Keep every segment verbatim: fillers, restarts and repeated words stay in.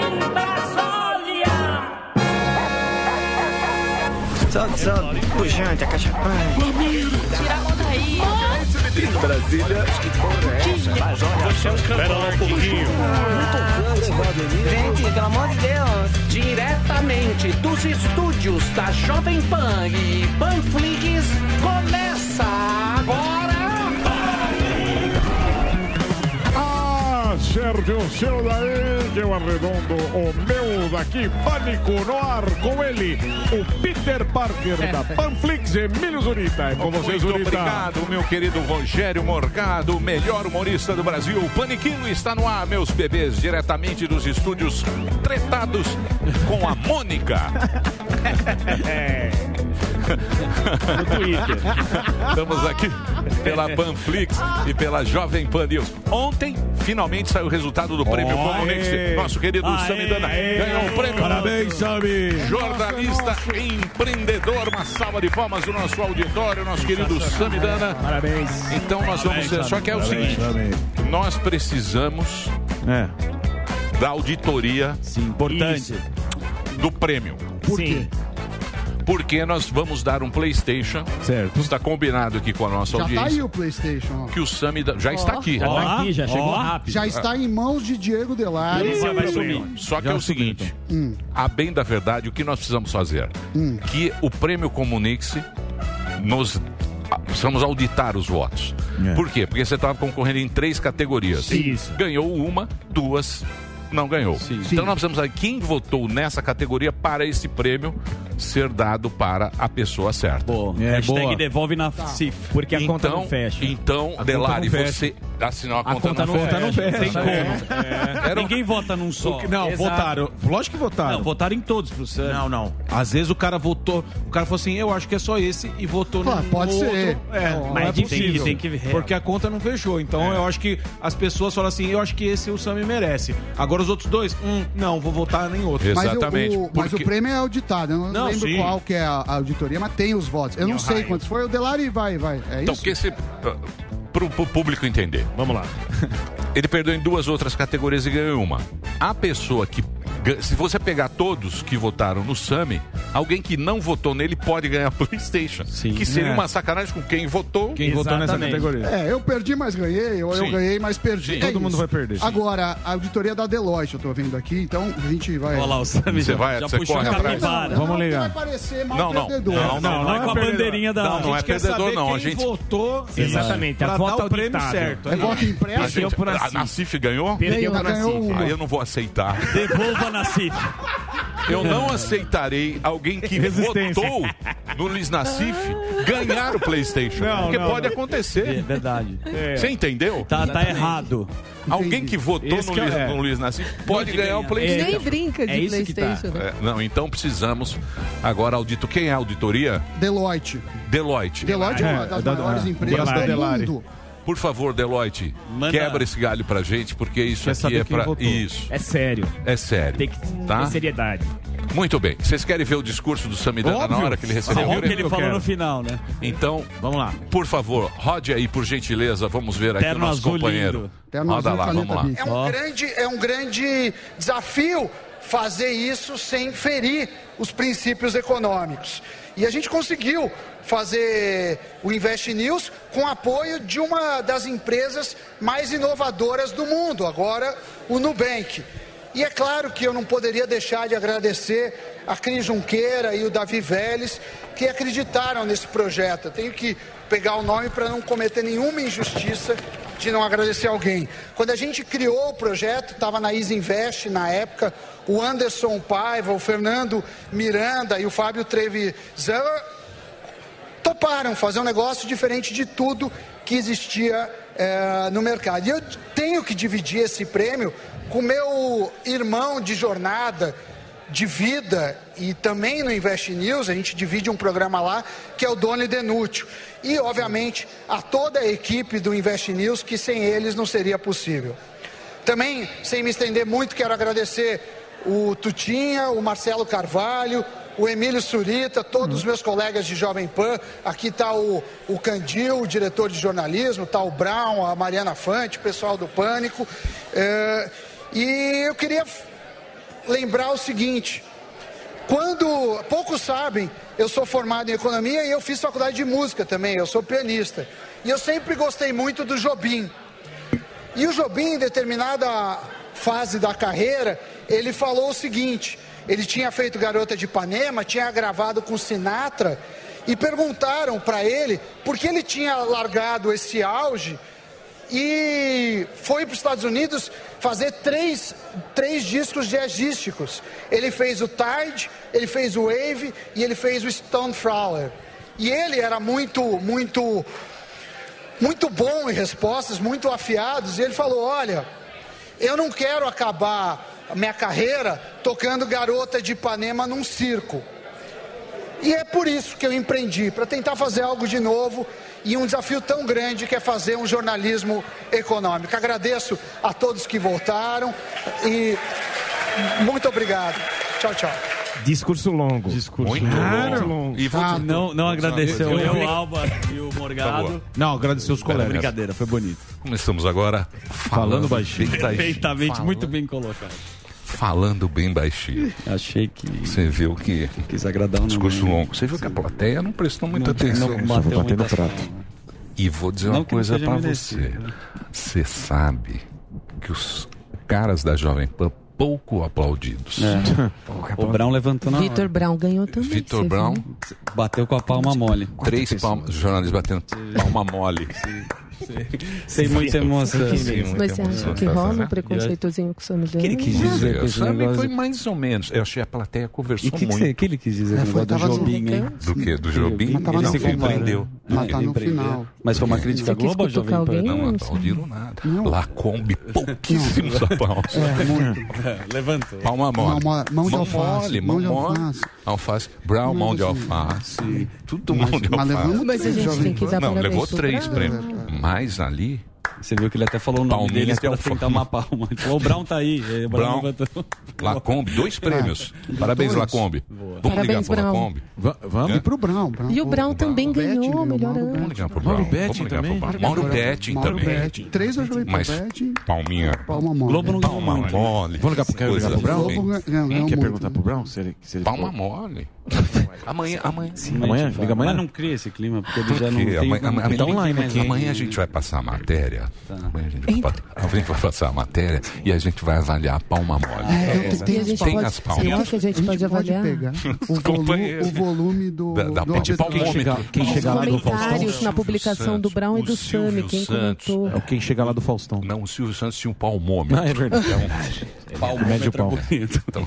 Solta, solta, pujante, a caixa. Tira a mão daí. Brasília. Espera lá um pouquinho. Gente, pelo amor de Deus. Diretamente dos estúdios da Jovem Pan e Panflix, começa agora. Ah, Sérgio, o seu daí, que eu arredondo o meu daqui. Pânico no ar com ele, o Peter Parker da Panflix, Emílio Zurita. É com você, Muito Zurita. obrigado, meu querido Rogério Morgado, o melhor humorista do Brasil. O Paniquinho está no ar, meus bebês, diretamente dos estúdios tretados com a Mônica. No Twitter. Estamos aqui pela Panflix e pela Jovem Pan News. Ontem, finalmente, saiu o resultado do prêmio Aê. Comunix. Nosso querido Aê. Samidana ganhou o prêmio. Parabéns, Sami. Jornalista e empreendedor. Uma salva de palmas do nosso auditório, nosso querido Samidana. Parabéns. Então nós vamos... Parabéns, Só que é o Parabéns, seguinte, parabéns. nós precisamos É. da auditoria Sim, importante. do prêmio. Por quê? Porque nós vamos dar um PlayStation. Certo. Está combinado aqui com a nossa Já audiência. tá aí o PlayStation, ó. Que o Sami da- já está aqui. Já tá aqui, já chegou Ó. rápido. Já está em mãos de Diego Delari. Ele vai sumir. Só que Já é o subiu, seguinte, a bem da verdade, o que nós precisamos fazer? Que o prêmio Comunix nos... Precisamos auditar os votos. É. Por quê? Porque você estava concorrendo em três categorias. Isso. Ganhou uma, duas, não ganhou. Então nós precisamos saber quem votou nessa categoria para esse prêmio ser dado para a pessoa certa. Boa. É, Hashtag boa. devolve na C I F. Porque a então, conta não fecha. Então, A Delari, conta não fecha. você assinou a, A conta, conta não não fecha. Conta não fecha. Tem como. É. Era um- Ninguém vota num só. Não, Exato. votaram. Lógico que votaram. Não, votaram em todos pro Sam. Não, não. Às vezes o cara votou, o cara falou assim, eu acho que é só esse e votou Claro, no pode no ser. outro. É, não Mas é tem possível. que- tem que ver. Porque a conta não fechou. Então eu acho que as pessoas falam assim, eu acho que esse o Sami merece. Agora os outros dois, hum, não, vou votar em outro. Exato. Mas, o- Exatamente, o, mas porque- o prêmio é auditado. Eu não, Não, lembro sim. qual que é a, a auditoria, mas tem os votos. Eu não sei raio. quantos foi. O Delari vai, vai. É Então, isso? porque esse... Para o público entender. Vamos lá. Ele perdeu em duas outras categorias e ganhou uma. A pessoa que... ga- Se você pegar todos que votaram no Sami, alguém que não votou nele pode ganhar PlayStation. Sim. Que seria É. uma sacanagem com quem votou. Quem votou nessa Exatamente. categoria? É, eu perdi, mas ganhei. Ou eu Sim. ganhei, mas perdi. Sim. É Todo isso. mundo vai perder. Agora, a auditoria da Deloitte, eu tô vendo aqui, então a gente vai... Olha lá o Sam. Você já- vai- já você puxou corre a atrás. capivara. Vamos não, não ligar. vai parecer mal Não, não. perdedor. Não, Não, vai não com é a perdedor. bandeirinha da... Não, não é Quer perdedor, saber não. quem A gente... votou Exatamente, pra a dar voto o prêmio auditável. certo. É voto A, impresso? gente, por a, Nassif. a Nassif ganhou? Perdeu Ganhou, pra ganhou Nassif. uma. Aí eu não vou aceitar. Devolva na C I F. Eu não aceitarei alguém que Resistência. votou no Luiz Nassif ganhar o PlayStation. Não, porque não, pode não. É acontecer. verdade. Você entendeu? Tá, tá errado. Alguém que votou Esse no, que é- Luiz, é. no Luiz Nassif pode Pode ganhar o ganhar. PlayStation. Nem brinca de É isso que tá. PlayStation. né? É, não, então precisamos agora audito. Quem é a auditoria? Deloitte. Deloitte. Deloitte é uma É, das da- maiores é, empresas da do Delari. mundo. Por favor, Deloitte, Manda- quebra esse galho pra gente, porque isso Quer aqui saber é quem pra. votou. Isso. É sério. É sério. Tem que Tá? ter seriedade. Muito bem. Vocês querem ver o discurso do Samidana na Óbvio. hora que ele recebeu Você o viu o que prêmio? ele eu falou quero. no final, né? Então, Vamos lá. por favor, rode aí, por gentileza. Vamos ver aqui Terno o nosso azul companheiro. lindo. Terno Roda azul, lá, caneta vamos lá. Bic. É um, grande, é um grande desafio fazer isso sem ferir os princípios econômicos. E a gente conseguiu fazer o Invest News com apoio de uma das empresas mais inovadoras do mundo, agora o Nubank. E é claro que eu não poderia deixar de agradecer a Cris Junqueira e o Davi Vélez, que acreditaram nesse projeto. Eu tenho que pegar o nome para não cometer nenhuma injustiça de não agradecer alguém. Quando a gente criou o projeto, estava na Easy Invest na época, o Anderson Paiva, o Fernando Miranda e o Fábio Trevisan toparam fazer um negócio diferente de tudo que existia é, no mercado. E eu tenho que dividir esse prêmio com meu irmão de jornada, de vida, e também no Invest News, a gente divide um programa lá, que é o Doni Denútil. E, obviamente, a toda a equipe do Invest News, que sem eles não seria possível. Também, sem me estender muito, quero agradecer o Tutinha, o Marcelo Carvalho, o Emílio Surita, todos os meus colegas de Jovem Pan. Aqui está o, o Candil, o diretor de jornalismo, está o Brown, a Mariana Fante, o pessoal do Pânico. É, e eu queria lembrar o seguinte: quando, poucos sabem, eu sou formado em economia e eu fiz faculdade de música também, eu sou pianista. E eu sempre gostei muito do Jobim. E o Jobim, em determinada fase da carreira, ele falou o seguinte: ele tinha feito Garota de Ipanema, tinha gravado com Sinatra, e perguntaram para ele por que ele tinha largado esse auge e foi para os Estados Unidos fazer três, três discos jazzísticos. Ele fez o Tide, ele fez o Wave e ele fez o Stoneflower. E ele era muito, muito, muito bom em respostas, muito afiados, e ele falou: olha, eu não quero acabar a minha carreira tocando Garota de Ipanema num circo. E é por isso que eu empreendi, para tentar fazer algo de novo e um desafio tão grande que é fazer um jornalismo econômico. Agradeço a todos que voltaram e muito obrigado. Tchau, tchau. Discurso longo. Discurso muito longo. longo. E ah, não, não agradeceu eu, eu, o Alba e o Morgado. Não, agradeceu os colegas. Brincadeira, foi bonito. Começamos agora falando, falando baixinho. Perfeitamente, falando. muito bem colocado. Falando bem baixinho. Achei que... Você viu que... Quis agradar um discurso longo. Você viu que a plateia não prestou muita não, atenção. Não bateu muita prato. E vou dizer não uma coisa pra merecido, você. Né? Você sabe que os caras da Jovem Pan pouco aplaudidos. É. O Brown levantou na hora. Vitor Brown ganhou também. Vitor Brown viu? Bateu com a palma mole. Três palmas, jornalistas batendo palma mole. Sem muita emoção. Mas você acha que rola um preconceitozinho com o Sammy Davis? O que ele quis dizer com esse negócio? Foi mais ou menos. Eu achei a plateia conversou que muito. O que ele quis dizer com o negócio do Jobim, hein? Do que? Do Jobim? Ele se compreendeu. Mas tá no final. Mas foi uma crítica Globo ou Jovem Pan? Não, não aplaudiram nada. Lacombe, pouquíssimos aplausos. É, muito. Levantou. Palma mole. Mão de alface. Mão de alface. Alface. Brown, mão de alface. Tudo mão de alface. Mas a gente tem que dar Não, parabéns levou três prêmios. Mas ali... Você viu que ele até falou o nome Palminha deles para tentar uma palma. O Brown tá aí. O Brown, Brown Lacombe, dois prêmios. É, Parabéns, dois. Lacombe. Boa. Vamos Parabéns, ligar pro Lacombe. Va vamos é? pro Brown. Brown. E o Brown também ganhou, melhor ano. Vamos ligar pro Brown. Mauro Betting também. Mauro Betting também. Betting. Três eu joguei pro Mas Betting. Palminha. Palma mole. Globo não Palma mole. Vamos ligar pro, quer ligar pro Brown? Globo ganhou Quer muito. perguntar pro Brown? Se ele, se ele Palma mole. Amanhã, amanhã. Sim, amanhã? Liga Liga amanhã? Mas não cria esse clima, porque ele Por já não tem... Amanhã, não amanhã, tem tá online aqui. Amanhã a gente vai passar a matéria. Tá. Amanhã a gente, vai, a gente vai passar a matéria e a gente vai avaliar a palma mole. É, E a gente Tem pode, as palmas. sabe o que a gente pode avaliar? pegar o, volu o volume do... Da, da, do de palmômetro. Quem Os chegar lá do comentários Faustão. na publicação do Brown e do Sammy, quem comentou. É quem chegar lá do Faustão. Não, o Silvio Santos tinha um palmômetro. Ah, é verdade. Então, Médio pau. então,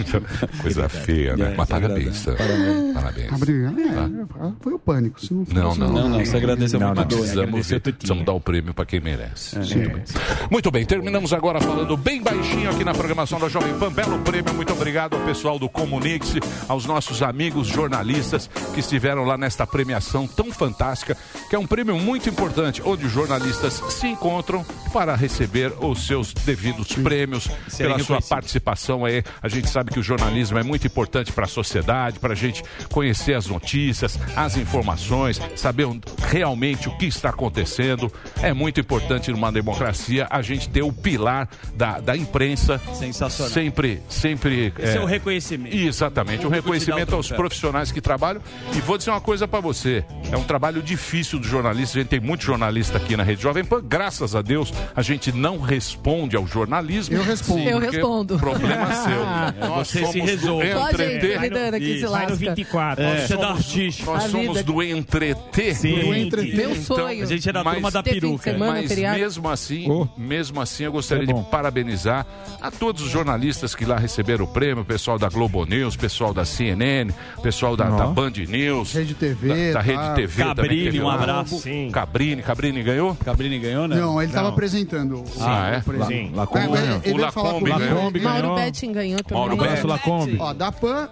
coisa feia, né? Mas parabéns, Sam. Parabéns. Obrigado. É, foi o pânico. Se não, Não, não, Não, não, você agradeceu Não, muito. não, Precisamos, ver, precisamos dar o prêmio para quem merece. Sim. Muito bem, terminamos agora falando bem baixinho aqui na programação da Jovem Pan. Belo prêmio, muito obrigado ao pessoal do Comunique-se, aos nossos amigos jornalistas que estiveram lá nesta premiação tão fantástica, que é um prêmio muito importante, onde os jornalistas se encontram para receber os seus devidos prêmios pela sua participação aí. A gente sabe que o jornalismo é muito importante para a sociedade, para a gente conhecer as notícias, as informações, saber realmente o que está acontecendo. É muito importante numa democracia a gente ter o pilar da, da imprensa. Sensacional. Sempre, sempre... Esse é, é o reconhecimento. Exatamente, o reconhecimento aos profissionais que trabalham. E vou dizer uma coisa para você, é um trabalho difícil do jornalista. A gente tem muito jornalista aqui na Rede Jovem Pan. Graças a Deus, a gente não responde ao jornalismo. Eu respondo. Eu respondo. Problema seu. Nós Você somos se do resolve. Só a gente entreter. lidando aqui se lasca. vinte e quatro. É. Você dá Nós artista. Nós A somos vida. do entreter. Sim. Do entreter. Meu Então, sonho. A gente é da Mas- turma da Ter fim de peruca. semana. Mas feriado. mesmo assim, Oh. mesmo assim, eu gostaria É bom. de parabenizar a todos os jornalistas que lá receberam o prêmio, o pessoal da Globo News, o pessoal da C N N, o pessoal da, Ó. da Band News, Rede T V. da, da tá. Rede T V também. Cabrini, teve um lá. abraço. Sim. Cabrini, Cabrini ganhou? Cabrini ganhou, né? Não, ele estava Não. apresentando. o- Ah, é? o prêmio. Sim. É, Lacombe mas ganhou. ele O veio falar Lacombe comigo. ganhou. Lacombe Mauro ganhou. Betting ganhou também. Mauro Abraço, Betting. Lacombe. Ó, da Pan,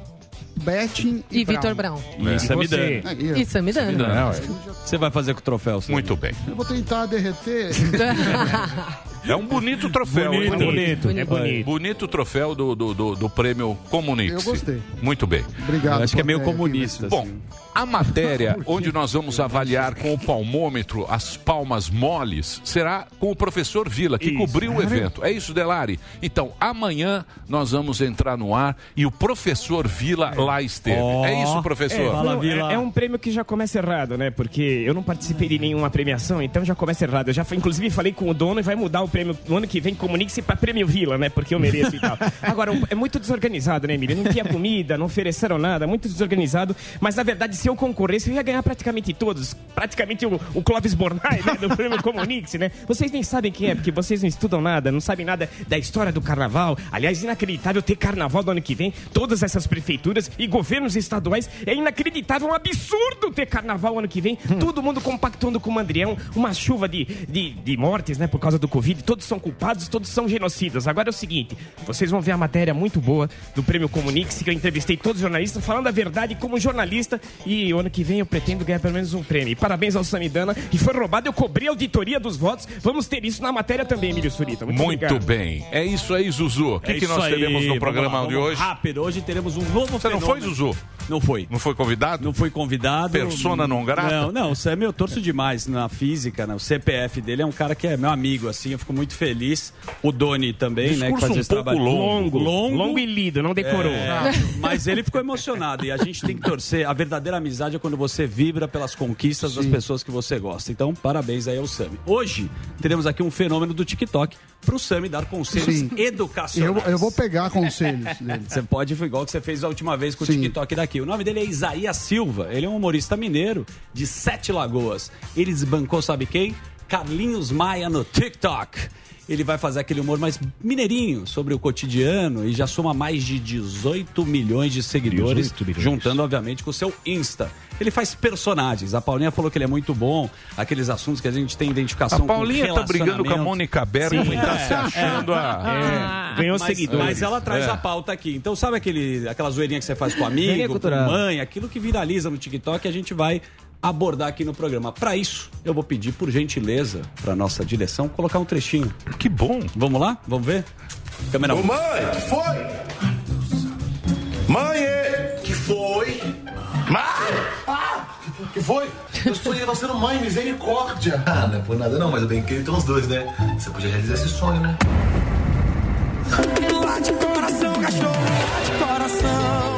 Betting e, E Vitor Brown. É. Isso é me Você. dando. Aí, ó. E Sammy Davis. Não, é. Você vai fazer com o troféu, Sam? Muito bem. Eu vou tentar derreter. É um bonito troféu. Bonito, hein? bonito, bonito, é bonito. Bonito troféu do, do, do, do prêmio Comunix. Eu gostei. Muito bem. Obrigado. Eu acho que é meio é, comunista. Bom, assim. a matéria onde nós vamos avaliar com o palmômetro as palmas moles será com o professor Vila, que Isso. cobriu o evento. É isso, Delari? Então, amanhã nós vamos entrar no ar e o professor Vila lá esteve. Oh. É isso, professor? É, Fala, não, Vila. é, é um prêmio que já começa errado, né? Porque eu não participei de nenhuma premiação, então já começa errado. Eu já, inclusive, falei com o dono e vai mudar o prêmio no ano que vem, Comunique-se para Prêmio Vila, né? Porque eu mereço e tal. Agora, é muito desorganizado, né, Emílio? Não tinha comida, não ofereceram nada, muito desorganizado. Mas, na verdade, se eu concorresse, eu ia ganhar praticamente todos. Praticamente o, o Clóvis Bornai, né? Do prêmio Comunique-se, né? Vocês nem sabem quem é, porque vocês não estudam nada, não sabem nada da história do carnaval. Aliás, inacreditável ter carnaval do ano que vem. Todas essas prefeituras e governos estaduais. É inacreditável, um absurdo ter carnaval ano que vem. Hum. Todo mundo compactando com o Mandrião. Uma chuva de, de, de mortes, né? Por causa do Covid. Todos são culpados, todos são genocidas. Agora é o seguinte, vocês vão ver a matéria muito boa do prêmio Comunique-se, que eu entrevistei todos os jornalistas, falando a verdade como jornalista. E o ano que vem eu pretendo ganhar pelo menos um prêmio. E parabéns ao Samidana. E foi roubado, eu cobri a auditoria dos votos. Vamos ter isso na matéria também, Emílio Surita. Muito, Muito obrigado. bem. É isso aí, Zuzu. O que, É que nós isso teremos aí. no programa Vamos lá, de vamos hoje? Rápido, hoje teremos um novo Você não foi, Zuzu? Não foi. Não foi convidado? Não foi convidado. Persona não grata? Não, não, o Sam eu torço demais na física, né? O C P F dele é um cara que é meu amigo, assim, eu fico muito feliz. O Doni também, né? Que Discurso fazia um esse pouco trabalho longo. longo. Longo e lido, não decorou. É, mas ele ficou emocionado e a gente tem que torcer. A verdadeira amizade é quando você vibra pelas conquistas das pessoas que você gosta. Então, parabéns aí ao Sami. Hoje, teremos aqui um fenômeno do TikTok pro Sami dar conselhos Sim. educacionais. Eu, eu vou pegar conselhos dele. Você pode, igual que você fez a última vez com o Sim. TikTok daqui. O nome dele é Isaías Silva. Ele é um humorista mineiro de Sete Lagoas. Ele desbancou, sabe quem? Carlinhos Maia no TikTok. Ele vai fazer aquele humor mais mineirinho sobre o cotidiano e já soma mais de dezoito milhões de seguidores, dezoito milhões. juntando, obviamente, com o seu Insta. Ele faz personagens. A Paulinha falou que ele é muito bom, aqueles assuntos que a gente tem identificação A Paulinha com tá brigando com a Mônica Bergman e tá é, se achando é, a... é. Ganhou mas, seguidores. Mas ela traz É. a pauta aqui. Então, sabe aquele, aquela zoeirinha que você faz com Zoeirinha amigo, com cultural. mãe, aquilo que viraliza no TikTok, a gente vai abordar aqui no programa. Para isso, eu vou pedir, por gentileza, para nossa direção, colocar um trechinho. Que bom. Vamos lá? Vamos ver? Câmera Ô um. mãe, que foi? Mãe, é- que foi? Mãe! Ah, que foi? Eu sonhei não sendo mãe, misericórdia. Ah, não é por nada não, mas eu bem queria ter uns dois, né? Você podia realizar esse sonho, né? Bate coração, cachorro, bate coração.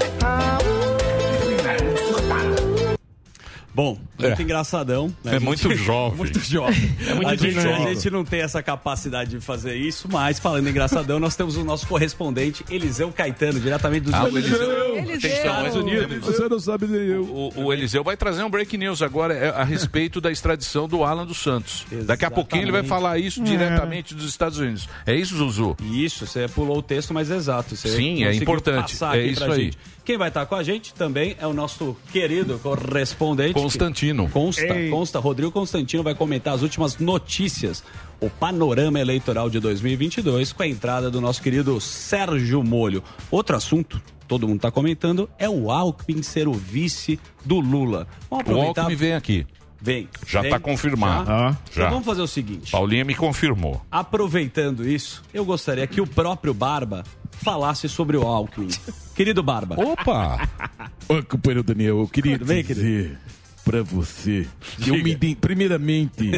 Bom, muito É. engraçadão. né? É A gente- muito jovem. muito jovem. É muito a, gente, dinâmico. a gente não tem essa capacidade de fazer isso, mas falando engraçadão, nós temos o nosso correspondente, Eliseu Caetano, diretamente dos Ah, o Estados Unidos. Eliseu. Tem Estados Unidos. Você não sabe nem eu. O, o Eliseu vai trazer um break news agora é, a respeito da extradição do Alan dos Santos. Daqui a pouquinho ele vai falar isso diretamente dos Estados Unidos. É isso, Zuzu? Isso, você pulou o texto, mas exato. Você Sim, é conseguiu importante. passar É aqui isso pra aí. gente. Quem vai estar com a gente também é o nosso querido correspondente. Constantino. Consta, Ei. consta. Rodrigo Constantino vai comentar as últimas notícias, o panorama eleitoral de dois mil e vinte e dois, com a entrada do nosso querido Sérgio Molho. Outro assunto, todo mundo está comentando, é o Alckmin ser o vice do Lula. Vamos O aproveitar. Alckmin vem aqui. Vem. Já vem. tá confirmado. Já? Ah. Então Já. vamos fazer o seguinte. Paulinha me confirmou. Aproveitando isso, eu gostaria que o próprio Barba falasse sobre o Alckmin. Querido Barba. Opa! Ô, companheiro Daniel, eu queria Tudo bem, dizer pra você. Diga. Eu me ident- Primeiramente,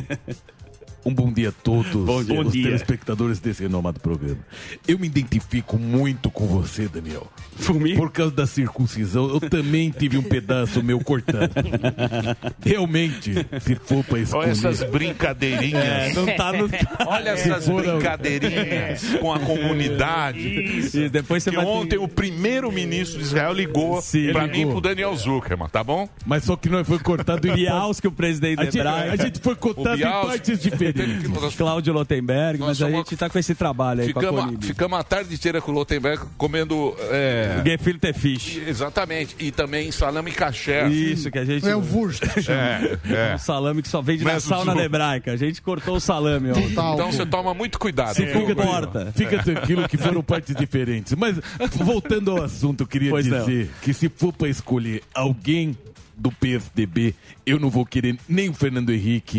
um bom dia a todos Bom dia. os Bom dia. telespectadores desse renomado programa. Eu me identifico muito com você, Daniel. Por mim? Por causa da circuncisão, eu também tive um pedaço meu cortado. Realmente, se for pra escolher... Olha essas brincadeirinhas. É, não tá no... Olha essas brincadeirinhas com a comunidade. Isso, depois você Que vai ter- ontem o primeiro-ministro de Israel ligou Sim. pra Ele mim ligou. e pro Daniel Zuckerman, tá bom? Mas só que nós foi cortado em... Bialski, o presidente A gente, hebraico. a gente foi O cortado em Bialski- partes diferentes. Nós Cláudio Lotenberg, Nós mas a somos- gente tá com esse trabalho aí com a Ficamos, Colibri. ficamos a tarde inteira com o Lotenberg comendo. É, Gefilte Fish. exatamente. E também salame caché. Isso, que a gente... É o Wurst. É, é. Um salame que só vende na Mas o sauna Zu- hebraica. A gente cortou o salame, ó. Total. Então você toma muito cuidado. Se viu? comporta. Fica tranquilo que foram partes diferentes. Mas, voltando ao assunto, eu queria Pois não. dizer que se for para escolher alguém do P S D B, eu não vou querer nem o Fernando Henrique,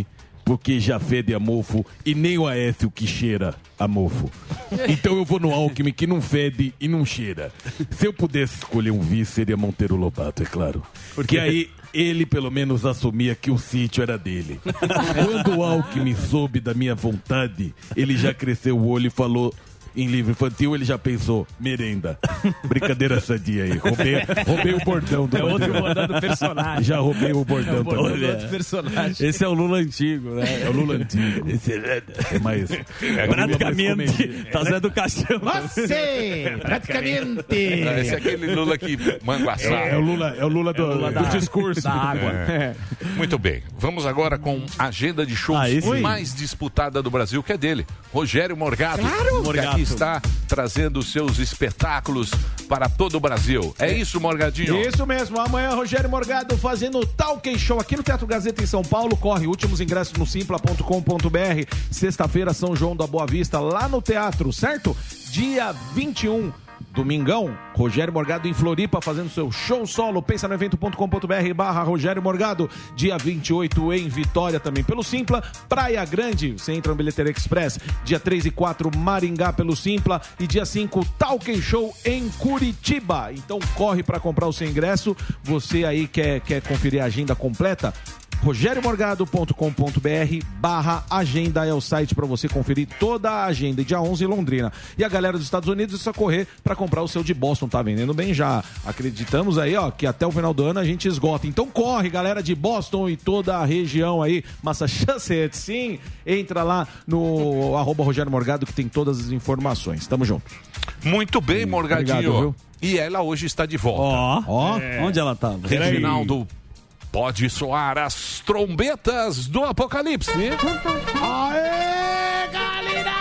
porque já fede a mofo e nem o Aécio que cheira a mofo. Então eu vou no Alckmin que não fede e não cheira. Se eu pudesse escolher um vice, seria Monteiro Lobato, é claro. Porque aí ele pelo menos assumia que o sítio era dele. Quando o Alckmin soube da minha vontade, ele já cresceu o olho e falou... Em livro infantil, ele já pensou, merenda. Brincadeira sadia aí. Roubei, roubei o bordão do É outro bordão do personagem. Já roubei o bordão, É o bordão do do outro personagem. Esse é o Lula antigo, né? É o Lula antigo. Esse é, é mais. É praticamente. Tá Zé do Caixão. Você! Praticamente! Não, esse é aquele Lula que manguaçava. É, é o Lula, é o Lula do, É o Lula do da- discurso. da água. É. Muito bem. Vamos agora com a agenda de shows Ah, esse? mais disputada do Brasil, que é dele. Rogério Morgado. Claro! Que Morgado. aqui está trazendo seus espetáculos para todo o Brasil. É isso, Morgadinho? Isso mesmo, amanhã Rogério Morgado fazendo o Talk Show aqui no Teatro Gazeta em São Paulo. Corre, últimos ingressos no simpla ponto com ponto br. Sexta-feira, São João da Boa Vista, lá no teatro, certo? Dia vinte e um, domingão, Rogério Morgado em Floripa fazendo seu show solo. Pensa no evento ponto com ponto br barra Rogério Morgado. Dia vinte e oito em Vitória também pelo Simpla. Praia Grande, você entra no Bilheteria Express. Dia três e quatro, Maringá pelo Simpla. E dia cinco, Talk Show em Curitiba. Então corre para comprar o seu ingresso. Você aí quer, quer conferir a agenda completa? rogério morgado ponto com ponto br barra agenda é o site para você conferir toda a agenda. E dia onze em Londrina. E a galera dos Estados Unidos é só correr para comprar o seu de Boston, tá vendendo bem já. Acreditamos aí, ó, que até o final do ano a gente esgota. Então corre, galera de Boston e toda a região aí, Massachusetts, sim. Entra lá no arroba Rogério Morgado que tem todas as informações. Tamo junto. Muito bem, Morgadinho. Obrigado, viu? E ela hoje está de volta. Ó, ó. É. Onde ela tava? Reginaldo, pode soar as trombetas do Apocalipse. Aê, galera!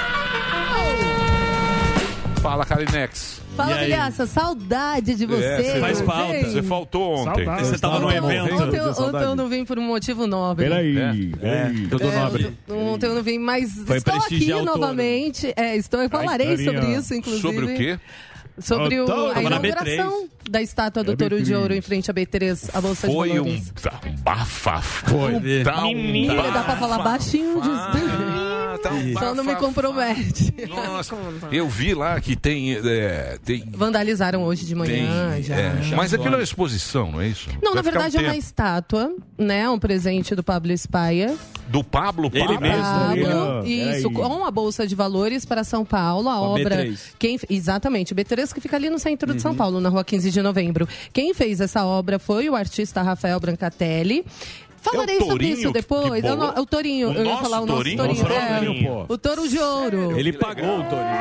Fala, Kalinex. Fala, Milhaça, saudade de você. É, faz Vem. falta. Você faltou ontem. Saudade. Você tava no evento. Ontem, eu- ontem eu não vim por um motivo nobre. Peraí, É. peraí. Tudo É, nobre. ontem- Ontem eu não vim, mas Foi estou aqui prestigiar o touro. novamente. É, estou, eu falarei Ai, sobre carinha. isso, inclusive. Sobre o quê? Sobre o, Tava a na B inauguração da estátua do É Touro B de três. Ouro em frente à B três, a Bolsa de Foi um, Valores. um bafafá. Foi. Tá um Menina, dá pra falar baixinho disso. Ah, tá um Só não me bafafá. compromete. Nossa, eu vi lá que tem... é, tem, Vandalizaram hoje de manhã, tem já. é, mas aquilo é uma exposição, não é isso? Não, Vai na ficar verdade um é uma tempo. estátua, né? Um presente do Pablo Spaia. Do Pablo Ele Pablo? mesmo. Pablo, Peraí. isso, com a Bolsa de Valores para São Paulo, a Com a obra... B três. Quem, exatamente, B três que fica ali no centro de Uhum. São Paulo, na rua quinze de novembro. Quem fez essa obra foi o artista Rafael Brancatelli. Falarei É o sobre Tourinho isso que depois. bolou? Eu não- o Tourinho, O eu ia nosso falar o nosso Tourinho? Tourinho. Nosso é, Tourinho, pô. o Touro de Ouro. Ele pagou o Torinho.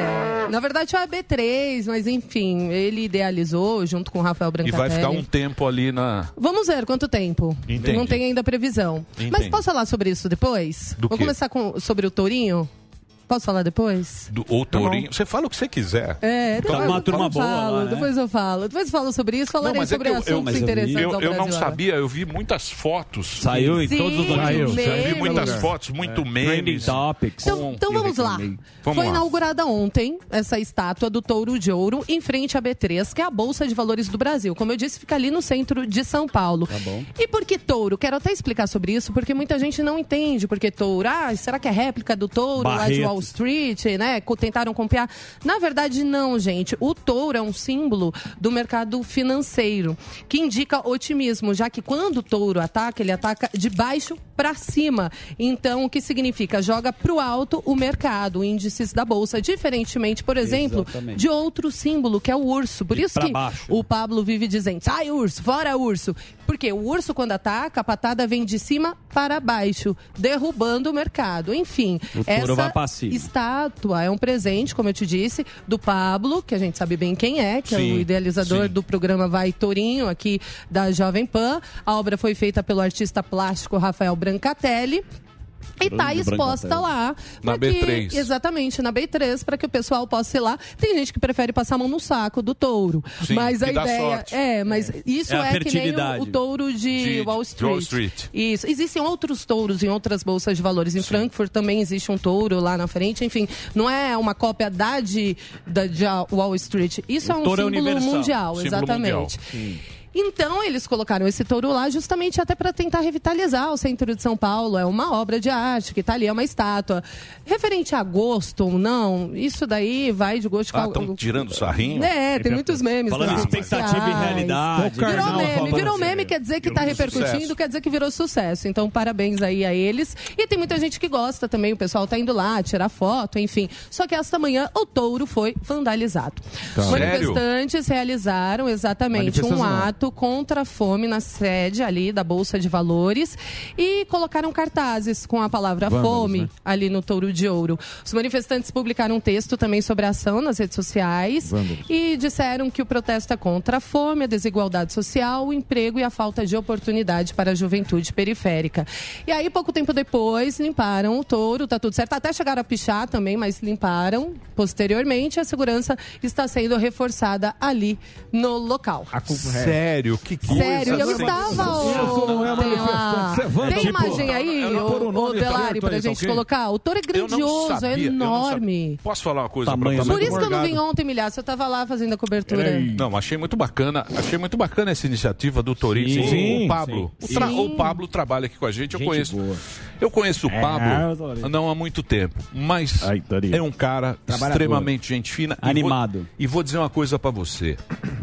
É, na verdade foi a B três, mas enfim, ele idealizou junto com o Rafael E Brancatelli. vai ficar um tempo ali na... Vamos ver quanto tempo. Entendi. Não tem ainda previsão. Entendi. Mas posso falar sobre isso depois? Do Vamos quê? começar com, sobre o Tourinho? Posso falar depois? Do, ou Tourinho. Você fala o que você quiser. É, Tá depois, uma turma eu boa falo, lá, né? depois eu falo. Depois eu falo sobre isso, falarei Não, mas é sobre que eu- eu- assuntos mas eu vi- interessantes Eu, ao eu não Brasil agora. sabia, eu vi muitas fotos. Saiu em Sim, todos os Saiu, lugares. Eu vi memes. muitas fotos, muito Trending memes. Topics. Então, então vamos lá. Vamos Foi lá. inaugurada ontem essa estátua do Touro de Ouro em frente à B três, que é a Bolsa de Valores do Brasil. Como eu disse, fica ali no centro de São Paulo. Tá bom. E por que touro? Quero até explicar sobre isso, porque muita gente não entende por que touro. Ah, será que é réplica do touro lá de Barreto. Wall Street, né? Co- Tentaram copiar. Na verdade, não, gente. O touro é um símbolo do mercado financeiro, que indica otimismo, já que quando o touro ataca, ele ataca de baixo para cima. Então, o que significa? Joga para o alto o mercado, índices da bolsa, diferentemente, por exemplo, Exatamente. de outro símbolo, que é o urso. Por E isso pra que baixo. o Pablo vive dizendo, sai urso, fora urso. Porque o urso, quando ataca, a patada vem de cima para baixo, derrubando o mercado. Enfim, O touro vai essa pra cima. estátua é um presente, como eu te disse, do Pablo, que a gente sabe bem quem é, que é Sim, o idealizador sim. do programa Vai Tourinho, aqui da Jovem Pan. A obra foi feita pelo artista plástico Rafael Brancatelli. E tá Grande exposta Brancatelli. lá. Na pra que- B três. Exatamente, na B três, para que o pessoal possa ir lá. Tem gente que prefere passar a mão no saco do touro. Sim, mas a que dá ideia. sorte. É, mas isso É a é, que nem fertilidade. o, o touro de, De- Wall de Street. Wall Street. Isso. Existem outros touros em outras bolsas de valores. Em Frankfurt também existe um touro lá na frente. Enfim, não é uma cópia da de, da de Wall Street. Isso O é um touro é símbolo universal. mundial, Símbolo exatamente. mundial. Então, eles colocaram esse touro lá justamente até para tentar revitalizar o centro de São Paulo. É uma obra de arte que está ali, é uma estátua. Referente a gosto ou não, isso daí vai de gosto... Ah, estão tirando sarrinho? É, tem muitos memes. Falando nas de redes expectativa e sociais. realidade. Virou Não, meme. falando Virou sério. meme quer dizer que está Virou repercutindo, sucesso. quer dizer que virou sucesso. Então, parabéns aí a eles. E tem muita gente que gosta também, o pessoal tá indo lá tirar foto, enfim. Só que esta manhã o touro foi vandalizado. Tá. Os manifestantes realizaram exatamente um ato contra a fome na sede ali da Bolsa de Valores e colocaram cartazes com a palavra Vândalos, fome né? ali no Touro de Ouro. Os manifestantes publicaram um texto também sobre a ação nas redes sociais Vândalos. e disseram que o protesto é contra a fome, a desigualdade social, o emprego e a falta de oportunidade para a juventude periférica. E aí, pouco tempo depois, limparam o touro, tá tudo certo. Até chegaram a pichar também, mas limparam. Posteriormente, a segurança está sendo reforçada ali no local. Sério? Que coisa? Sério, eu sem- estava... Isso não é Tem, manifestante, lá- isso é vândalo. tem Tipo, imagem aí, eu não ô, pôr o ô nome Delari, certo pra aí, tá gente ok? colocar? O touro é Eu não grandioso, sabia, é eu não enorme. Posso falar uma coisa Tamanho pra Por isso que eu não vim ontem, Milhaço. Eu tava lá fazendo a cobertura. Não, achei muito bacana. Achei muito bacana essa iniciativa do Torinho. Sim, o sim, Pablo. sim. O, tra- Sim. o Pablo trabalha aqui com a gente. Eu Gente conheço. boa. Eu conheço o É, Pablo Torinho. não há muito tempo, mas Ai, Torinho. é um cara Trabalhador. extremamente gente fina. E Animado. vou- E vou dizer uma coisa pra você.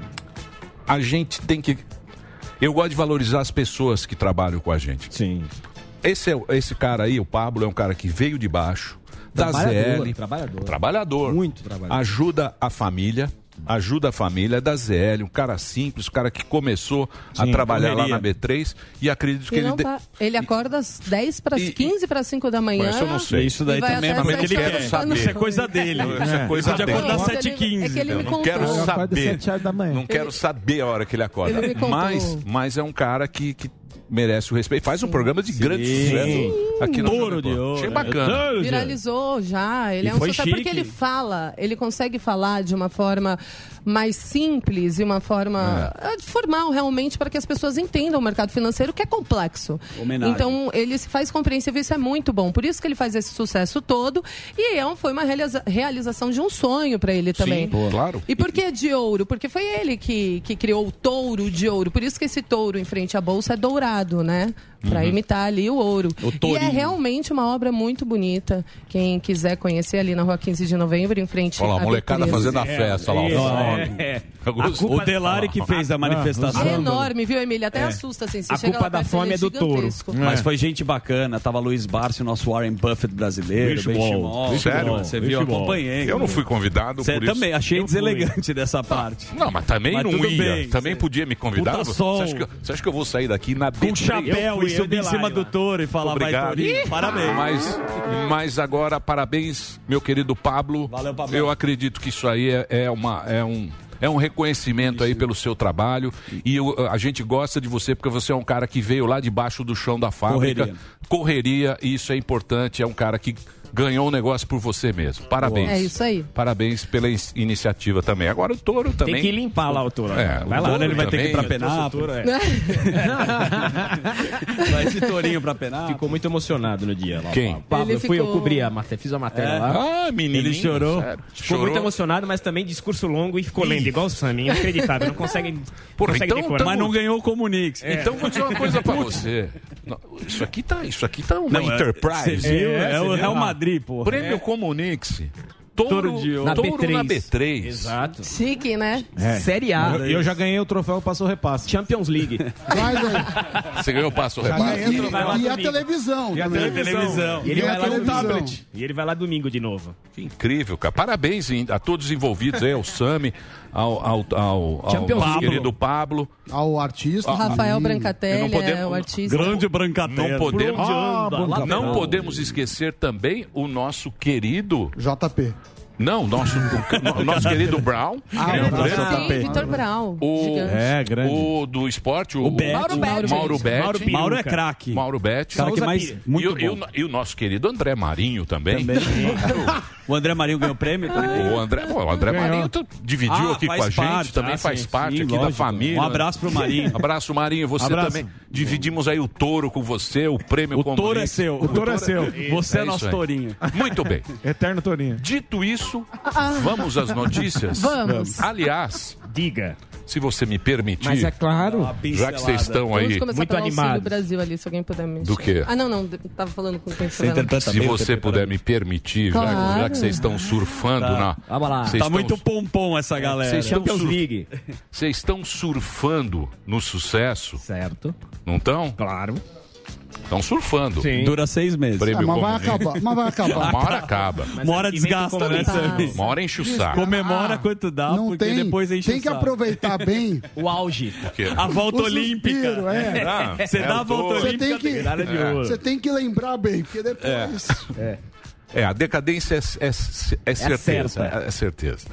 A gente tem que. Eu gosto de valorizar as pessoas que trabalham com a gente. Sim. Esse, é, esse cara aí, o Pablo, é um cara que veio de baixo, da Z Trabalhador, L. trabalhador. Trabalhador. Muito trabalhador. Ajuda a família. Ajuda a família, é da Z L, um cara simples, um cara que começou a Sim, trabalhar lá correria. na B três e acredito que E ele. não de- tá- Ele acorda às dez para E- quinze para cinco da manhã. Mas isso eu não sei. Isso daí E vai também é até uma coisa sete que ele horas quer. da manhã. Isso é coisa dele. Isso é coisa Pode dele. acordar Não, sete e quinze. é que ele Eu me não contou. quero Eu acordo saber. sete horas da manhã. Não quero saber a hora que ele acorda. Ele me contou. Mas, mas é um cara que, que merece o respeito. Faz um programa de grande sucesso aqui no Touro Jovem Pan. de ouro. Achei bacana. Viralizou já, ele E é um foi sucesso chique. porque ele fala, ele consegue falar de uma forma mais simples e uma forma eh, formal realmente para que as pessoas entendam o mercado financeiro, que é complexo. Homenagem. Então ele se faz compreensível, isso é muito bom. Por isso que ele faz esse sucesso todo e é um- foi uma realiza- realização de um sonho para ele também. Sim, claro. E por que de ouro? Porque foi ele que, que criou o touro de ouro. Por isso que esse touro em frente à bolsa é dourado, né? Para Uhum. imitar ali o ouro. O e é tourinho. realmente uma obra muito bonita. Quem quiser conhecer ali na rua quinze de novembro, em frente Olha lá, a à molecada B treze. fazendo a festa lá. isso, ó. é. Eu gosto- O Delari que fez a manifestação. É enorme, viu, Emília? Até assusta, assim. Você A chega culpa lá da perto, fome ele é do touro. gigantesco. Mas foi gente bacana. Tava Luiz Barsi, o nosso Warren Buffett brasileiro. Bicho bem bom. chimol. Bicho Sério? bom. Você Bicho viu? bom. Acompanhei. Eu não fui convidado Você por isso. também. Achei Eu fui. deselegante dessa parte. Não, mas também Mas não tudo ia. bem, também cê- podia me convidar. Puta Você sol. acha, que eu, você acha que eu vou sair daqui na Com B três? chapéu fui, e eu subir em de lá, cima lá. do touro e falar vai Obrigado. tourinho. Parabéns. Mas, mas agora, parabéns, meu querido Pablo. Valeu, Pablo. Eu acredito que isso aí é, é, uma, é um. É um reconhecimento aí pelo seu trabalho e eu- a gente gosta de você porque você é um cara que veio lá debaixo do chão da fábrica. Correria. Correria, e isso é importante, é um cara que ganhou o negócio por você mesmo. Parabéns. É isso aí. Parabéns pela in- iniciativa também. Agora o touro também. Tem que limpar lá o touro. É, Vai o lá, touro Ele vai ter que ir pra também. Penápolis. É. Vai esse tourinho pra Penápolis. Ficou muito emocionado no dia lá. Quem? O Pablo, Ele eu fui, eu ficou- cobri a matéria, fiz a matéria É. lá. Ah, menino. Ele chorou. Ficou muito emocionado, mas também discurso longo e ficou lendo igual o Sammy. Inacreditável, não consegue, Porra, consegue então- decorar. Mas não ganhou o Comunix. Então vou dizer uma coisa pra você. Não, Isso aqui tá, isso aqui tá uma Não, é- Enterprise. Você viu? É, É, o você Real viu? Madrid, pô. Prêmio Comunix. Touro, Touro de ouro. Na touro B três. na B três. Exato. Chique, né? É. Série A. E eu já ganhei o troféu Passou Repasse. Champions League. Vai, vai. Você ganhou o passo Já repasse? ganhei, ele vai lá e a domingo. televisão. E a também. televisão. E ele E vai a lá no televisão. tablet. E ele vai lá domingo de novo. Que incrível, cara. Parabéns hein, a todos os envolvidos aí, ao Sami, ao, ao, ao, ao Champions nosso Pablo. querido Pablo. Ao artista. O Rafael Ih, Brancatelli não podemos- é o artista. Grande Brancatelli. Não podemos, Ah, Brancatelli. não podemos esquecer também o nosso querido. J P. Não, nosso, o, o nosso querido Brown. Ah, Lembra? Brown. Sim, Vitor Brown. O, Gigante. É, grande. o do esporte, o, O Betti. Mauro Betti. Mauro Betti. Mauro Peruca. Mauro é craque. Mauro Betti. Cara que Souza mais... Pires. Muito e, o- e bom. o, e o nosso querido André Marinho também. Também. O André Marinho ganhou prêmio também. O André, pô, o André Ganhou. Marinho tu- dividiu Ah, aqui faz com a gente, parte, também ah, faz sim, parte sim, aqui da lógico. família. Um abraço pro Marinho. Abraço, Marinho. Você Abraço. também. Dividimos aí o touro com você, o prêmio O touro é seu. O touro é seu. Você é, É nosso isso aí. tourinho. Muito bem. Eterno Torinho. Dito isso, vamos às notícias? Vamos. Aliás, Diga. se você me permitir. Mas é claro. Já que vocês estão aí. Vamos começar pelo Auxílio Brasil ali, se alguém puder mexer. Do quê? Ah, não, não. Tava falando com quem Se você puder me permitir, já- Claro. já, que vocês estão surfando Tá. na. Vamos lá. vocês Tá muito pompom essa galera. Vocês estão, Champions sur- League. vocês estão surfando no sucesso. Certo. Não estão? Claro. Estão surfando. Sim. Dura seis meses. Prêmio Ah, mas vai Comunix. acabar, mas vai acabar. Uma hora acaba. Uma hora desgasta, né, Sammy? Uma hora enche o saco. Comemora quanto dá, Não porque tem, depois enche tem o que saco. aproveitar bem o auge. quê? A volta O olímpica. suspiro, é. Ah, Você é, dá a eu tô- volta Você olímpica. tem que, medalha de ouro. você tem que lembrar bem, porque depois. É. É, a decadência é, é, é certeza. certa. É, é certeza.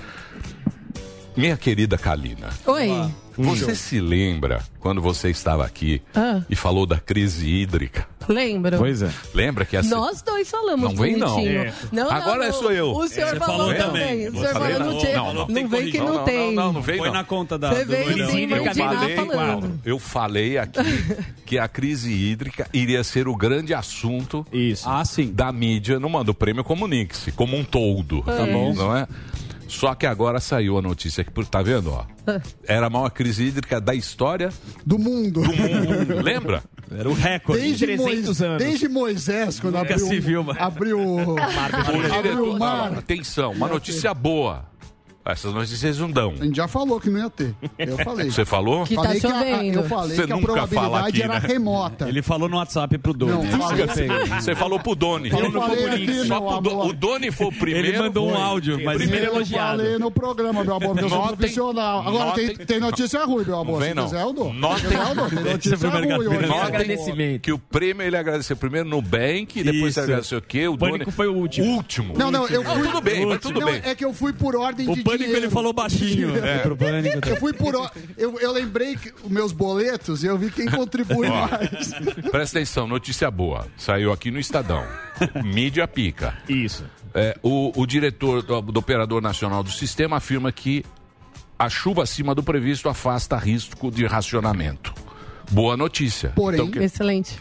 Minha querida Kalina, Oi. você se lembra quando você estava aqui Ah. e falou da crise hídrica? Lembro. Pois é. Lembra que essa... Nós dois falamos Não vem, não. bonitinho. É. Não, não, Agora não. sou eu. O senhor Você falou, falou também. também. O senhor Falei, falou, não, não, tinha, não, não, não, vem que não, não, tem. Não, não, não vem Põe não. na conta da. Você do veio Loirão. sim, Eu imagina, falei, falando. eu falei aqui que a crise hídrica iria ser o grande assunto Isso. Ah, sim. da mídia numa do Prêmio Comunix, como um todo. Tá bom? Não é? Só que agora saiu a notícia que, tá vendo, ó? Era a maior crise hídrica da história Do mundo. do mundo. Lembra? Era o recorde. Desde, trezentos Moisés, anos. desde Moisés, quando Nunca abriu, se viu, mano. abriu, O abriu diretor, o mar. atenção, uma notícia boa. Essas notícias não dão. A gente já falou que não ia ter. Eu falei. Você falou? Que tá falei que a, chovendo. eu falei Você que a nunca fala probabilidade aqui, era né? remota. Ele falou no WhatsApp pro Doni. Não, falei assim. Você falou pro Doni. Eu falei aqui, Só meu pro Do- amor. o Doni foi o primeiro. Ele mandou um foi. áudio, mas primeiro Eu elogiado. falei no programa, meu amor, porque eu sou Notem- profissional. Agora tem, notem- tem notícia ruim, meu amor. Não vem, Se não. quiser, eu dou. Notem- Se quiser, eu dou. Tem notícia Esse é o primeiro ruim gato. hoje. Notem agradecimento. que o prêmio ele agradeceu primeiro no Bank, depois Isso. ele agradeceu o quê? O O Pânico Doni- foi o último. Último. Não, não, eu fui. tudo bem, mas tudo não, bem. é que eu fui por ordem O de Pânico dinheiro. ele falou baixinho. É. Pro Pânico. Eu fui por. or- Eu, eu lembrei que os meus boletos e eu vi quem contribui Ó, mais. Presta atenção, notícia boa. Saiu aqui no Estadão. Mídia pica. Isso. É, o, o diretor do, do Operador Nacional do Sistema afirma que a chuva acima do previsto afasta risco de racionamento. Boa notícia. Porém- Então, que- Excelente.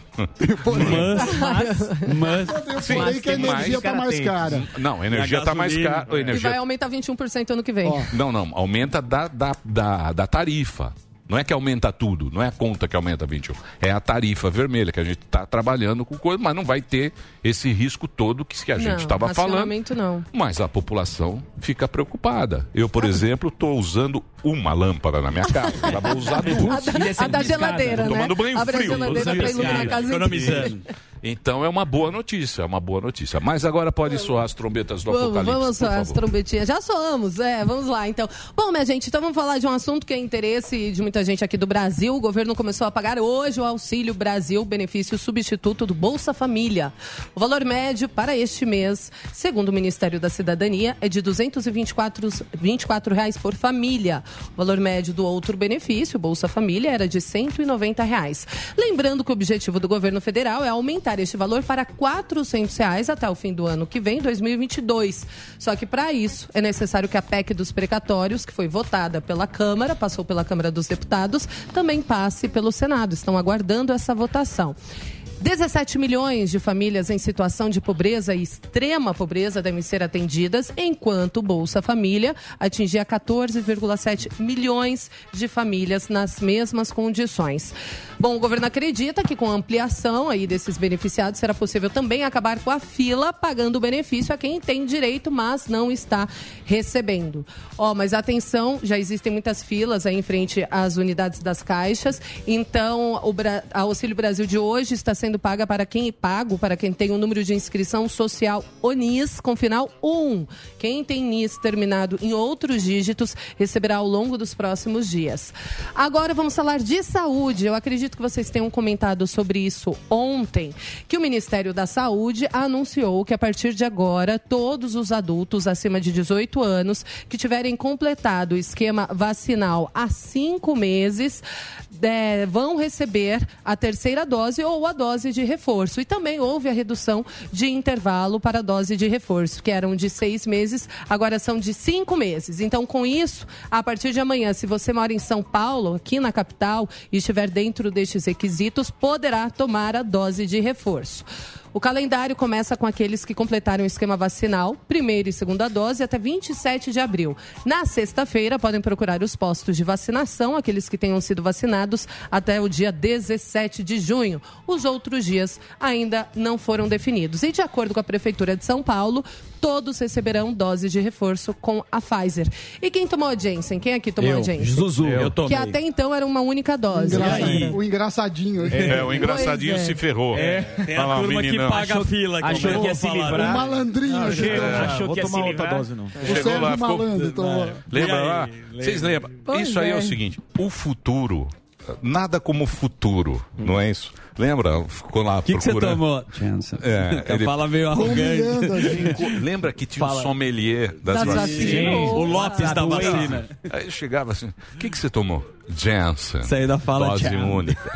Mas, mas, Eu Sim, falei que a tem energia mais- tá mais cara. Não, a energia está mais gasolina, cara. a E energia- vai aumentar vinte e um por cento ano que vem. Ó. Não, não, aumenta da, da, da, da tarifa. Não é que aumenta tudo, não é a conta que aumenta vinte e um. É a tarifa vermelha que a gente está trabalhando com coisa, mas não vai ter esse risco todo que, que a gente Não, estava falando. racionamento não. Mas a população fica preocupada. Eu, por exemplo, estou usando uma lâmpada na minha casa. Já vou usar A duas. da, a da geladeira, né? Tomando banho Abre frio, a geladeira usando pra iluminar assim, a casa economizando. inteira. Então é uma boa notícia, é uma boa notícia. Mas agora pode soar as trombetas do Vamos, apocalipse. vamos por soar as favor. trombetinhas. Já soamos, é, vamos lá então. Bom, minha gente, então vamos falar de um assunto que é interesse de muita gente aqui do Brasil. O governo começou a pagar hoje o Auxílio Brasil, benefício substituto do Bolsa Família. O valor médio para este mês, segundo o Ministério da Cidadania, é de duzentos e vinte e quatro reais por família. O valor médio do outro benefício, Bolsa Família, era de cento e noventa reais. Lembrando que o objetivo do governo federal é aumentar este valor para quatrocentos reais até o fim do ano que vem, dois mil e vinte e dois. Só que para isso é necessário que a P E C dos precatórios, que foi votada pela Câmara, passou pela Câmara dos Deputados, também passe pelo Senado. Estão aguardando essa votação. dezessete milhões de famílias em situação de pobreza e extrema pobreza devem ser atendidas, enquanto o Bolsa Família atingia quatorze vírgula sete milhões de famílias nas mesmas condições. Bom, o governo acredita que com a ampliação aí desses beneficiados será possível também acabar com a fila pagando o benefício a quem tem direito, mas não está recebendo. Ó, mas atenção, já existem muitas filas aí em frente às unidades das caixas, então o Bra- a Auxílio Brasil de hoje está sendo paga para quem pago para quem tem o número de inscrição social O N I S com final um. Quem tem N I S terminado em outros dígitos receberá ao longo dos próximos dias. Agora vamos falar de saúde. Eu acredito que vocês tenham comentado sobre isso ontem, que o Ministério da Saúde anunciou que a partir de agora todos os adultos acima de dezoito anos que tiverem completado o esquema vacinal há cinco meses é, vão receber a terceira dose ou a dose de reforço. E também houve a redução de intervalo para a dose de reforço, que eram de seis meses, agora são de cinco meses. Então, com isso, a partir de amanhã, se você mora em São Paulo, aqui na capital, e estiver dentro destes requisitos, poderá tomar a dose de reforço. O calendário começa com aqueles que completaram o esquema vacinal, primeira e segunda dose, até vinte e sete de abril. Na sexta-feira, podem procurar os postos de vacinação, aqueles que tenham sido vacinados até o dia dezessete de junho. Os outros dias ainda não foram definidos. E de acordo com a Prefeitura de São Paulo, todos receberão dose de reforço com a Pfizer. E quem tomou a Janssen? Quem aqui tomou Eu. a Janssen? Zuzu. Eu tomei. Que até então era uma única dose. Engraçado. O engraçadinho. É, o engraçadinho Pois é. se ferrou. É, tem a Olha lá, o turma que meninão. paga a fila. Que achou eu que ia vou se falar, livrar. O malandrinho. Não, que achou- tomou. achou Vou que ia tomar se outra livrar. dose, não. O Chegou Sérgio lá, ficou- Malandro tomou. Lembra E aí? lá? Lembra. Vocês lembram? Pois Isso aí é. é. o seguinte, o futuro, nada como o futuro, não é isso? Lembra? Ficou lá O que que você procurando. tomou? Janssen. É, ele- Fala meio arrogante. Humilhando a gente. Lembra que tinha Fala. um sommelier das, Das vacinas? vacinas. O Lopes da vacina. Aí ele chegava assim, o que, que você tomou? Janssen. Isso aí da fala Dose Janssen. única.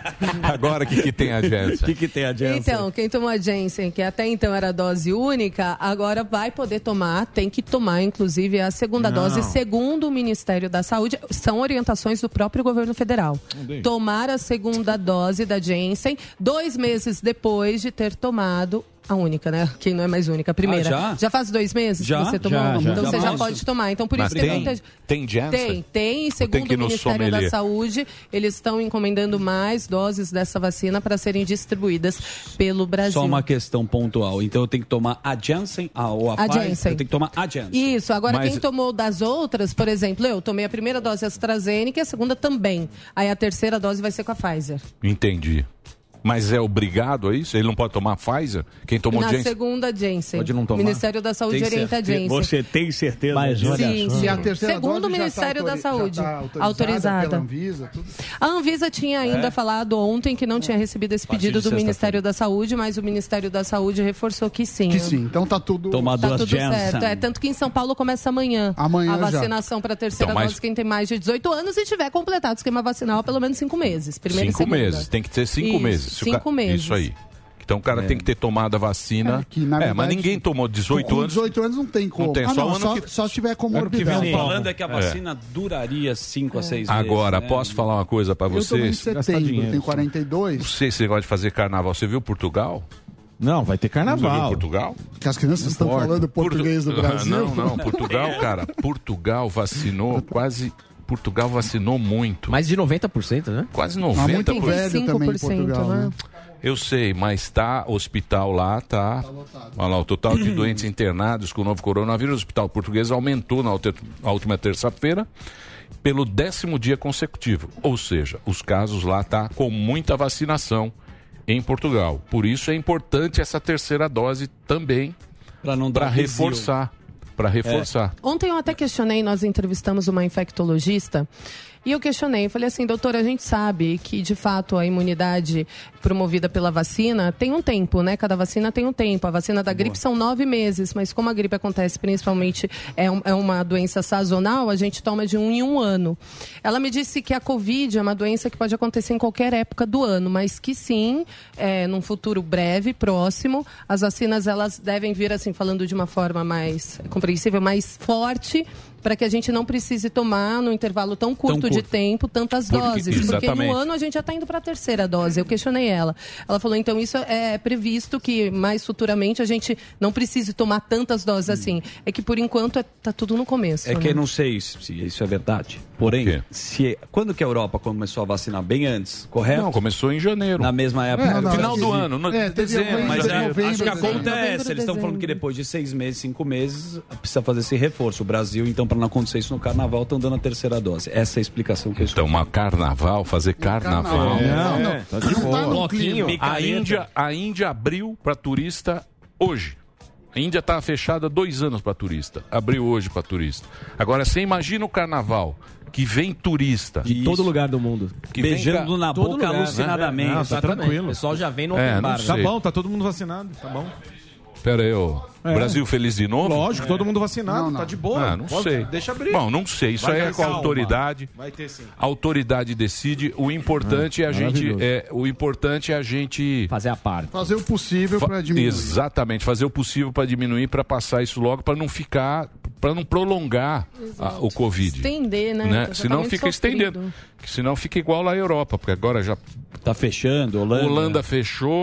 Agora o que, que tem a O Janssen? que, que tem a Janssen? Então, quem tomou a Janssen, que até então era dose única, agora vai poder tomar, tem que tomar, inclusive, a segunda Não. dose, segundo o Ministério da Saúde. São orientações do próprio governo federal. Entendi. Tomar a segunda dose da Janssen, dois meses depois de ter tomado a única, né? Quem não é mais única, a primeira. Ah, já? faz dois meses Já? que você tomou? Já, já. Então Já você já posso? pode tomar. Então, por Mas isso que tem, muita... tem Janssen? Tem, tem. E Tem segundo que ir o no Ministério sommelier. da Saúde, eles estão encomendando mais doses dessa vacina para serem distribuídas pelo Brasil. Só uma questão pontual. Então eu tenho que tomar a Janssen a, ou a, A Pfizer? Janssen. Eu tenho que tomar a Janssen. Isso, agora Mas- quem tomou das outras, por exemplo, eu tomei a primeira dose AstraZeneca e a segunda também. Aí a terceira dose vai ser com a Pfizer. Entendi. Mas é obrigado a isso? Ele não pode tomar Pfizer? Quem tomou Na Janssen? segunda, Janssen. Pode não tomar? O Ministério da Saúde Tem orienta a certe- Janssen. Você tem certeza? Mas disso? olha Sim, só. sim. E a terceira Segundo dose o já Ministério tá da autori- Saúde. já tá autorizada Autorizada. pela Anvisa, tudo. A Anvisa tinha ainda É? falado ontem que não tinha recebido esse partir pedido de do sexta-feira. Ministério da Saúde, mas o Ministério da Saúde reforçou que sim. Que sim, então tá tudo... Tomar Tá duas tudo Janssen. certo. É, tanto que em São Paulo começa amanhã. Amanhã a já. vacinação para a terceira Então, mas- dose, quem tem mais de dezoito anos e tiver completado o esquema vacinal há pelo menos cinco meses. Primeira Cinco e segunda. meses, tem que ter cinco Isso, meses. Se o cinco ca- meses. Isso aí. Então o cara tem que ter tomado a vacina. É, que, na É, mas verdade, ninguém tomou dezoito Com anos. dezoito anos não tem como. Não tem, ah, só não, ano só, que- só se tiver Ano que vem comorbidade. eu Falando é que a vacina duraria cinco a seis meses. Agora, né? posso falar uma coisa pra Eu tomei em vocês? Gastar setembro, dinheiro, tenho só. quarenta e dois. Não sei se você gosta de fazer carnaval. Você viu Portugal? Não, vai ter Você viu carnaval. Portugal? Que as crianças estão importa. falando português do Portu- Brasil. Não, não. Portugal, cara. Portugal vacinou quase... Portugal vacinou muito. Mais de noventa por cento, né? Quase Mas muito noventa por cento. velho também em cinco por cento, Portugal, né? né? Eu sei, mas tá, hospital lá tá. Olha lá, o total de doentes internados com o novo coronavírus, o hospital português aumentou na outra- na última terça-feira pelo décimo dia consecutivo. Ou seja, os casos lá tá com muita vacinação em Portugal. Por isso é importante essa terceira dose também Pra não dar para resíduo. reforçar, para reforçar. Ontem eu até questionei, nós entrevistamos uma infectologista e eu questionei, falei assim, doutora, a gente sabe que de fato a imunidade promovida pela vacina tem um tempo, né? Cada vacina tem um tempo. A vacina da gripe são nove meses, mas como a gripe acontece principalmente, é, um- é uma doença sazonal, a gente toma de um em um ano. Ela me disse que a Covid é uma doença que pode acontecer em qualquer época do ano, mas que sim, é, num futuro breve, próximo, as vacinas elas devem vir, assim, falando de uma forma mais compreensível, mais forte, para que a gente não precise tomar, num intervalo tão curto, Tão de curto. tempo, tantas Porque- doses. Porque exatamente. no ano a gente já está indo para a terceira dose. Eu questionei ela. Ela falou, então isso é previsto que mais futuramente a gente não precise tomar tantas doses assim. É que por enquanto está tudo no começo. É que né? eu não sei se isso é verdade. O Porém, quê? se, quando que a Europa começou a vacinar? Bem antes, correto? Não, começou em janeiro. Na mesma época. É, não, Final é, do teve- ano, no é, teve dezembro. alguns Mas em é, novembro, acho que dezembro. acontece. Novembro, Eles estão falando que dezembro. depois de seis meses, cinco meses, precisa fazer esse reforço. O Brasil, então, para não acontecer isso no carnaval, estão dando a terceira dose. Essa é a explicação que eu estou. Então, uma carnaval, fazer carnaval. Carnaval. Não, Não, não, tá de não tá boa. no Bloquinho. clima. A Índia, a Índia abriu para turista hoje. A Índia está fechada há dois anos para turista. Abriu hoje para turista. Agora, você imagina o carnaval, que vem turista. De todo lugar do mundo. Que vem Beijando cá- na Todo boca lugar, né? alucinadamente. Não, tá Exatamente. tranquilo. O pessoal já vem no É, open não bar. sei. Tá bom, tá todo mundo vacinado, tá bom. Pera aí, ô. É. Brasil feliz de novo? Lógico, todo mundo vacinado, Não, não. tá de boa. Ah, não Pode- sei. Deixa abrir. Bom, não sei. Isso Vai aí é ter com a calma. autoridade. Vai ter sim. A autoridade decide. O importante é a gente. maravilhoso. É, o importante é a gente. Fazer a parte. Fazer o possível fa- para diminuir. Exatamente, fazer o possível para diminuir, para passar isso logo, para não ficar, para não prolongar a- o Covid. Estender, né? Né? Já Senão tá muito fica sofrido. estendendo. Que senão fica igual lá na Europa, porque agora já Tá fechando, Holanda. Holanda fechou,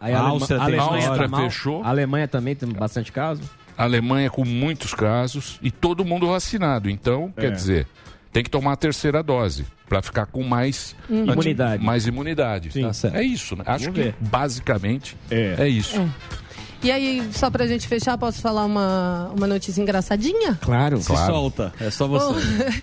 Aí a Áustria, Alema- tem a Alemanha Áustria tá mal. fechou. A Alemanha também tem bastante caso. A Alemanha com muitos casos e todo mundo vacinado. Então, É. quer dizer, tem que tomar a terceira dose para ficar com mais Hum. anti- Imunidade. Mais imunidade. Tá certo. É isso, né? Acho Vamos que ver. basicamente é, isso. É. E aí, só pra gente fechar, posso falar uma, uma notícia engraçadinha? Claro. Se Claro. solta. É só você. Bom,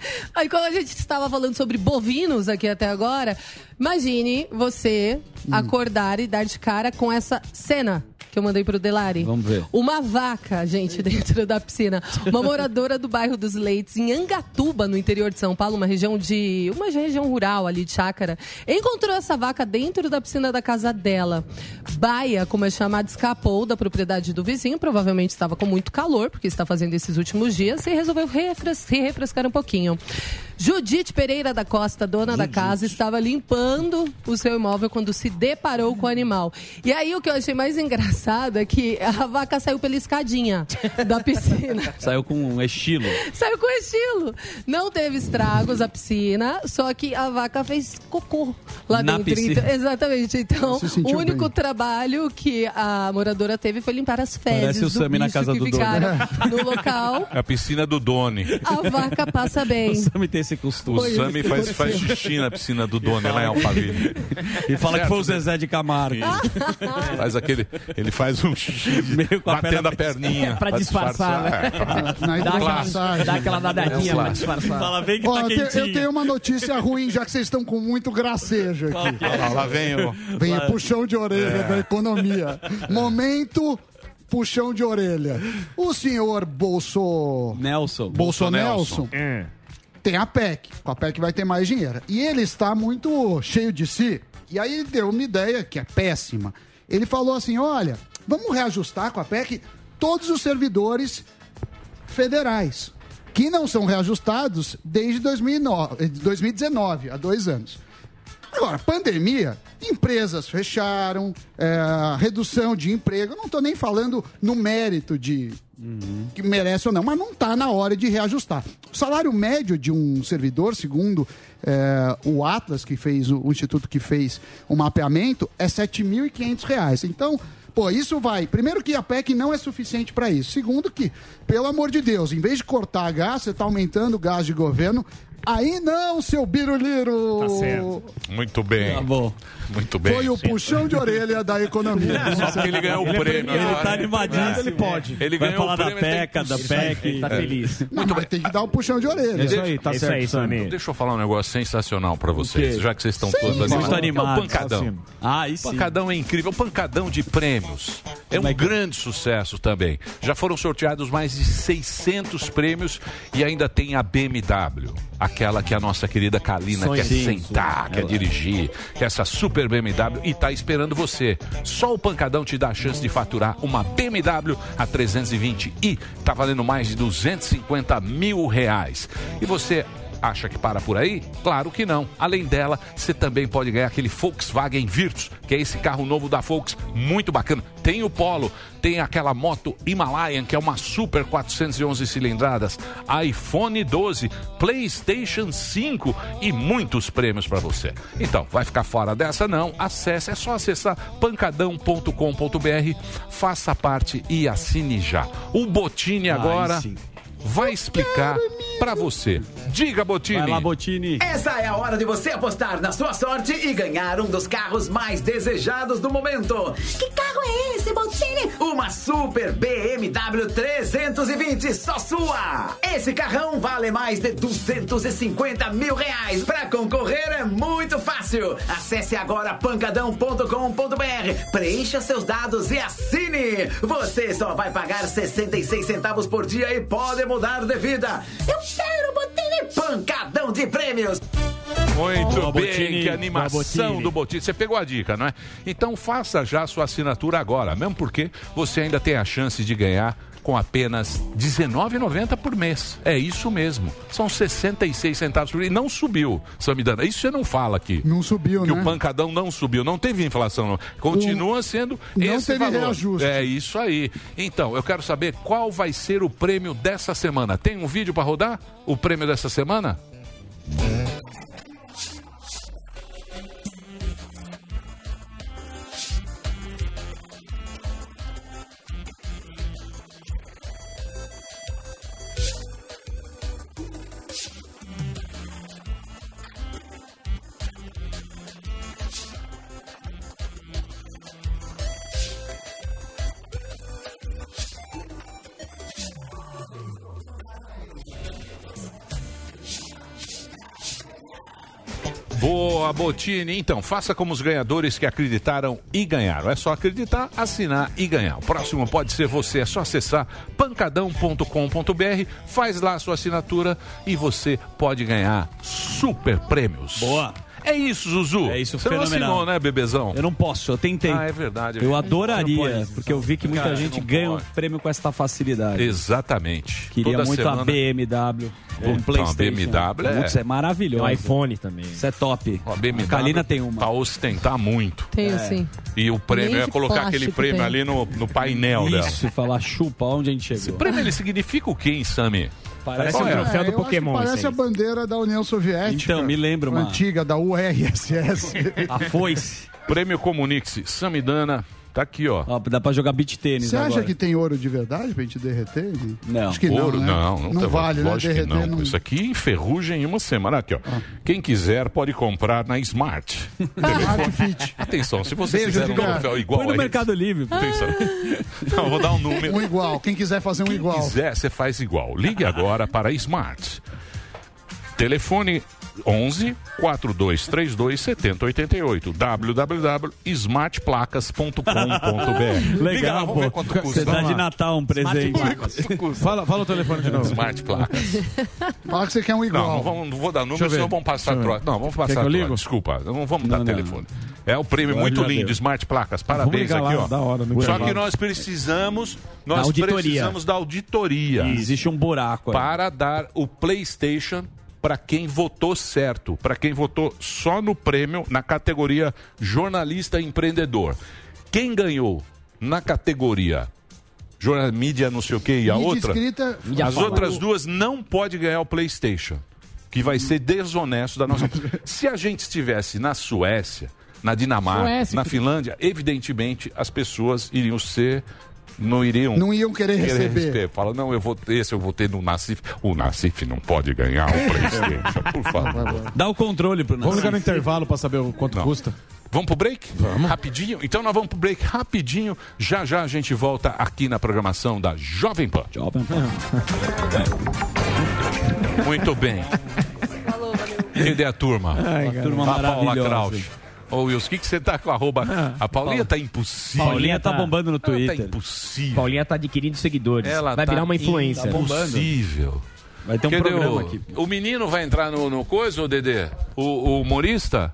aí quando a gente estava falando sobre bovinos aqui até agora, imagine você acordar e dar de cara com essa cena que eu mandei pro Delari. Vamos ver. Uma vaca, gente, dentro da piscina. Uma moradora do bairro dos Leites, em Angatuba, no interior de São Paulo, uma região de uma região rural ali de chácara, encontrou essa vaca dentro da piscina da casa dela. Baia, como é chamada, escapou da propriedade do vizinho, provavelmente estava com muito calor, porque está fazendo esses últimos dias, e resolveu refres- se refrescar um pouquinho. Judite Pereira da Costa, dona da casa, estava limpando o seu imóvel quando se deparou com o animal. E aí o que eu achei mais engraçado é que a vaca saiu pela escadinha da piscina. Saiu com um estilo. Saiu com estilo. Não teve estragos a piscina, só que a vaca fez cocô lá Na dentro. piscina. Então, exatamente. Então, Se o sentiu único bem. trabalho que a moradora teve foi limpar as fezes Parece o do Sami na bicho casa que do Doni. ficaram no local. A piscina do Doni. A vaca passa bem. O Sami tem esse costume. O Sami faz, faz xixi na piscina do Doni, lá em Alphaville. E fala que foi o Zezé de Camargo. Faz aquele, ele faz um xixi Meio com a batendo perna- a perninha. Pra disfarçar, né? É, pra- Na É um hidromassagem. clássico. Dá aquela nadadinha É um pra clássico. disfarçar. Fala bem que Ó, tá eu, te- quentinho. eu tenho uma notícia ruim, já que vocês estão com muito gracejo aqui. Olha lá, lá vem o... Vem Lá- o puxão de orelha É. da economia. Momento puxão de orelha. O senhor Bolso... Nelson. Bolsonelson tem a P E C. Com a P E C vai ter mais dinheiro. E ele está muito cheio de si. E aí deu uma ideia que é péssima. Ele falou assim, olha, vamos reajustar com a P E C todos os servidores federais, que não são reajustados desde dois mil e nove, dois mil e dezenove, há dois anos. Agora, pandemia, empresas fecharam, é, redução de emprego, eu não estou nem falando no mérito de que merece ou não, mas não está na hora de reajustar. O salário médio de um servidor, segundo é, o Atlas, que fez o, o instituto que fez o mapeamento, é sete mil e quinhentos reais. Então, pô, isso vai... Primeiro que a P E C não é suficiente para isso. Segundo que, pelo amor de Deus, em vez de cortar gás, você está aumentando o gás de governo. Aí não, seu biruliro! Tá certo. Muito bem. Tá bom. Muito bem. Foi o puxão de orelha da economia. Só porque ele ganhou o prêmio. Ele agora. tá animadíssimo. Ele pode. Ele Vai ganhou falar o da prêmio. ele tem PECA, que- da Isso aí, PEC. Tá feliz. Não, mas tem que dar o puxão de orelha. Isso aí, tá Isso certo, aí, Sami. Deixa eu falar um negócio sensacional pra vocês, quê? já que vocês estão Sim, todos muito animados. animados. É o Pancadão. Ah, isso O Pancadão é incrível, o Pancadão de prêmios. É um grande sucesso também. Já foram sorteados mais de seiscentos prêmios e ainda tem a B M W. Aquela que a nossa querida Kalina Sonha. quer Sim, sentar, sim. quer Ela- dirigir, que é essa super B M W e tá esperando você. Só o Pancadão te dá a chance de faturar uma B M W A trezentos e vinte e tá valendo mais de duzentos e cinquenta mil reais. E você acha que para por aí? Claro que não. Além dela, você também pode ganhar aquele Volkswagen Virtus, que é esse carro novo da Volks, muito bacana. Tem o Polo, tem aquela moto Himalayan, que é uma super quatrocentos e onze cilindradas, iPhone doze, PlayStation cinco e muitos prêmios para você. Então, vai ficar fora dessa não? Acesse, é só acessar pancadão ponto com ponto br, faça parte e assine já. O Botini agora sim. vai explicar para você. Diga, Botini. Vai lá, Botini. Essa é a hora de você apostar na sua sorte e ganhar um dos carros mais desejados do momento. Que carro é esse, Botini? Uma super B M W trezentos e vinte, só sua! Esse carrão vale mais de duzentos e cinquenta mil reais. Pra concorrer é muito fácil. Acesse agora pancadão ponto com ponto br, preencha seus dados e assine. Você só vai pagar sessenta e seis centavos por dia e pode mudar de vida. Eu quero, Botini! Pancadão de prêmios! Muito Boa, bem, Botini. que animação Boa, Botini. do Botini. Você pegou a dica, não é? Então faça já a sua assinatura agora, mesmo porque você ainda tem a chance de ganhar com apenas dezenove reais e noventa centavos por mês. É isso mesmo. São sessenta e seis centavos por mês. E não subiu, Samidana. Isso você não fala aqui. Não subiu, Que né? o pancadão não subiu. Não teve inflação, não. Continua sendo Não esse teve valor. reajuste. É isso aí. Então, eu quero saber qual vai ser o prêmio dessa semana. Tem um vídeo para rodar? O prêmio dessa semana? Boa, Botini. Então, faça como os ganhadores que acreditaram e ganharam. É só acreditar, assinar e ganhar. O próximo pode ser você. É só acessar pancadão ponto com ponto b r, faz lá a sua assinatura e você pode ganhar super prêmios. Boa. É isso, Zuzu. É isso, Você não fenomenal. assinou, né, bebezão? Eu não posso, eu tentei. Ah, é verdade. Eu Não adoraria, pode, porque eu vi que muita Cara, gente não ganha pode. um prêmio com essa facilidade. Exatamente. Queria Toda muito semana... a B M W, Puta, um PlayStation. a B M W é... Putz, é maravilhoso. O iPhone também. Isso é top. A B M W A Kalina tem uma. Pra ostentar muito. Tenho É. sim. E o prêmio, Nem eu ia de colocar aquele plástico prêmio tem. ali no, no painel dela. Isso, e falar chupa, onde a gente chegou. Esse prêmio, ele significa o quê, hein, Sammy? Parece um É, troféu do eu acho que Pokémon. Parece isso a aí. bandeira da União Soviética. Então, me lembra uma... Antiga, da U R S S. A foice. Prêmio Comunique-se, Samidana, tá aqui, ó. Ó, dá pra jogar beach tênis Você acha agora. que tem ouro de verdade pra gente derreter? Não. Acho que Ouro? não, né? Não, não, Não tá- vale, né? lógico que Derreter não. não... Isso aqui enferruja em uma semana. Aqui, ó. Quem quiser pode comprar na Smart. Smart Fit. Atenção, se você Beijo, quiser um Edgar. troféu igual Põe no a esse- Mercado Livre. Atenção. Não, vou dar um número. Um igual. Quem quiser fazer um Quem igual. quiser, você faz igual. Ligue agora para a Smart. Telefone onze, quatro dois três dois, sete zero oito oito. w w w ponto smart placas ponto com ponto b r. Legal, vamos ver pô. quanto custa. Você dá de Natal um presente. Fala, fala o telefone de novo. Smart Placas. Fala que você quer um Não, igual. não, vamos, não vou dar Deixa eu número, ver. senão vamos passar Deixa eu ver. troca. Não, vamos Quer passar que eu troca. ligo? Desculpa, não vamos dar Não, não. telefone. É um prêmio Olha, muito já lindo, deu. Smart Placas. Parabéns ligar aqui, lá, ó. da hora, no Só intervalo. que nós precisamos, nós Da auditoria. precisamos da auditoria Existe um buraco aí. para dar o PlayStation para quem votou certo, para quem votou só no prêmio na categoria jornalista empreendedor. Quem ganhou na categoria jornal, mídia não sei o que e a Mídia outra, escrita- as outras duas não pode ganhar o PlayStation, que vai ser desonesto da nossa. Se a gente estivesse na Suécia, na Dinamarca, Suécia, na que- Finlândia, evidentemente as pessoas iriam ser não iriam Não iam querer receber. Fala, não, eu vou esse eu vou ter no Nacif. O Nacif não pode ganhar o PlayStation, por favor. Dá o controle pro Vamos Nassif. ligar no intervalo pra saber o quanto Não. custa. Vamos pro break? Vamos. Rapidinho? Então nós vamos pro break rapidinho. Já já a gente volta aqui na programação da Jovem Pan. Jovem Pan. Muito bem. Cadê a turma? Ai, cara. Turma a Paula maravilhosa. Krausch. Ô, Wilson, o que, que você tá com a arroba? A Paulinha tá impossível. Paulinha tá bombando no Ela Twitter. tá impossível. Paulinha tá adquirindo seguidores. Ela vai tá virar uma influencer. impossível. Vai ter um Cadê programa o, aqui. O menino vai entrar no, no coisa, ô Dedê? O, o humorista?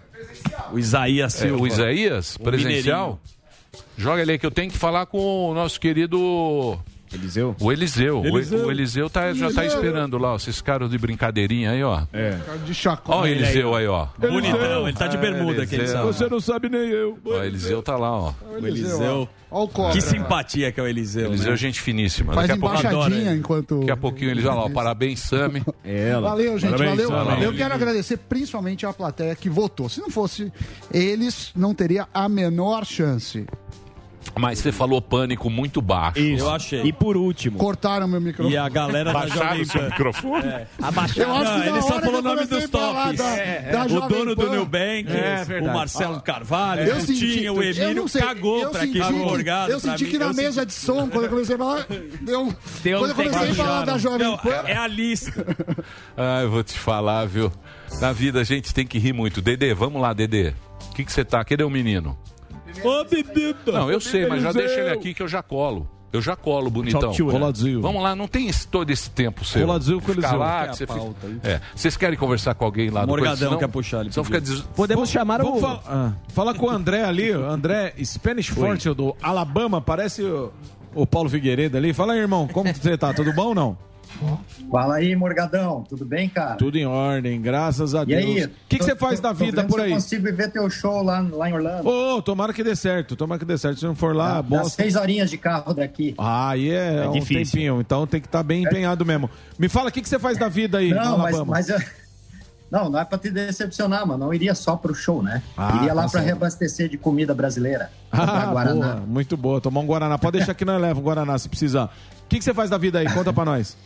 O Isaías É, Silva. o Isaías? O Presencial? Joga ele aí que eu tenho que falar com o nosso querido... Eliseu? O Eliseu. O- Eliseu. O, Eliseu tá, já tá esperando lá, ó, esses caras de brincadeirinha aí, ó. É. De chacota. Ó o Eliseu aí, ó. Bonitão, ele tá de bermuda, Eliseu. aquele sabe. Você não sabe nem eu. Ó, o Eliseu tá lá, ó. O Eliseu. Olha o cobra. Que simpatia que é o Eliseu. Eliseu né? é gente finíssima. Faz Daqui a, pouco, embaixadinha adoro ele. enquanto... daqui a pouquinho ele já lá, ó, parabéns, Sami. Ela. Valeu, gente, Parabéns, valeu. Sami. Eu quero agradecer principalmente a plateia que votou. Se não fosse eles, não teria a menor chance. Mas você falou pânico muito baixo. Isso. Eu achei. E por último, Cortaram meu microfone. E a galera da Baixaram Jovem o seu Pan. microfone? É. abaixaram. Eu acho que Não, na ele só hora falou que o eu nome comecei dos a falar tops. da- É, da o Jovem dono do Pan. Nubank, É, o verdade. Marcelo Carvalho, Eu o senti, Tinha, o eu Emílio não sei, cagou eu pra senti aquele que- morgado. Eu pra senti mim, que na eu mesa senti- de som, quando eu comecei a falar, deu... Deu quando eu um comecei a falar da Jovem Não, Pan... é a lista. Ah, eu vou te falar, viu? Na vida a gente tem que rir muito. Dedê, vamos lá, Dedê. O que que você tá? Cadê o menino? Ô, bebida. Não, eu sei, mas já deixa ele aqui que eu já colo. Eu já colo, bonitão. Coladinho. Vamos lá, não tem esse- todo esse tempo seu. Coladinho com Ficar Eliseu. lá, Que é que você a fica- pauta aí. É. Vocês querem conversar com alguém lá do Morgadão coisa, senão- quer puxar, ele senão fica pediu. des... Podemos chamar Vamos o... fal- ah, falar com o André ali, o André Spanish Forte do Alabama, parece o, o Paulo Figueiredo ali. Fala aí, irmão, como você tá? Tudo bom ou não? Fala aí, Morgadão, tudo bem, cara? Tudo em ordem, graças a E Deus. aí? O que que você faz da Tô vida vendo por se aí? Eu consigo ir ver teu show lá, lá em Orlando. Ô, tomara que dê certo, tomara que dê certo. Se não for lá, Dá bosta. seis horinhas de carro daqui. Ah, aí é, É um difícil. tempinho, então tem que estar bem empenhado mesmo. Me fala, o que que você faz da vida aí, no Não, mas, Alabama? mas eu... Não, não é pra te decepcionar, mano. Não iria só pro show, né? Ah, iria lá tá pra certo. reabastecer de comida brasileira. Comprar Ah, Guaraná. boa, muito boa. Tomar um Guaraná. Pode deixar que nós leva um Guaraná se precisar. O que que você faz da vida aí? Conta pra nós.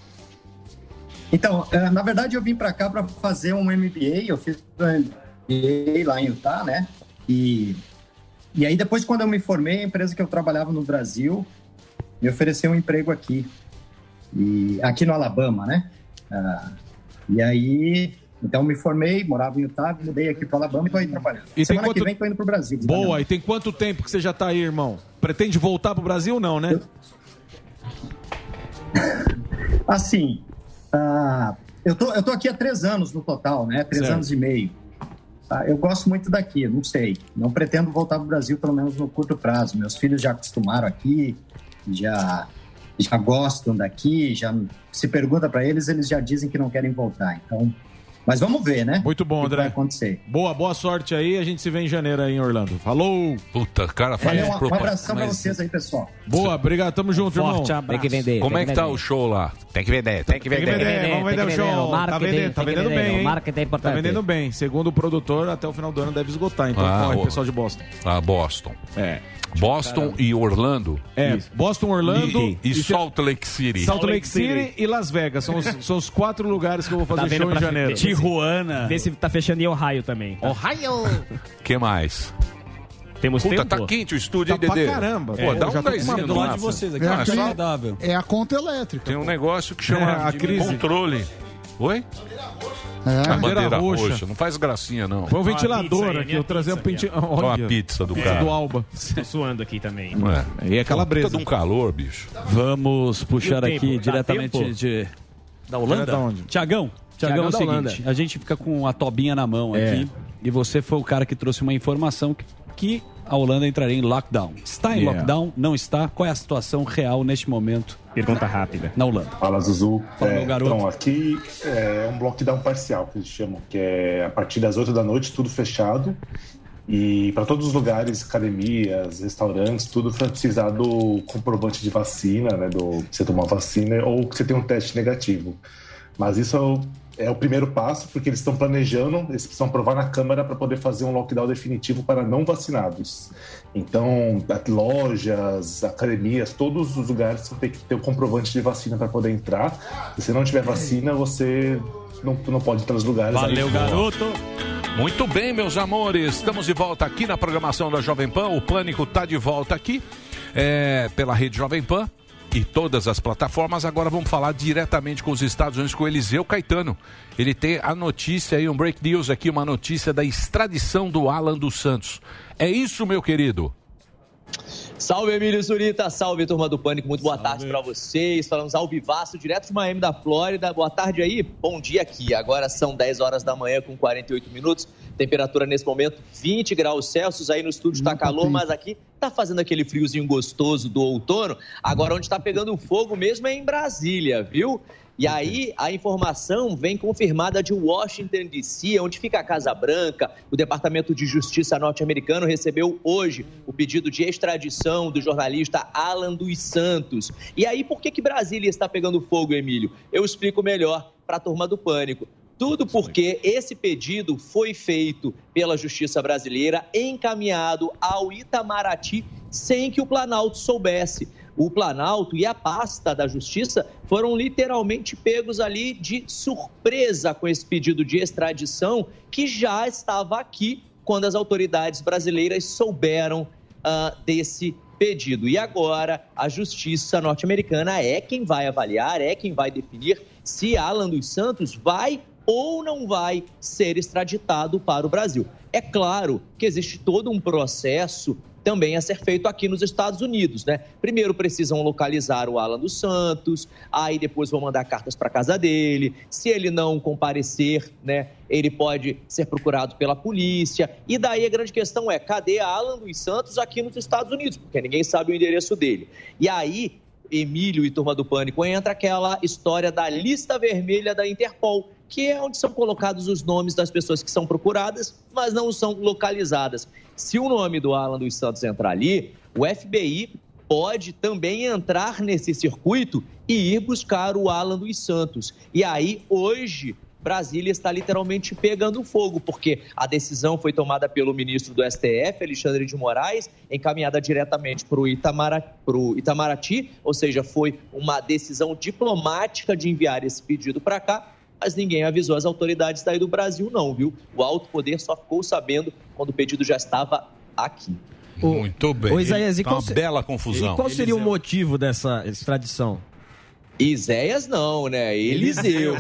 Então, eh, na verdade, eu vim pra cá pra fazer um M B A. Eu fiz um M B A lá em Utah, né? E, e aí, depois, quando eu me formei, a empresa que eu trabalhava no Brasil me ofereceu um emprego aqui. E, aqui no Alabama, né? Ah, e aí, Então, me formei, morava em Utah, mudei aqui para Alabama e estou aí trabalhando. E Semana tem quanto... que vem estou indo para o Brasil. Boa, e tem quanto tempo que você já tá aí, irmão? Pretende voltar pro Brasil ou não, né? Assim, uh, eu, tô, eu tô aqui há três anos no total, né? Três Certo. anos e meio. Uh, eu gosto muito daqui, não sei. Não pretendo voltar pro Brasil, pelo menos no curto prazo. Meus filhos já acostumaram aqui, já, já gostam daqui, já se pergunta para eles, eles já dizem que não querem voltar. Então... Mas vamos ver, né? Muito bom, o que André. vai acontecer. Boa, boa sorte aí. A gente se vê em janeiro aí em Orlando. Falou! Puta, cara, faz É, um, um propaganda. abração pra Mas- vocês aí, pessoal. Boa, obrigado. Tamo junto, irmão. Forte abraço. Tem que vender. Como tem é que que tá vender. o show lá? Tem que vender, tem que Tem que vender. vender, vamos vender tem o que show. vender, o Tá marketing, vendendo, tá tem que vendendo vender, bem, o hein? marketing é importante. Tá vendendo bem. Segundo o produtor, até o final do ano deve esgotar. Então Ah, corre, o- pessoal de Boston. Ah, Boston. É. Boston e Orlando. É, Boston, Orlando E, e Salt Lake City. Salt Lake City e Las Vegas. São os, são os quatro lugares que eu vou fazer Tá vendo show em pra janeiro. fe- Vê se tá fechando em Ohio também. Tá? Ohio! que mais? Temos Puta, tempo? tá quente o estúdio, Tá hein, pra Dedê? caramba. Pô, É, dá eu já um tô com dezinho uma no do lado máximo. de vocês aqui. É, Não, é aqui- saudável. É a conta elétrica. Tem um negócio que chama É, a de crise. controle. Oi? É. A bandeira Bandeira roxa. roxa. Não faz gracinha, não. Foi um Ó, a ventilador pizza aí, a aqui. minha Eu trazia um pizza pente... aqui, Olha Olha, a pizza do pizza cara. do Alba. Tô suando aqui também. É. E é calabresa. Puta de um calor, bicho. Vamos puxar E o tempo? aqui Dá diretamente tempo? de... Da Holanda? Da onde? Tiagão, Tiagão é o da seguinte, Holanda. a gente fica com a tobinha na mão É. aqui e você foi o cara que trouxe uma informação que, que a Holanda entraria em lockdown. Está em Yeah. lockdown? Não está? Qual é a situação real neste momento Pergunta rápida. na Holanda? Fala, Zuzu. Fala, meu garoto. Então, aqui é um lockdown parcial, que eles chamam, que é a partir das oito da noite, tudo fechado. E para todos os lugares, academias, restaurantes, tudo vai precisar do comprovante de vacina, né? Do que você tomou a vacina ou que você tem um teste negativo. Mas isso é o, é o primeiro passo, porque eles estão planejando, eles precisam aprovar na Câmara para poder fazer um lockdown definitivo para não vacinados. Então, lojas, academias, todos os lugares vão ter que ter o comprovante de vacina para poder entrar. Se você não tiver vacina, você não, não pode entrar nos lugares. Valeu, Aí, garoto! Muito bem, meus amores. Estamos de volta aqui na programação da Jovem Pan. O Pânico tá de volta aqui é, pela rede Jovem Pan e todas as plataformas. Agora vamos falar diretamente com os Estados Unidos, com o Eliseu Caetano. Ele tem a notícia aí, um break news aqui, uma notícia da extradição do Alan dos Santos. É isso, meu querido? Salve, Emílio Zurita, salve, turma do Pânico, muito boa tarde pra vocês. Falamos ao vivaço, direto de Miami, da Flórida. Boa tarde aí, bom dia aqui. Agora são dez horas da manhã com quarenta e oito minutos. Temperatura nesse momento vinte graus Celsius. Aí no estúdio tá calor, mas aqui tá fazendo aquele friozinho gostoso do outono. Agora onde tá pegando fogo mesmo é em Brasília, viu? E aí, a informação vem confirmada de Washington, D C, onde fica a Casa Branca. O Departamento de Justiça norte-americano recebeu hoje o pedido de extradição do jornalista Alan dos Santos. E aí, por que que Brasília está pegando fogo, Emílio? Eu explico melhor para a turma do Pânico. Tudo porque esse pedido foi feito pela Justiça Brasileira, encaminhado ao Itamaraty, sem que o Planalto soubesse. O Planalto e a pasta da Justiça foram literalmente pegos ali de surpresa com esse pedido de extradição que já estava aqui quando as autoridades brasileiras souberam uh, desse pedido. E agora a Justiça norte-americana é quem vai avaliar, é quem vai definir se Alan dos Santos vai ou não vai ser extraditado para o Brasil. É claro que existe todo um processo também a ser feito aqui nos Estados Unidos, né? Primeiro precisam localizar o Alan dos Santos, aí depois vão mandar cartas para casa dele. Se ele não comparecer, né, ele pode ser procurado pela polícia. E daí a grande questão é, cadê Alan dos Santos aqui nos Estados Unidos? Porque ninguém sabe o endereço dele. E aí, Emílio e turma do Pânico, entra aquela história da lista vermelha da Interpol, que é onde são colocados os nomes das pessoas que são procuradas, mas não são localizadas. Se o nome do Alan dos Santos entrar ali, o F B I pode também entrar nesse circuito e ir buscar o Alan dos Santos. E aí, hoje, Brasília está literalmente pegando fogo, porque a decisão foi tomada pelo ministro do S T F, Alexandre de Moraes, encaminhada diretamente para o Itamara, pro Itamaraty, ou seja, foi uma decisão diplomática de enviar esse pedido para cá, mas ninguém avisou as autoridades daí do Brasil não, viu? O alto poder só ficou sabendo quando o pedido já estava aqui. Muito bem. Ô, Isaías, e Tá qual uma se- bela confusão. E qual seria o motivo dessa extradição? Iséias não, né? Eliseu.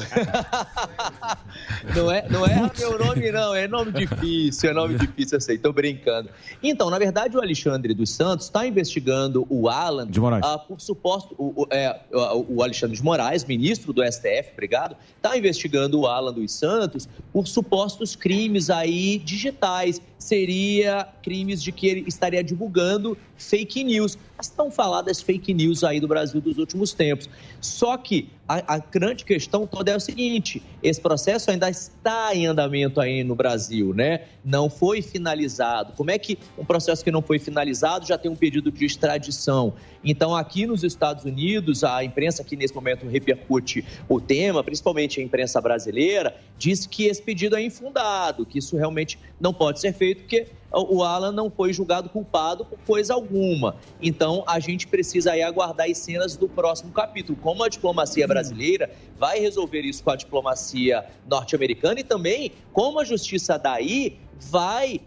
não é, não é meu nome, não. É nome difícil, é nome difícil, eu sei. Tô brincando. Então, na verdade, o Alexandre dos Santos está investigando o Alan de Moraes. Uh, por suposto... O, o, é, o Alexandre de Moraes, ministro do S T F, obrigado, está investigando o Alan dos Santos por supostos crimes aí digitais. Seria crimes de que ele estaria divulgando fake news. As tão faladas fake news aí do Brasil dos últimos tempos. Só que a, a grande questão toda é o seguinte, esse processo ainda está em andamento aí no Brasil, né? Não foi finalizado. Como é que um processo que não foi finalizado já tem um pedido de extradição? Então, aqui nos Estados Unidos, a imprensa que nesse momento repercute o tema, principalmente a imprensa brasileira, diz que esse pedido é infundado, que isso realmente não pode ser feito, porque o Alan não foi julgado culpado por coisa alguma. Então, a gente precisa aí aguardar as cenas do próximo capítulo. Como a diplomacia brasileira vai resolver isso com a diplomacia norte-americana e também como a justiça daí vai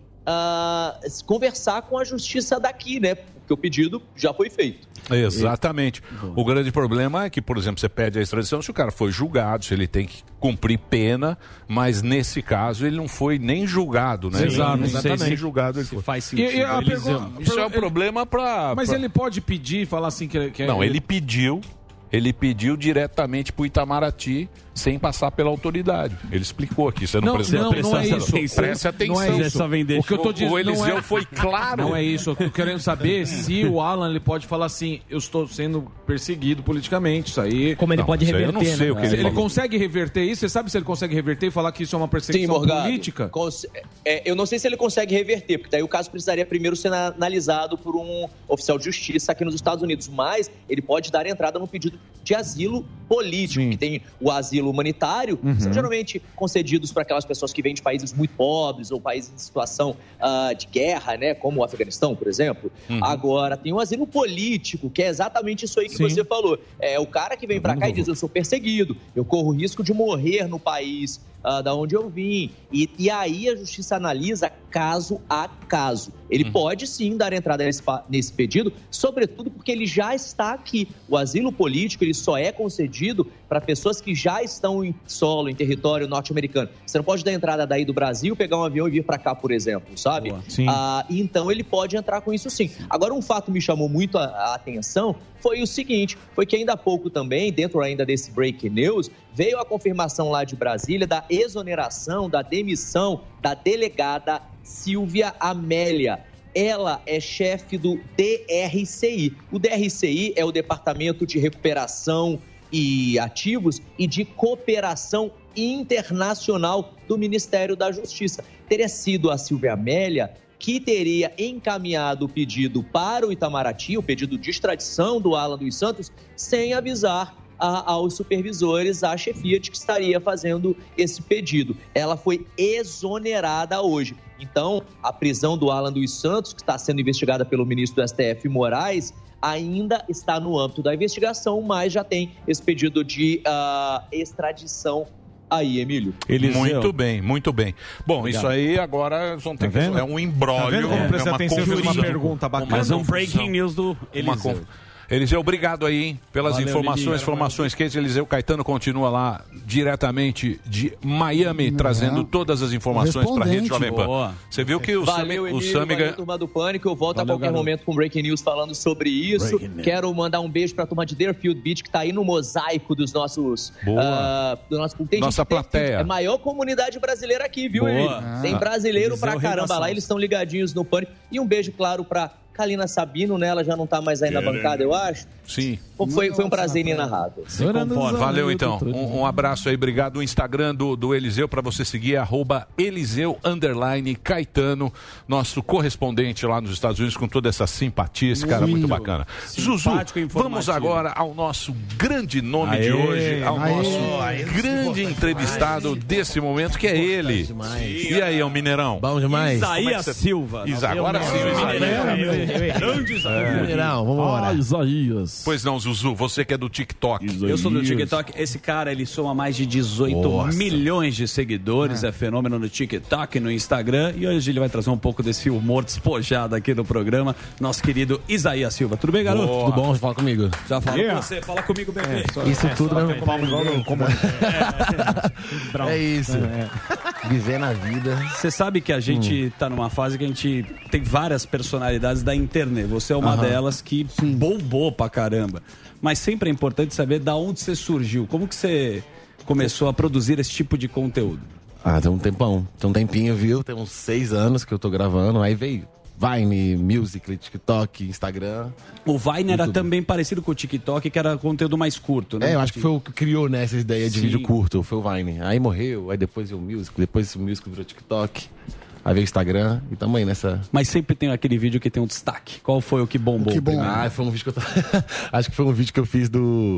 uh, conversar com a justiça daqui, né? Porque o pedido já foi feito. Exatamente. O grande problema é que, por exemplo, você pede a extradição se o cara foi julgado, se ele tem que cumprir pena, mas nesse caso ele não foi nem julgado, né? Exato, nem exatamente. Nem julgado ele foi. Faz sentido. E, e a pergunta, Isso é um ele, problema para... Mas pra... ele pode pedir e falar assim que... que Não, é... ele pediu... Ele pediu diretamente para o Itamaraty sem passar pela autoridade. Ele explicou aqui. Você não, não precisa não, prestar não é isso. atenção. Preste atenção. Não é isso. O que eu tô dizendo, o Eliseu não é... foi claro. Não é isso. Eu tô querendo saber se o Alan ele pode falar assim, eu estou sendo perseguido politicamente. Isso aí... Como ele não, pode reverter. Eu não sei né? o que ele, ele falou. consegue reverter isso? Você sabe se ele consegue reverter e falar que isso é uma perseguição Sim, política? Cons... É, eu não sei se ele consegue reverter, porque daí o caso precisaria primeiro ser analisado por um oficial de justiça aqui nos Estados Unidos, mas ele pode dar entrada no pedido de asilo político, Sim. que tem o asilo humanitário, uhum. que são geralmente concedidos para aquelas pessoas que vêm de países muito pobres ou países em situação uh, de guerra, né, como o Afeganistão, por exemplo. Uhum. Agora, tem o asilo político, que é exatamente isso aí que Sim. você falou. É o cara que vem para cá e diz, eu sou perseguido, eu corro risco de morrer no país uh, da onde eu vim. E, e aí a justiça analisa caso a caso. Ele uhum. pode sim dar entrada nesse, nesse pedido, sobretudo porque ele já está aqui. O asilo político, ele só é concedido para pessoas que já estão em solo, em território norte-americano. Você não pode dar entrada daí do Brasil, pegar um avião e vir para cá, por exemplo, sabe? Sim. Ah, então ele pode entrar com isso sim. Agora, um fato me chamou muito a, a atenção foi o seguinte, foi que ainda há pouco também, dentro ainda desse breaking news, veio a confirmação lá de Brasília da exoneração, da demissão da delegada Silvia Amélia. Ela é chefe do D R C I. O D R C I é o Departamento de Recuperação e Ativos e de Cooperação Internacional do Ministério da Justiça. Teria sido a Silvia Amélia que teria encaminhado o pedido para o Itamaraty, o pedido de extradição do Alan dos Santos, sem avisar a, aos supervisores, à chefia de que estaria fazendo esse pedido. Ela foi exonerada hoje. Então, a prisão do Alan dos Santos, que está sendo investigada pelo ministro do S T F, Moraes, ainda está no âmbito da investigação, mas já tem esse pedido de uh, extradição aí, Emílio. Eliseu. Muito bem, muito bem. Bom, Obrigado. Isso aí agora vão ter tá que... É um embrólio, tá é uma atenção, confusão. Uma pergunta bacana. Mas um breaking news do Eliseu. Uma Eliseu, obrigado aí, hein, pelas Valeu, informações, Lili, informações quentes. Eliseu Caetano continua lá diretamente de Miami, Não. trazendo todas as informações para a Rede Jovem Pan. Você viu que o Valeu, Sami... Emílio, o Sami valeu, turma do Pânico. Eu volto Valeu, a qualquer garoto. momento com Breaking News falando sobre isso. Quero mandar um beijo para a turma de Deerfield Beach, que está aí no mosaico dos nossos... Uh, do nosso, tem Nossa plateia. É a maior comunidade brasileira aqui, viu, Emílio? Ah. Tem brasileiro pra caramba lá, eles estão ligadinhos no Pânico. E um beijo, claro, para Kalina Sabino, né? Ela já não tá mais aí na bancada, eu acho. Sim. Foi, foi um prazer inenarrável. Valeu, então. Um, um abraço aí, obrigado. O Instagram do, do Eliseu, para você seguir, arroba Eliseu, underline, Caetano, nosso correspondente lá nos Estados Unidos, com toda essa simpatia, esse cara muito bacana. Zuzu, vamos agora ao nosso grande nome aê, de hoje, ao aê, nosso aê, grande entrevistado demais. Desse momento, que é ele. E aí, é o Mineirão? Bom demais. Isaías Silva. Isa, agora sim, Isaías. Grande Isaías. Não, vamos embora. Ah, Isaías. Pois não, Zuzu, você que é do TikTok. Eu sou do TikTok. Esse cara, ele soma mais de dezoito Nossa. milhões de seguidores. É. é fenômeno no TikTok, no Instagram. E hoje ele vai trazer um pouco desse humor despojado aqui no programa. Nosso querido Isaías Silva. Tudo bem, garoto? Boa. Tudo bom? Fala comigo. Já fala Yeah. com você. Fala comigo, bebê. É, isso é, tudo mesmo. É isso. Viver na vida. Você sabe que a gente Hum. tá numa fase que a gente tem várias personalidades da internet. Você é uma Aham. delas que bombou pra caramba. Mas sempre é importante saber da onde você surgiu. Como que você começou a produzir esse tipo de conteúdo? Ah, tem um tempão. Tem um tempinho, viu? Tem uns seis anos que eu tô gravando. Aí veio Vine, Musical.ly, TikTok, Instagram. O Vine era YouTube. também parecido com o TikTok, que era conteúdo mais curto, né? É, eu acho que foi o que criou, né, essa ideia de Sim. vídeo curto, foi o Vine. Aí morreu, aí depois veio o Musical, depois o Musical virou TikTok, aí veio o Instagram e tamo aí nessa... Mas sempre tem aquele vídeo que tem um destaque. Qual foi o que bombou? Que bom. primeiro? Ah, foi um vídeo que eu... acho que foi um vídeo que eu fiz do...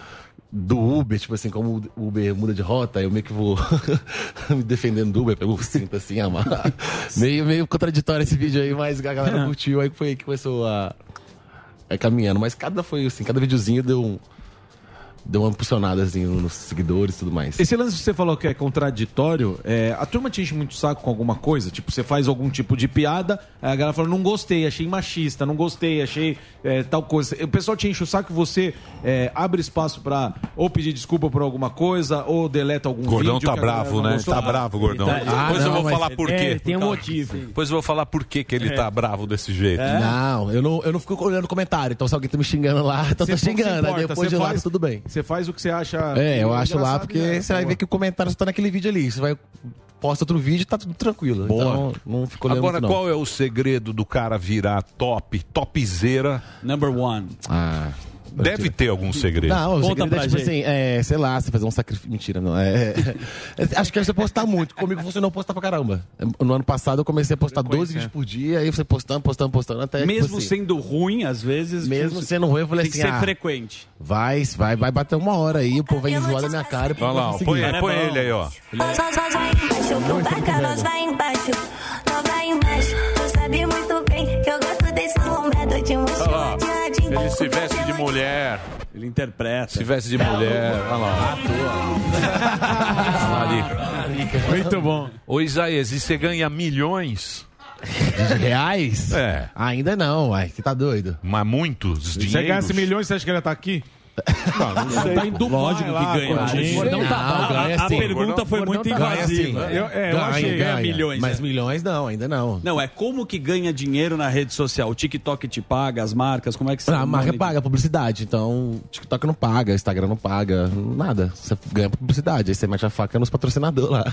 do Uber, tipo assim, como o Uber muda de rota, eu meio que vou me defendendo do Uber, pelo cinto assim, amar. meio, meio contraditório esse vídeo aí, mas a galera curtiu, aí foi aí que começou a... a ir caminhando, mas cada foi assim, cada videozinho deu um... deu uma impulsionada assim nos seguidores e tudo mais. Esse lance que você falou que é contraditório, é, a turma te enche muito o saco com alguma coisa? Tipo, você faz algum tipo de piada, aí a galera fala, não gostei, achei machista, não gostei, achei é, tal coisa. O pessoal te enche o saco e você é, abre espaço pra ou pedir desculpa por alguma coisa, ou deleta algum Gordão vídeo. tá que a galera bravo, não né? gostou. Tá bravo, Gordão. Tá- Depois Ah, eu não, vou mas falar por é, quê. tem um Tá. motivo. Depois eu vou falar por quê que ele É. tá bravo desse jeito. Não, eu não, eu não fico olhando comentário, então se alguém tá me xingando lá, então Você tá pouco se xingando, aí importa, depois você de lá faz- tudo bem. Você faz o que você acha. É, eu acho lá engraçado, porque né? você vai ver que o comentário só tá naquele vídeo ali. Você vai posta outro vídeo e tá tudo tranquilo. Boa. Então não fico olhando Agora, muito, não. qual é o segredo do cara virar top, topzera? Number one. Ah. Deve ter algum segredo. Não, o segredo é tipo assim, é, sei lá, você fazer um sacrifício. Mentira, não. É, é, acho que é você postar muito. Comigo funcionou postar pra caramba. No ano passado eu comecei a postar doze vídeos por dia, aí você postando, postando, postando até. Mesmo tipo assim, sendo ruim, às vezes. Mesmo sendo ruim, eu falei tem assim. que ser ah, frequente. Vai, vai, vai bater uma hora aí, o povo vai enjoar da minha cara. Olha lá, ó, põe, põe ele aí, ó. Nós, nós vai embaixo, babaca, nós vai embaixo, nós vai embaixo. Tu sabe muito bem que eu gosto desse lombado de um Olha lá, ele se veste de mulher. Ele interpreta. Se veste de mulher. Olha lá. Muito bom. Ô Isaías, e você ganha milhões? De reais? É. Ainda não, uai, que tá doido. Mas muitos Se dinheiros. você ganhasse milhões, você acha que ele ia estar aqui? Não, não sei. Tá em Dubai Lógico lá, que ganha. curtindo. O Gordão tá Não, bravo. ganha A sim. pergunta foi Gordão muito tá bravo. invasiva. Ganha sim. Eu- é, eu Ganha, achei. ganha ganha. milhões, Mas é. milhões não, ainda não. Não, é como que ganha dinheiro na rede social? O TikTok te paga, as marcas, como é que você... Ah, a marca paga publicidade, então TikTok não paga, Instagram não paga, nada. Você ganha publicidade, aí você mete a faca nos patrocinadores lá.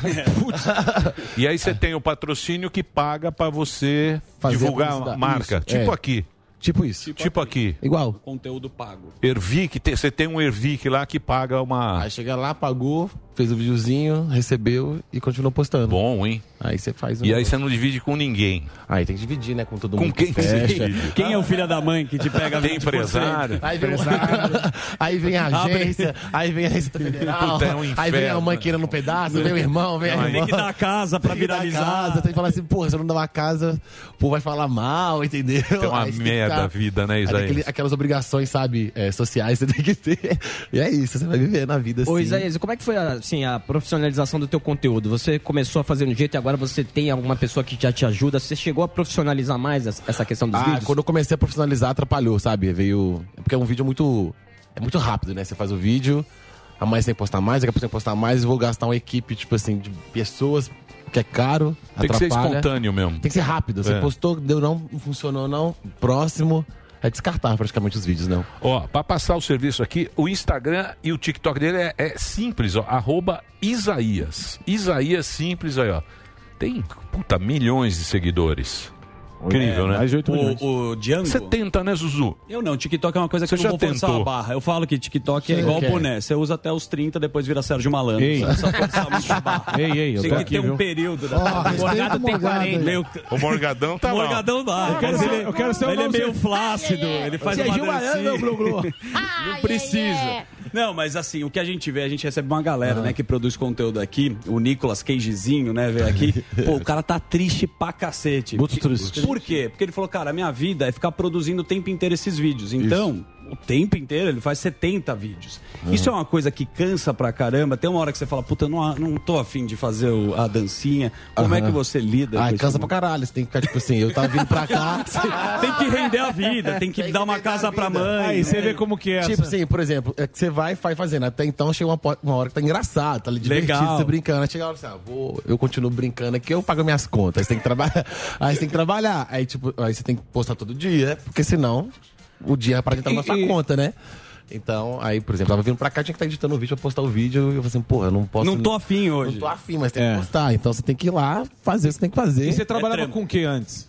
E aí você tem o patrocínio que paga pra você Fazer divulgar a publicidade. marca. Isso, Tipo é. aqui. Tipo isso. Tipo aqui. Igual. Conteúdo pago. Ervic, tem- você tem um Ervic lá que paga uma. Aí chega lá, pagou, fez o videozinho, recebeu e continuou postando. Bom, hein? Aí você faz um... E aí você não divide com ninguém. Aí tem que dividir, né? Com todo Com mundo. quem que você divide? Quem é o filho da mãe que te pega Tem vinte por cento? empresário. Aí vem, aí vem a agência, aí vem a Receita Federal, Puta, é um aí vem a inferno. mãe queirando um pedaço, vem o irmão, vem a Não, irmã. Tem que dar a casa pra Tem que dar a viralizar. casa, tem que falar assim, porra, se eu não dar uma casa, o povo vai falar mal, entendeu? Tem uma Aí você tem que merda ficar- a vida, né, aí Isaías? aquele- aquelas obrigações, sabe, é, sociais, você tem que ter. E é isso, você vai viver na vida assim. Ô, Isaías, e como é que foi assim, a profissionalização do teu conteúdo? Você começou a fazer um jeito e agora você tem alguma pessoa que já te ajuda? Você chegou a profissionalizar mais essa essa questão dos Ah, vídeos? quando eu comecei a profissionalizar, atrapalhou, sabe? Veio. É porque é um vídeo muito. É muito rápido, né? Você faz o vídeo, amanhã você tem que postar mais, daqui a pouco você tem que postar mais, e vou gastar uma equipe, tipo assim, de pessoas, que é caro. Tem que ser atrapalha. espontâneo mesmo. Tem que ser rápido. Você É. postou, deu não, não funcionou não. Próximo. É descartar praticamente os vídeos, não. Ó, pra passar o serviço aqui, o Instagram e o TikTok dele é, é simples, ó. Arroba Isaías. Isaías simples aí, ó. Tem, puta, milhões de seguidores. Incrível, É, né? mais de oito milhões. O, o Django... Você tenta, né, Zuzu? Eu não, TikTok é uma coisa que Você eu não já vou forçar tentou? a barra. Eu falo que TikTok é Você igual quer? boné. Você usa até os trinta, depois vira Sérgio Malandro. Ei. Não precisa forçar muito a barra. Ei, ei, eu Tem tô que aqui, ter um viu? período. Né? Ó, o respeita Morgado o tem Morgado quarenta. aí. Meio... O Morgadão tá O lá. Morgadão dá. Eu quero ser- eu quero ser o Ele é novo- meio flácido. Ele faz uma Sérgio Malandro, dancinha. Glu, Glu. Não precisa. Não, mas assim, o que a gente vê, a gente recebe uma galera, né, que produz conteúdo aqui, o Nicolas Cagezinho, né, veio aqui, pô, o cara tá triste pra cacete. Muito triste. Por quê? Porque ele falou, cara, a minha vida é ficar produzindo o tempo inteiro esses vídeos. Então, o tempo inteiro ele faz setenta vídeos. Uhum. Isso é uma coisa que cansa pra caramba. Tem uma hora que você fala, puta, eu não, não tô afim de fazer o- a dancinha. Como é Aham. que você lida Ai, com cansa isso? pra caralho. Você tem que ficar, tipo assim, eu tava vindo pra cá. Tem que render a vida, tem que dar uma casa pra mãe. Aí você né? vê como que é. Tipo essa- assim, por exemplo, é que você vai vai fazendo. Até então chega uma, po- uma hora que tá engraçado, tá ali divertido, Legal. você brincando. Aí chega a hora assim, ah, vou, eu continuo brincando aqui, eu pago minhas contas. Aí você tem que trabalhar. Aí você tem que trabalhar. Aí, tipo, aí você tem que postar todo dia, porque senão o dia para de entrar na sua E- e- conta, né? Então, aí, por exemplo, eu tava vindo pra cá, tinha que estar editando o vídeo pra postar o vídeo. E eu falei assim, porra, eu não posso. Não tô afim hoje. Não tô afim, mas tem É. que postar. Então você tem que ir lá fazer o que você tem que fazer. E você trabalhava com o que antes?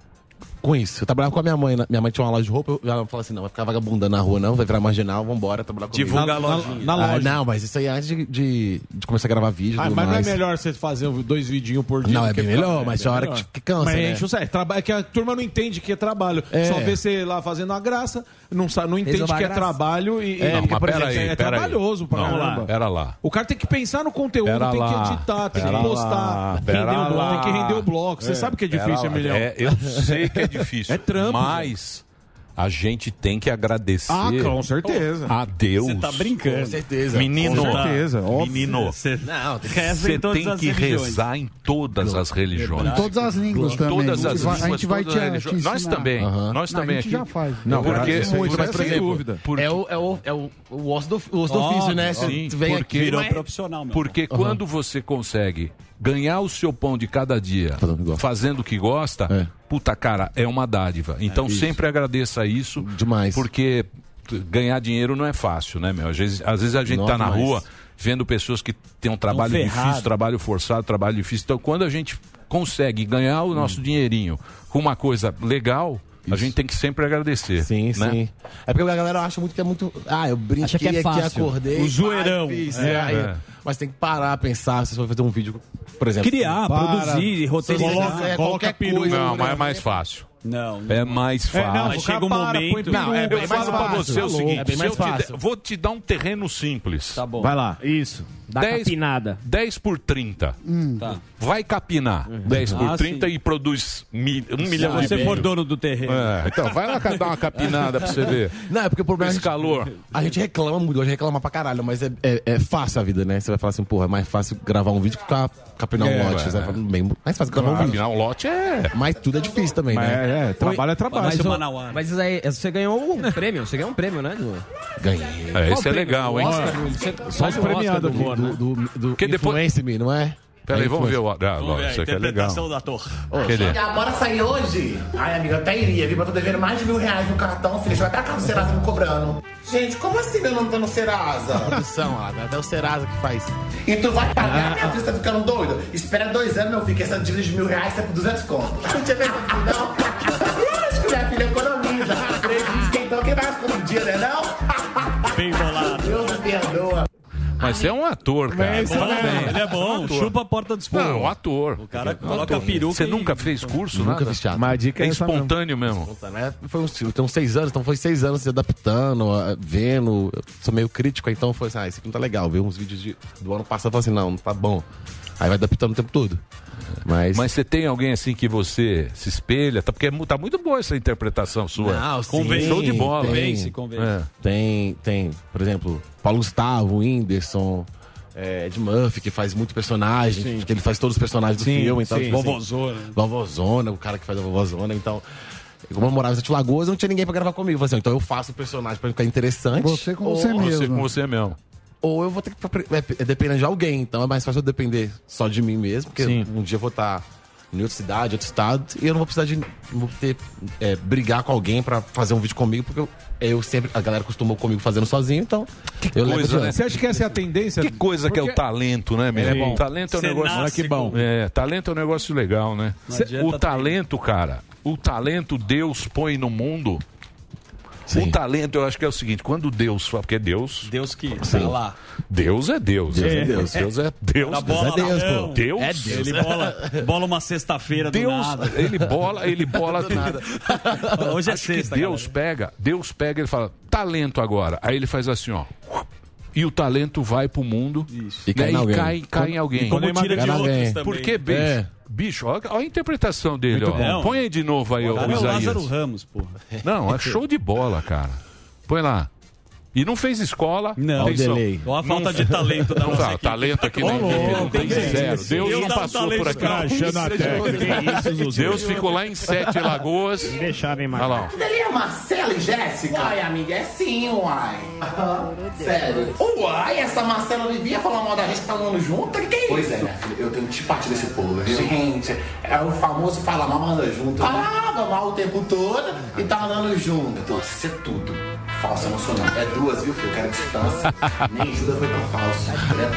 Com isso. Eu trabalhava com a minha mãe. né? Minha mãe tinha uma loja de roupa. Eu- Ela falou assim: não, vai ficar vagabundando na rua, não, vai virar marginal, vambora trabalhar comigo. Divulga a Na- lojinha. Na, Na ah, loja. não, mas isso aí é antes de, de, de começar a gravar vídeo. Ah, tudo mas mais. não é melhor você fazer dois vidinhos por dia? Não, do é que bem ficar- melhor, mas é tem hora melhor. que- que cansa, Mas né? enche o saco. Traba- É que a turma não entende que é trabalho. É. Só vê você lá fazendo a graça, não, sa- não entende uma que é graça. trabalho e, É, e- Não, porque, mas por pera exemplo, aí, é pera aí. trabalhoso pra Não, caramba. Pera lá. O cara tem que pensar no conteúdo, Pera tem lá, que editar, tem pera que postar, lá, render pera o bloco, lá. tem que render o bloco. Você É, sabe que é pera difícil, lá. Emilhão. É, eu sei que é difícil. É trampo, Mas a gente tem que agradecer Ah, com certeza. a Deus. Você tá brincando. Com certeza. Menino, Com certeza, óbvio. menino, Você Não, tem que reza você em todas tem as que religiões. rezar em todas as religiões. Em todas as línguas Em também. todas a as gente vai, línguas, a gente vai todas te, as te religiões. ensinar. Nós também, Aham. nós Não, também a gente aqui. já faz. Não, Porque- graças a muito, Deus, mas, por sem exemplo, dúvida. Porque- É o, é o, é o, o osso do, o osso do Óbvio, ofício, né? sim, Você vem porque aqui, Virou mas- profissional mesmo. Porque quando você consegue ganhar o seu pão de cada dia Fazendo o que gosta. fazendo o que gosta, É. puta cara, é uma dádiva. Então sempre agradeça isso. Demais. Porque ganhar dinheiro não é fácil, né, meu? Às vezes, às vezes a gente Nossa, tá na demais. rua vendo pessoas que têm um trabalho ferrado. difícil, trabalho forçado, trabalho difícil. Então quando a gente consegue ganhar o nosso dinheirinho com uma coisa legal, a gente tem que sempre agradecer. Sim, né? sim. É porque a galera acha muito que é muito. Ah, eu brinquei Acha que é aqui, fácil. acordei. O zoeirão. ai, fiz, É, aí- é. Mas tem que parar, pensar. Se você for fazer um vídeo, por exemplo. Criar, Para. produzir, roteirizar. Coloca- é, Coloca qualquer peru. coisa. Não, por mas é exemplo. mais fácil. Não, É mais É, não, fácil. Mas o cara chega um para, momento- põe peru. Não, é bem Eu mais falo pra fácil. você o Falou. seguinte, É bem se mais eu te der- fácil. vou te dar um terreno simples. Tá bom. Vai lá. Isso. Dá dez capinada. dez por trinta. Tá. Vai capinar dez por Ah, trinta sim. e produz mi- um milhão Se de você for dono do terreno. É, então vai lá dar uma capinada pra você ver. Não, é porque o problema é Esse que a gente- calor. A gente reclama muito, a gente reclama pra caralho, mas é, é, é fácil a vida, né? Você vai falar assim, porra, é mais fácil gravar um vídeo que ficar capinar um É, lote. é. Você vai falar, bem mais fácil gravar um vídeo. Capinar um lote é. Mas tudo é difícil também, Mas né? é, é, trabalho é trabalho. Mas, Vai o- Manauara. mas isso aí, você ganhou um prêmio. Você ganhou um prêmio, né? Do... Ganhei. É, esse é legal, hein? Oscar, do- você- Só os premiados do, aqui. do, do, do Porque depois- Influence Me, não é? Peraí, É vamos ver o. Influence. Ah, lógico, isso aqui é legal. do ator. Cadê? Já bora sair hoje? Ai, amiga, eu até iria, viu? Mas tô devendo mais de mil reais no cartão, filha. Já vai até a casa do Serasa me cobrando. Gente, como assim eu não tô no Serasa? Produção, ó, até o Serasa que faz. E tu vai pagar? Minha filha tá ficando doido? Espera dois anos, meu filho, que essa dívida de mil reais é por duzentos conto. Não tinha verdade, não? Acho que minha filha economiza. Acredite, então quem vai com o dia, né não? Bem bolado. Deus me perdoa. Mas você é um ator, cara. Mas, Parabéns. Ele é bom, Ator. chupa a porta dos Não, fundos. um ator. O cara Um coloca ator. a peruca Você e- nunca fez curso, Nunca nada? fiz teatro. Mas a dica É é essa mesmo. espontâneo mesmo. Né? Foi uns, tem uns seis anos, então foi seis anos se adaptando, eh, vendo. Eu sou meio crítico, então foi assim, ah, isso aqui não tá legal. Ver uns vídeos de- do ano passado e falar assim, não, não tá bom. Aí vai adaptando o tempo todo. Mas, Mas você tem alguém assim que você se espelha? Tá, porque é mu- tá muito boa essa interpretação sua. Não, sim, Convence- Show de bola. tem. Convence, convence. É. tem, tem, por exemplo, Paulo Gustavo, Whindersson, é, Ed Murphy, que faz muito personagem, que ele faz todos os personagens do Sim, filme. Então, sim. tipo assim, Vovozona. Vovozona, o cara que faz a Vovozona, então... Como eu morava em Sete Lagoas, não tinha ninguém pra gravar comigo. Eu falei assim, então eu faço o personagem pra ficar interessante. Você com ou, você mesmo. Você com você mesmo. Ou eu vou ter que é, é, depender de alguém. Então é mais fácil eu depender só de mim mesmo, porque Sim. um dia eu vou estar em outra cidade, outro estado, e eu não vou precisar de não vou ter, é, brigar com alguém pra fazer um vídeo comigo, porque eu, eu sempre, a galera acostumou comigo fazendo sozinho, então eu levo coisa, adiante. né? Você acha que essa é a tendência? Que coisa que é o Porque- talento, né, meu? É bom. Talento é um Você negócio. nasce Olha que bom. É, talento é um negócio legal, né? Não Cê- adianta o talento, cara, o talento Deus põe no mundo. Sim. O talento, eu acho que é o seguinte, quando Deus fala, porque Deus, Deus que tá lá. Deus é Deus. Deus é né? Deus. Deus é Deus. Da bola é Deus, na pô. mão. Deus? É Deus. Ele bola, bola uma sexta-feira do Deus, nada. ele bola, ele bola tudo. Hoje é Acho que sexta, Deus galera. pega, Deus pega, ele fala, talento agora. Aí ele faz assim, ó. e o talento vai pro mundo E cai né, em alguém. cai, cai em alguém. E como tira de outros também. Por que, bicho? É. Bicho, olha, olha a interpretação dele. Muito Ó. bom. Põe aí de novo aí, O ó, cara o é o Isaías. Lázaro Ramos, porra. Não, é show de bola, cara. Põe lá. E não fez escola. Não. Atenção. Olha o delay. Olha a falta de talento da não, nossa não, equipe. talento aqui Ô, na equipe louco, não tem que isso? zero. Deus, Deus não dá um passou talento por aqui. crachando a terra. Que isso, Zuzu? Deus ficou lá em Sete Lagoas. Deixaram Olha lá. Aquilo ali é Marcela e Jéssica? Uai, amiga, é sim, uai. Sério. Uai, essa Marcela Olivia falando mal da gente que tá andando junto? Que que é isso? Pois é, minha filha, eu tenho que partir desse povo, viu? Gente, é o famoso fala mal, mas anda junto. Falava mal o tempo todo e tá andando junto. Isso é tudo. Falso emocional. É duas, viu, filho? Eu quero distância. Nem Judas foi tão falso.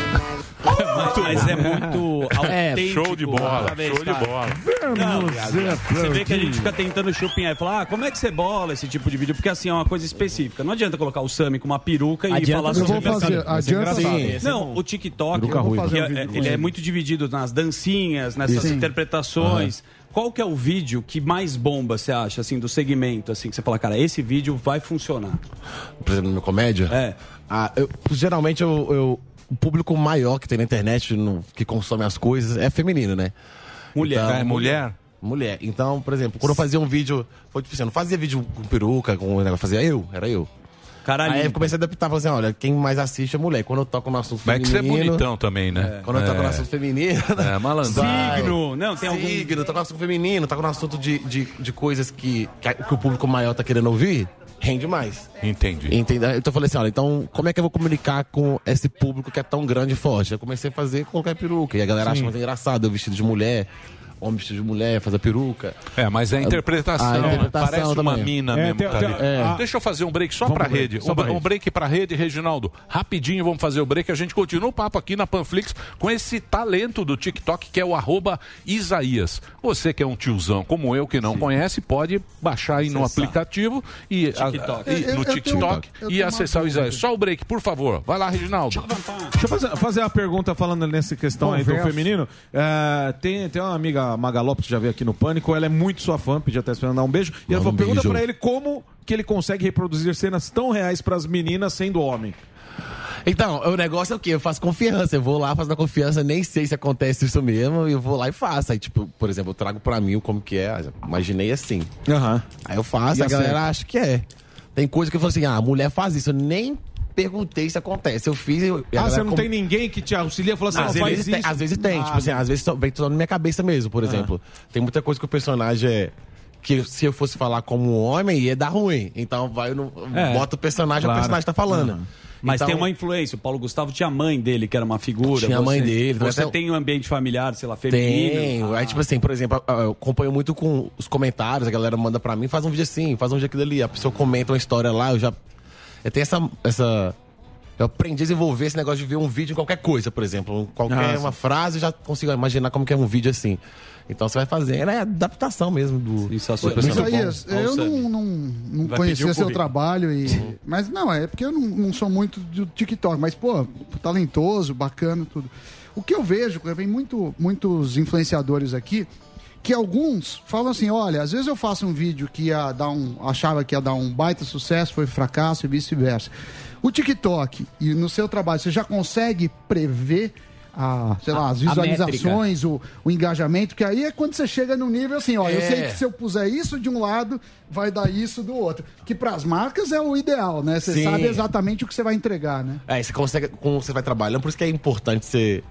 Mas, mas é muito É, autêntico. show de bola, cada vez, show de cara. bola. Não, Vamos ver, você vê que a gente Claudinho. fica tentando chupinhar e falar, ah, como é que você bola esse tipo de vídeo? Porque assim, é uma coisa específica. Não adianta colocar o Sammy com uma peruca e Adianta, falar eu sobre vou fazer, mercado. adianta Sim. fazer. Não, o TikTok, Peruca ruiva. que é- Vou fazer um vídeo ele com é ele. muito dividido nas dancinhas, nessas Sim. interpretações. Qual que é o vídeo que mais bomba, você acha, assim, do segmento, assim, que você fala, cara, esse vídeo vai funcionar? Por exemplo, na minha comédia? É. Ah, eu, geralmente, eu, eu- o público maior que tem na internet, no- que consome as coisas, é feminino, né? Mulher. É mulher? Mulher. Então, por exemplo, quando eu fazia um vídeo, foi tipo assim, eu não fazia vídeo com peruca, com negócio, fazia eu, era eu. Caralho. Aí eu comecei a adaptar, falei assim, olha, quem mais assiste é mulher. Quando eu toco no assunto Mas é que você é feminino... bonitão também, né? Quando eu toco É. no assunto feminino... É, malandro. vai. Signo. Não, tem algum- Signo, toco no assunto feminino, toco no assunto de, de, de coisas que, que, a- que o público maior tá querendo ouvir, rende mais. Entendi. Entendeu? Então eu falei assim, olha, então como é que eu vou comunicar com esse público que é tão grande e forte? Eu comecei a fazer colocar peruca. E a galera Sim. acha muito engraçado, eu vestido de mulher, homem vestido de mulher, fazer peruca. É, mas é a interpretação. A interpretação Parece uma também. mina É, mesmo. tem- tá tem- ali. é. Deixa eu fazer um break só Vamos pra pro break, rede. só Um, pra um rede. break pra rede, Reginaldo. Rapidinho, vamos fazer o break. A gente continua o papo aqui na Panflix com esse talento do TikTok que é o arroba Isaías. Você que é um tiozão como eu que não conhece, pode baixar aí no Acessar. aplicativo e, TikTok. a- e- Eu- eu no tenho- TikTok eu e tenho acessar o Isaías. Só o break, por favor. Vai lá, Reginaldo. Deixa eu fazer, fazer uma pergunta falando nessa questão aí do Conversa. feminino. É, tem, tem uma amiga Maga Lopes que já veio aqui no Pânico, ela é muito sua fã, pedi até esperando dar um beijo. E ela Manda falou, um pergunta beijo. pra ele como que ele consegue reproduzir cenas tão reais pras meninas sendo homem. Então, o negócio é o quê? Eu faço confiança. Eu vou lá, faço na confiança, nem sei se acontece isso mesmo, e eu vou lá e faço. Aí, tipo, por exemplo, eu trago pra mim como que é. Ah, imaginei assim. Aí eu faço, E a galera acerta. acha que é. Tem coisa que eu falo assim, ah, a mulher faz isso. Eu nem perguntei se acontece. Eu fiz e... eu- e a Ah, galera você não com- tem ninguém que te auxilia e fala assim, às, não, faz vezes isso. tem, às vezes tem, Ah, tipo assim, às vezes só- vem tudo na minha cabeça mesmo, por exemplo. Tem muita coisa que o personagem é. Que se eu fosse falar como um homem, ia dar ruim. Então vai no. É, bota o personagem, claro. o personagem tá falando. Uhum. Mas Então, tem uma influência. O Paulo Gustavo tinha a mãe dele, que era uma figura. Tinha a mãe Você- dele. Você Até- tem um ambiente familiar, sei lá, feminino. Tem. Aí, tipo assim, por exemplo, eu acompanho muito com os comentários, a galera manda pra mim, faz um vídeo assim, faz um vídeo aquilo ali. A pessoa comenta uma história lá, eu já. Eu tenho essa. essa eu aprendi a desenvolver esse negócio de ver um vídeo em qualquer coisa, por exemplo. Qualquer Ah, uma sim. frase, eu já consigo imaginar como que é um vídeo assim. Então você vai fazendo, é adaptação mesmo do. do personagem. Isaías, eu não, não, não Vai conhecia pedir o seu currículo. trabalho e. Mas não, é porque eu não, não sou muito do TikTok, mas, pô, talentoso, bacana, tudo. O que eu vejo, vem muito, muitos influenciadores aqui, que alguns falam assim: olha, às vezes eu faço um vídeo que ia dar um. achava que ia dar um baita sucesso, foi fracasso e vice-versa. O TikTok e no seu trabalho, você já consegue prever a, sei lá, as A- a visualizações, o, o engajamento, que aí é quando você chega no nível assim, ó, eu É. sei que se eu puser isso de um lado, vai dar isso do outro. Que para as marcas é o ideal, né? Você Sim. sabe exatamente o que você vai entregar, né? É, você consegue, como você vai trabalhando, por isso que é importante você.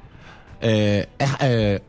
É, é, é,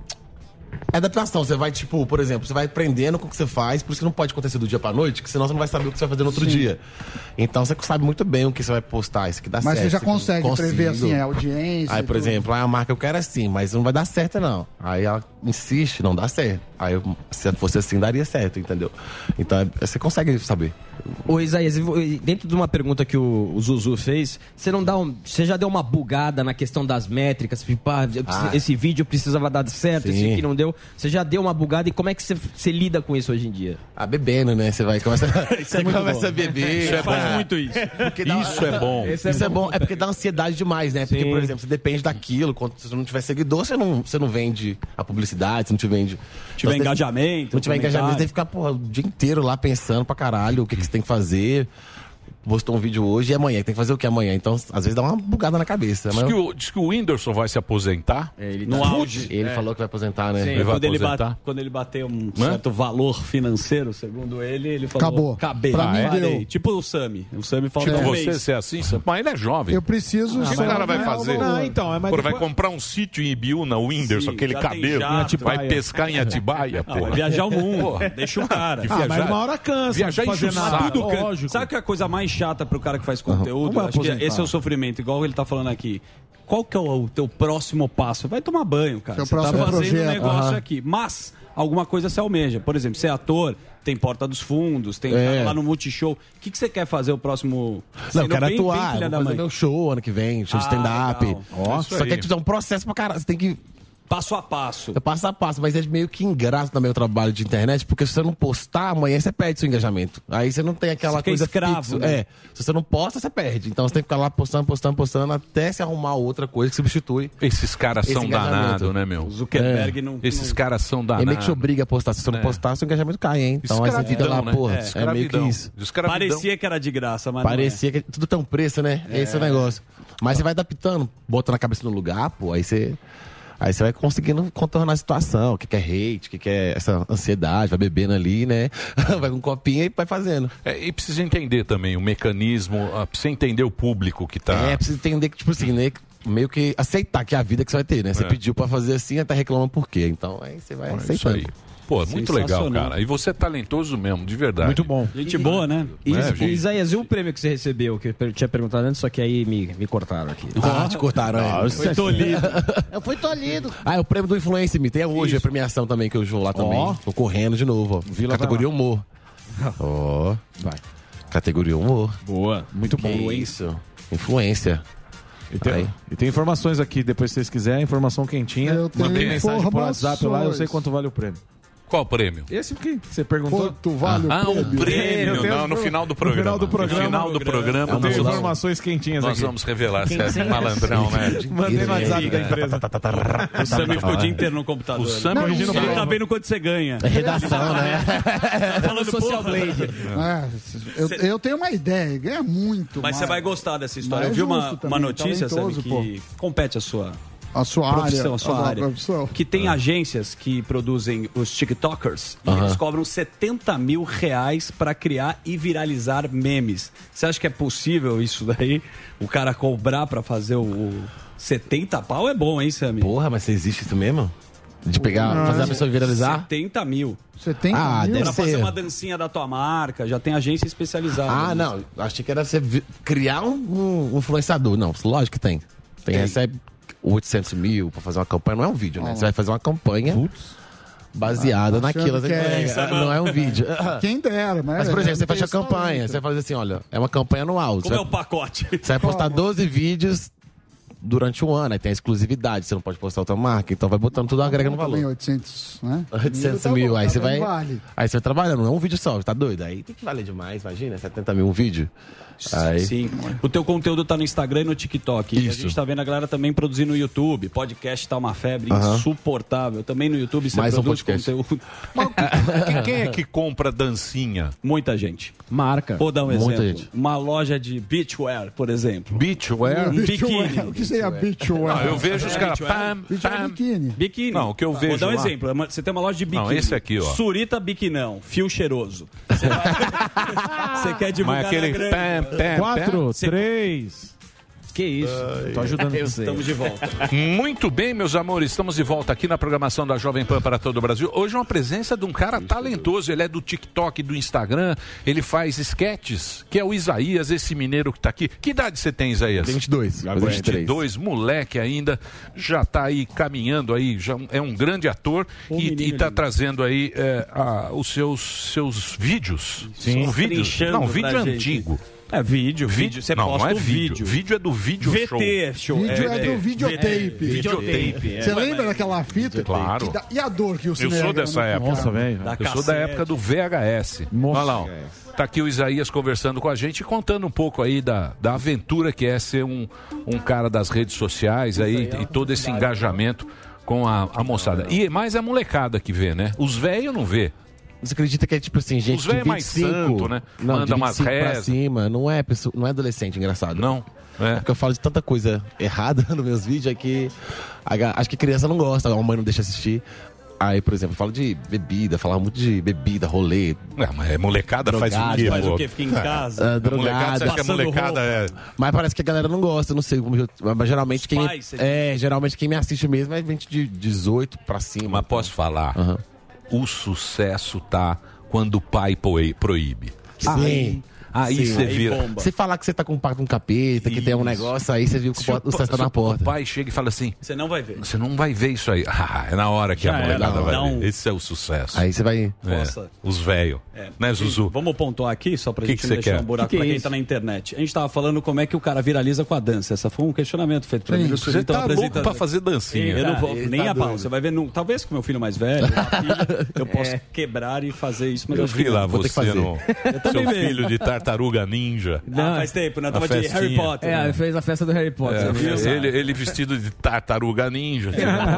é adaptação, você vai, tipo, por exemplo, você vai aprendendo com o que você faz, por isso que não pode acontecer do dia pra noite, que senão você não vai saber o que você vai fazer no outro Sim. dia. Então você sabe muito bem o que você vai postar, isso que dá Mas certo. você já isso aqui não consegue prever, consigo. assim, a audiência Aí, e por tudo. exemplo, aí a marca eu quero assim, mas não vai dar certo, não. Aí ela insiste, não dá certo. Aí eu, se fosse assim, daria certo, entendeu? Então é- você consegue saber. Ô Isaías, dentro de uma pergunta que o, o Zuzu fez, você não dá um, você já deu uma bugada na questão das métricas? Tipo, ah, eu preciso- Ah. esse vídeo precisava dar certo, esse Sim. aqui não deu. Você já deu uma bugada e como é que você, você lida com isso hoje em dia? Ah, bebendo, né? Você vai começa, você muito começa bom. a beber. Isso é bom. faz muito isso. Porque dá- Isso é bom. Isso é, bom. É porque dá ansiedade demais, né? Porque, por exemplo, você depende daquilo. Quando você não tiver seguidor, você não, você não vende a publicidade, você não te vende. Tiver você tem- engajamento, Não tiver comentário. engajamento, você tem que ficar porra, o dia inteiro lá pensando pra caralho o que, que você tem que fazer. postou um vídeo hoje e amanhã. Tem que fazer o que amanhã? Então, às vezes dá uma bugada na cabeça. Diz, Mas... que o, diz que o Whindersson vai se aposentar. É, ele No tá- auge. Ele É. falou que vai aposentar, né? Sim, Ele vai quando, ele aposentar. bate, quando ele bateu um Hã? certo valor financeiro, segundo ele, ele falou: Acabou. Acabei. Pra mim Parei. deu. Tipo o Sami. O Sami falta Tipo um você mês. ser assim, mas ele é jovem. Eu preciso... O que o só- cara vai Não, fazer? não, então, é, mas Pô, vai depois- comprar um sítio em Ibiúna, o Whindersson, Sim, aquele já tem cabelo. jato. Vai pescar em Atibaia, Ah, pô. vai viajar o mundo. Deixa o cara. Que viajar- mas uma hora cansa Viajar de enche o fazer saco. nada. Tudo can- Lógico. Sabe que é a coisa mais chata pro cara que faz conteúdo? Como é Acho que aposentar? esse é o sofrimento, igual ele tá falando aqui. Qual que é o, o teu próximo passo? Vai tomar banho, cara. Seu Você tá próximo fazendo projeto. um negócio Aham. aqui. Mas alguma coisa se almeja. Por exemplo, ser ator, tem Porta dos Fundos, tem É. tá lá no Multishow. O que, que você quer fazer o próximo... Não, eu Sendo quero bem- atuar, bem filha vou da fazer mãe. meu show ano que vem, show de Ah, stand-up. legal. Ó, Isso Só aí. que é tipo, é um processo pra caralho. Você tem que Passo a passo. É passo a passo, mas é meio que ingrato também o trabalho de internet, porque se você não postar, amanhã você perde seu engajamento. Aí você não tem aquela Você fica coisa escravo, fixa. né? É, se você não posta, você perde. Então você tem que ficar lá postando, postando, postando, até se arrumar outra coisa que substitui. Esses caras esse são engajamento. danados, né, meu? Zuckerberg É. não... Esses caras são Ele danados. meio que te obriga a postar. Se você não É. postar, seu engajamento cai, hein? Então aí você fica lá, né? porra. É, É, meio que escravidão. isso. Escravidão. Parecia que era de graça, mas Parecia que tudo tem um preço, né? É. Esse é o negócio. Mas você vai adaptando, botando a cabeça no lugar, pô, aí você. Aí você vai conseguindo contornar a situação, o que, que é hate, o que, que é essa ansiedade, vai bebendo ali, né? Vai com um copinho e vai fazendo. É, e precisa entender também o mecanismo, ah, precisa entender o público que tá. É, precisa entender que, tipo assim, né? Meio que aceitar que é a vida que você vai ter, né? Você É. pediu pra fazer assim, até reclamando por quê. Então aí você vai É isso aceitando. aí. Pô, é muito legal, Sensacional. cara. E você é talentoso mesmo, de verdade. Muito bom. Gente boa, né? E, É, e, gente. Isaías, e o prêmio que você recebeu, que eu tinha perguntado antes, só que aí me, me cortaram aqui. Ah, te cortaram, Ah, é. eu Foi tolhido. Eu fui tolhido. Ah, é o prêmio do Influence Me. Tem hoje a premiação também que eu vou lá também. Ó. Tô correndo de novo, ó. Vila Categoria vai humor. Ó. Vai. Categoria humor. Boa. Muito bom. Que isso. Influência. E tem, Aí. e tem informações aqui, depois se vocês quiserem, informação quentinha. Eu tenho Mandei mensagem por WhatsApp lá, eu informações. sei quanto vale o prêmio. Qual prêmio? Esse que você perguntou? Quanto vale Ah, o um prêmio? prêmio. Eu tenho- Não, no final do no programa. final do programa. No final do programa, Eu tenho nós vamos- informações quentinhas Nós aqui. vamos revelar se é Quentinhas. malandrão, né? Mandei no WhatsApp da empresa. O Sammy ficou o dia inteiro no computador. O Sammy Não, corrigindo ele prova. tá vendo quanto você ganha. É redação, né? Tá falando Social porra. Blade. É, eu, eu tenho uma ideia, ganha muito. Mas mais. você vai gostar dessa história. Mas Eu vi é uma, justo uma também, notícia, Sammy, talentoso, que compete a sua A sua profissão, área. a sua a área. profissão. Que tem agências que produzem os TikTokers e Aham. eles cobram setenta mil reais pra criar e viralizar memes. Você acha que é possível isso daí? O cara cobrar pra fazer o, o setenta pau é bom, hein, Sammy? Porra, mas existe isso mesmo? De pegar, Não, fazer a pessoa viralizar? setenta mil. Você tem Ah, mil? deve Pra fazer ser. uma dancinha da tua marca, já tem agência especializada. Ah, não. Achei que era você vi- criar um, um influenciador. Não, lógico que tem. Tem, Tem. recebe oitocentos mil pra fazer uma campanha. Não é um vídeo, né? Você vai fazer uma campanha baseada Ah, naquilo. achando que é- É, não é um vídeo. Quem dera, mas. Mas, por exemplo, você tem fecha a esse campanha. talento. Você vai fazer assim, olha, é uma campanha anual. Você Como é vai, o pacote? você vai postar doze vídeos durante um ano. Aí tem a exclusividade. Você não pode postar outra marca. Então vai botando tudo, agrega no Também valor. oitocentos, né? oitocentos Tá mil. bom, Aí tá você bem, vai. Vale. Aí você vai trabalhando. Não é um vídeo só, tá doido? Aí tem que valer demais, imagina. setenta mil um vídeo. Aí. Sim. O teu conteúdo tá no Instagram e no TikTok. E a Isso. gente tá vendo a galera também produzindo no YouTube. Podcast tá uma febre Aham. insuportável. Também no YouTube você Mais um produz podcast. conteúdo. Quem- Quem é que compra dancinha? Muita gente. Marca. Vou dar um Muita exemplo. gente. Uma loja de beachwear, por exemplo. Beachwear? Um biquíni. O que seria beachwear? Não, eu vejo os caras. Pam, Beach é pam. biquíni. Biquíni. Não, o que eu Vou vejo dar um lá- exemplo. Você tem uma loja de biquíni. Não, esse aqui, ó. Surita biquinão, fio cheiroso. Você, vai- Você quer divulgar Mas aquele na grande. pam, pam, Quatro, Cê- três. Que isso? Tô ajudando você. Estamos de volta. Muito bem, meus amores, estamos de volta aqui na programação da Jovem Pan para todo o Brasil. Hoje é uma presença de um cara talentoso, ele é do TikTok, do Instagram, ele faz sketches, que é o Isaías, esse mineiro que está aqui. Que idade você tem, Isaías? Tem vinte e dois. vai fazer vinte e três. vinte e dois, moleque ainda, já está aí caminhando aí, já é um grande ator e está trazendo aí é, a- os seus, seus vídeos. Sim. São vídeos. Trinchando Não, vídeo pra é gente. antigo. É vídeo, vídeo. Você não, posta não é o vídeo. vídeo. Vídeo é do vídeo V show. T show. Vídeo é, V T. do videotape. Videotape. É. Você lembra daquela fita? Claro. Que dá- E a dor que o Eu cinema sou dessa não época. Nossa, velho. Da Eu sou da cassete. época do V H S. Nossa. Olha lá, ó. Tá aqui o Isaías conversando com a gente, contando um pouco aí da, da aventura que é ser um, um cara das redes sociais aí e todo esse engajamento com a, a moçada. E mais a molecada que vê, né? Os velhos não vê. Você acredita que é tipo assim, gente Os de velhos é mais vinte e cinco, santo, né? Não, Manda de umas vinte e cinco pra rezas. cima, não é, pessoa, não é adolescente, engraçado. Não, é. Porque eu falo de tanta coisa errada nos meus vídeos, é que a ga- acho que criança não gosta, a mãe não deixa assistir. Aí, por exemplo, eu falo de bebida, falava muito de bebida, rolê. É, mas é molecada faz o quê, faz pô? o quê? Fica em casa. É, Ah, drogada, molecada, você acha que a passando molecada é... Mas parece que a galera não gosta, não sei. como eu- Mas geralmente quem. pais, você é, geralmente quem me assiste mesmo é gente de dezoito pra cima. Mas posso falar? O sucesso tá quando o pai poe- proíbe. Sim. Aí Sim. você vira. Você falar que você tá com um pacto com um capeta, que tem um negócio, aí você viu que Se o sucesso tá se na porta. O pai chega e fala assim: Você não vai ver. Você não vai ver isso aí. Ah, é na hora que Já a molecada era. vai Não. ver. Esse é o sucesso. Aí você vai. É, Nossa. os velhos. É. Né, Zuzu? Vamos pontuar aqui, só pra Que gente que não você deixar quer? um buraco Que que pra é quem isso? tá na internet. A gente tava falando como é que o cara viraliza com a dança. Essa foi um questionamento feito pra Sim, mim. você tá louco pra fazer dancinha. Eu não vou Ele nem tá a pau. doido. Você vai ver, no, talvez com meu filho mais velho, minha filha, eu posso É. quebrar e fazer isso, mas Eu acho vi que lá não. Vou ter que você fazer. no Eu também seu vejo. filho de tartaruga ninja. Ah, faz tempo, né? Eu A tava de festinha. Harry Potter. É, né? fez a festa do Harry Potter. É, viu? ele, ele vestido de tartaruga ninja.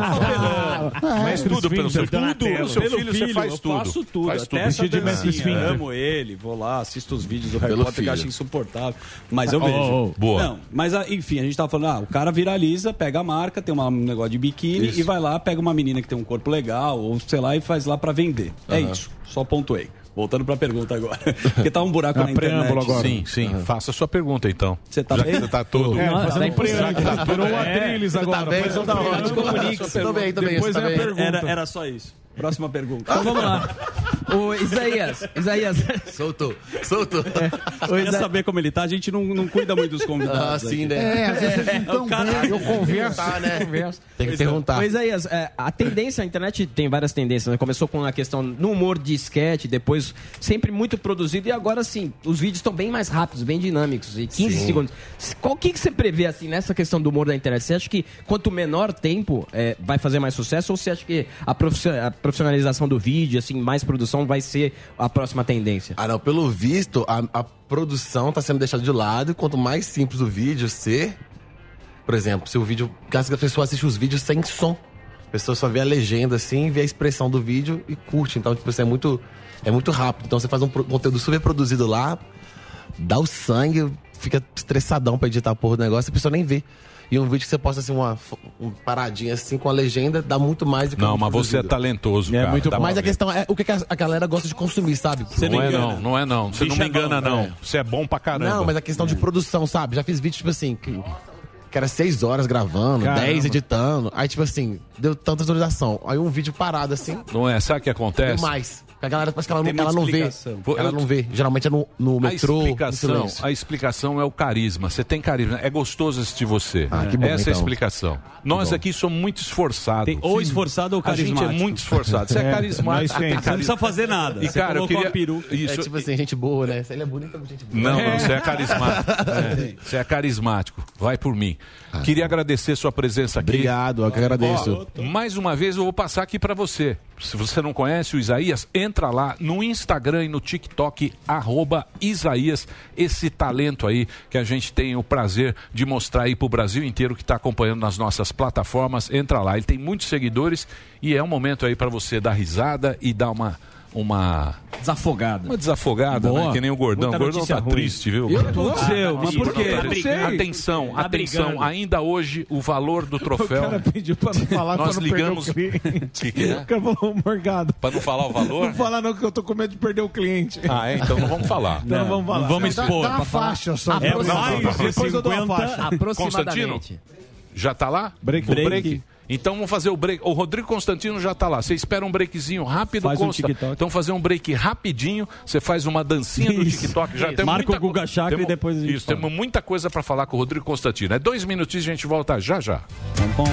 Mas tudo pelo seu filho. Tudo pelo seu Pelo filho, você faz eu tudo. faço tudo. Faz até tudo. essa Vestido de mestre dancinha. Esfíncter. Amo ele, vou lá, assisto os vídeos do Harry Pelo Potter que eu filho. acho insuportável. Mas eu Oh, vejo. oh, boa. Não, mas ah, enfim, a gente tava falando, ah, o cara viraliza, pega a marca, tem uma- um negócio de biquíni Isso. e vai lá, pega uma menina que tem um corpo legal, ou sei lá, e faz lá pra vender. É Aham. isso, só pontuei. Voltando pra pergunta agora. Porque tá um buraco Ah, na internet. preâmbulo agora. Sim, sim. Faça a sua pergunta, então. Você tá Já bem? que você tá todo... É, Nossa, fazendo tá um preâmbulo. tá todo- Virou um É, Atriles você agora, Tá bem, depois eu tá dou- ótimo. eu comunico. Tô bem, tô bem. Depois você tá é a bem? pergunta. Era, era só isso. Próxima pergunta. Então vamos lá. O Isaías, Isaías. Soltou, soltou. Quer saber como ele tá? A gente não, não cuida muito dos convidados. Ah, sim, aqui. né? É, às vezes vocês não o tão cara- bem. eu converso. Tá, né? Converso. Tem que Pois é. perguntar. Pois Isaías, é, a tendência, a internet tem várias tendências, né? Começou com a questão no humor de sketch, depois sempre muito produzido, e agora sim, os vídeos estão bem mais rápidos, bem dinâmicos, e quinze Sim. segundos. Qual que, que você prevê, assim, nessa questão do humor da internet? Você acha que quanto menor tempo é, vai fazer mais sucesso, ou você acha que a, profissi- a profissionalização do vídeo, assim, mais produção vai ser a próxima tendência? Ah, não, pelo visto, a, a produção tá sendo deixada de lado, e quanto mais simples o vídeo ser, por exemplo, se o vídeo, caso que a pessoa assiste os vídeos sem som, a pessoa só vê a legenda assim, vê a expressão do vídeo e curte, então tipo, isso é muito, é muito rápido, então você faz um pro- conteúdo super produzido lá, dá o sangue, fica estressadão pra editar a porra do negócio, a pessoa nem vê. E um vídeo que você posta assim, uma, uma paradinha assim com a legenda, dá muito mais do que Não, um mas você é produzido. talentoso, cara. Dá pra Mas a ver. questão é o que que a, a galera gosta de consumir, sabe? Não é não, não é não. Você não me engana, não. Você é bom pra caramba. Não, mas a questão de produção, sabe? Já fiz vídeo, tipo assim, que, que era seis horas gravando, Caramba. dez editando. Aí, tipo assim, deu tanta visualização. Aí um vídeo parado, assim, Não é? Sabe o que acontece? deu mais. Porque a galera parece que ela, Tem não, ela muita não vê. explicação. Pô, Ela eu- não vê. Geralmente é no, no metrô, a no explicação, silêncio. a explicação é o carisma. Você tem carisma. É gostoso assistir você. Ah, que bom, Essa é a então. explicação. Nós bom. aqui somos muito esforçados. Tem ou esforçado ou A gente carismático. é muito esforçado. Você é, É, carismático. nós você tem tem. carisma. Você não precisa fazer nada. E, Você cara, eu colocou queria... uma peruca. Isso, É tipo assim, gente boa, né? Se ele é bonito, é gente boa. Não, não, você é carismático. É, você é carismático. Vai por mim. Queria agradecer sua presença aqui. Obrigado, eu que agradeço. Ó, mais uma vez eu vou passar aqui pra você. Se você não conhece o Isaías, entra lá no Instagram e no TikTok, arroba Isaías, esse talento aí que a gente tem o prazer de mostrar aí pro Brasil inteiro que está acompanhando nas nossas plataformas. Entra lá, ele tem muitos seguidores e é um momento aí pra você dar risada e dar uma... Uma Desafogada. Uma desafogada, Boa. né? Que nem o Gordão. O Muita Gordão notícia tá ruim. triste, viu? Eu Gordão? tô. Seu, mas por quê? Tá Não triste. sei. Atenção, Tá atenção. brigando. Ainda hoje, o valor do troféu... O cara pediu pra não falar Nós pra não ligamos... perder o cliente. Que que é? O cara falou, Morgado. Pra não falar o valor? Não fala não, que eu tô com medo de perder o cliente. Ah, é? Então não vamos falar. Então não vamos falar. Não vamos Dá- expor. Dá uma pra falar. faixa só. É Não, mais não, de depois eu dou uma cinquenta faixa. Constantino, já tá lá? Break. O Break. Então vamos fazer o break. O Rodrigo Constantino já tá lá. Você espera um breakzinho rápido, Faz um Consta. TikTok. Então fazer um break rapidinho. Você faz uma dancinha no Isso. TikTok. Já Isso. tem Marca muita o Guga co- Chakra temos- e depois a gente Isso, fala. temos muita coisa pra falar com o Rodrigo Constantino. É dois minutinhos e a gente volta já já. Tá bom.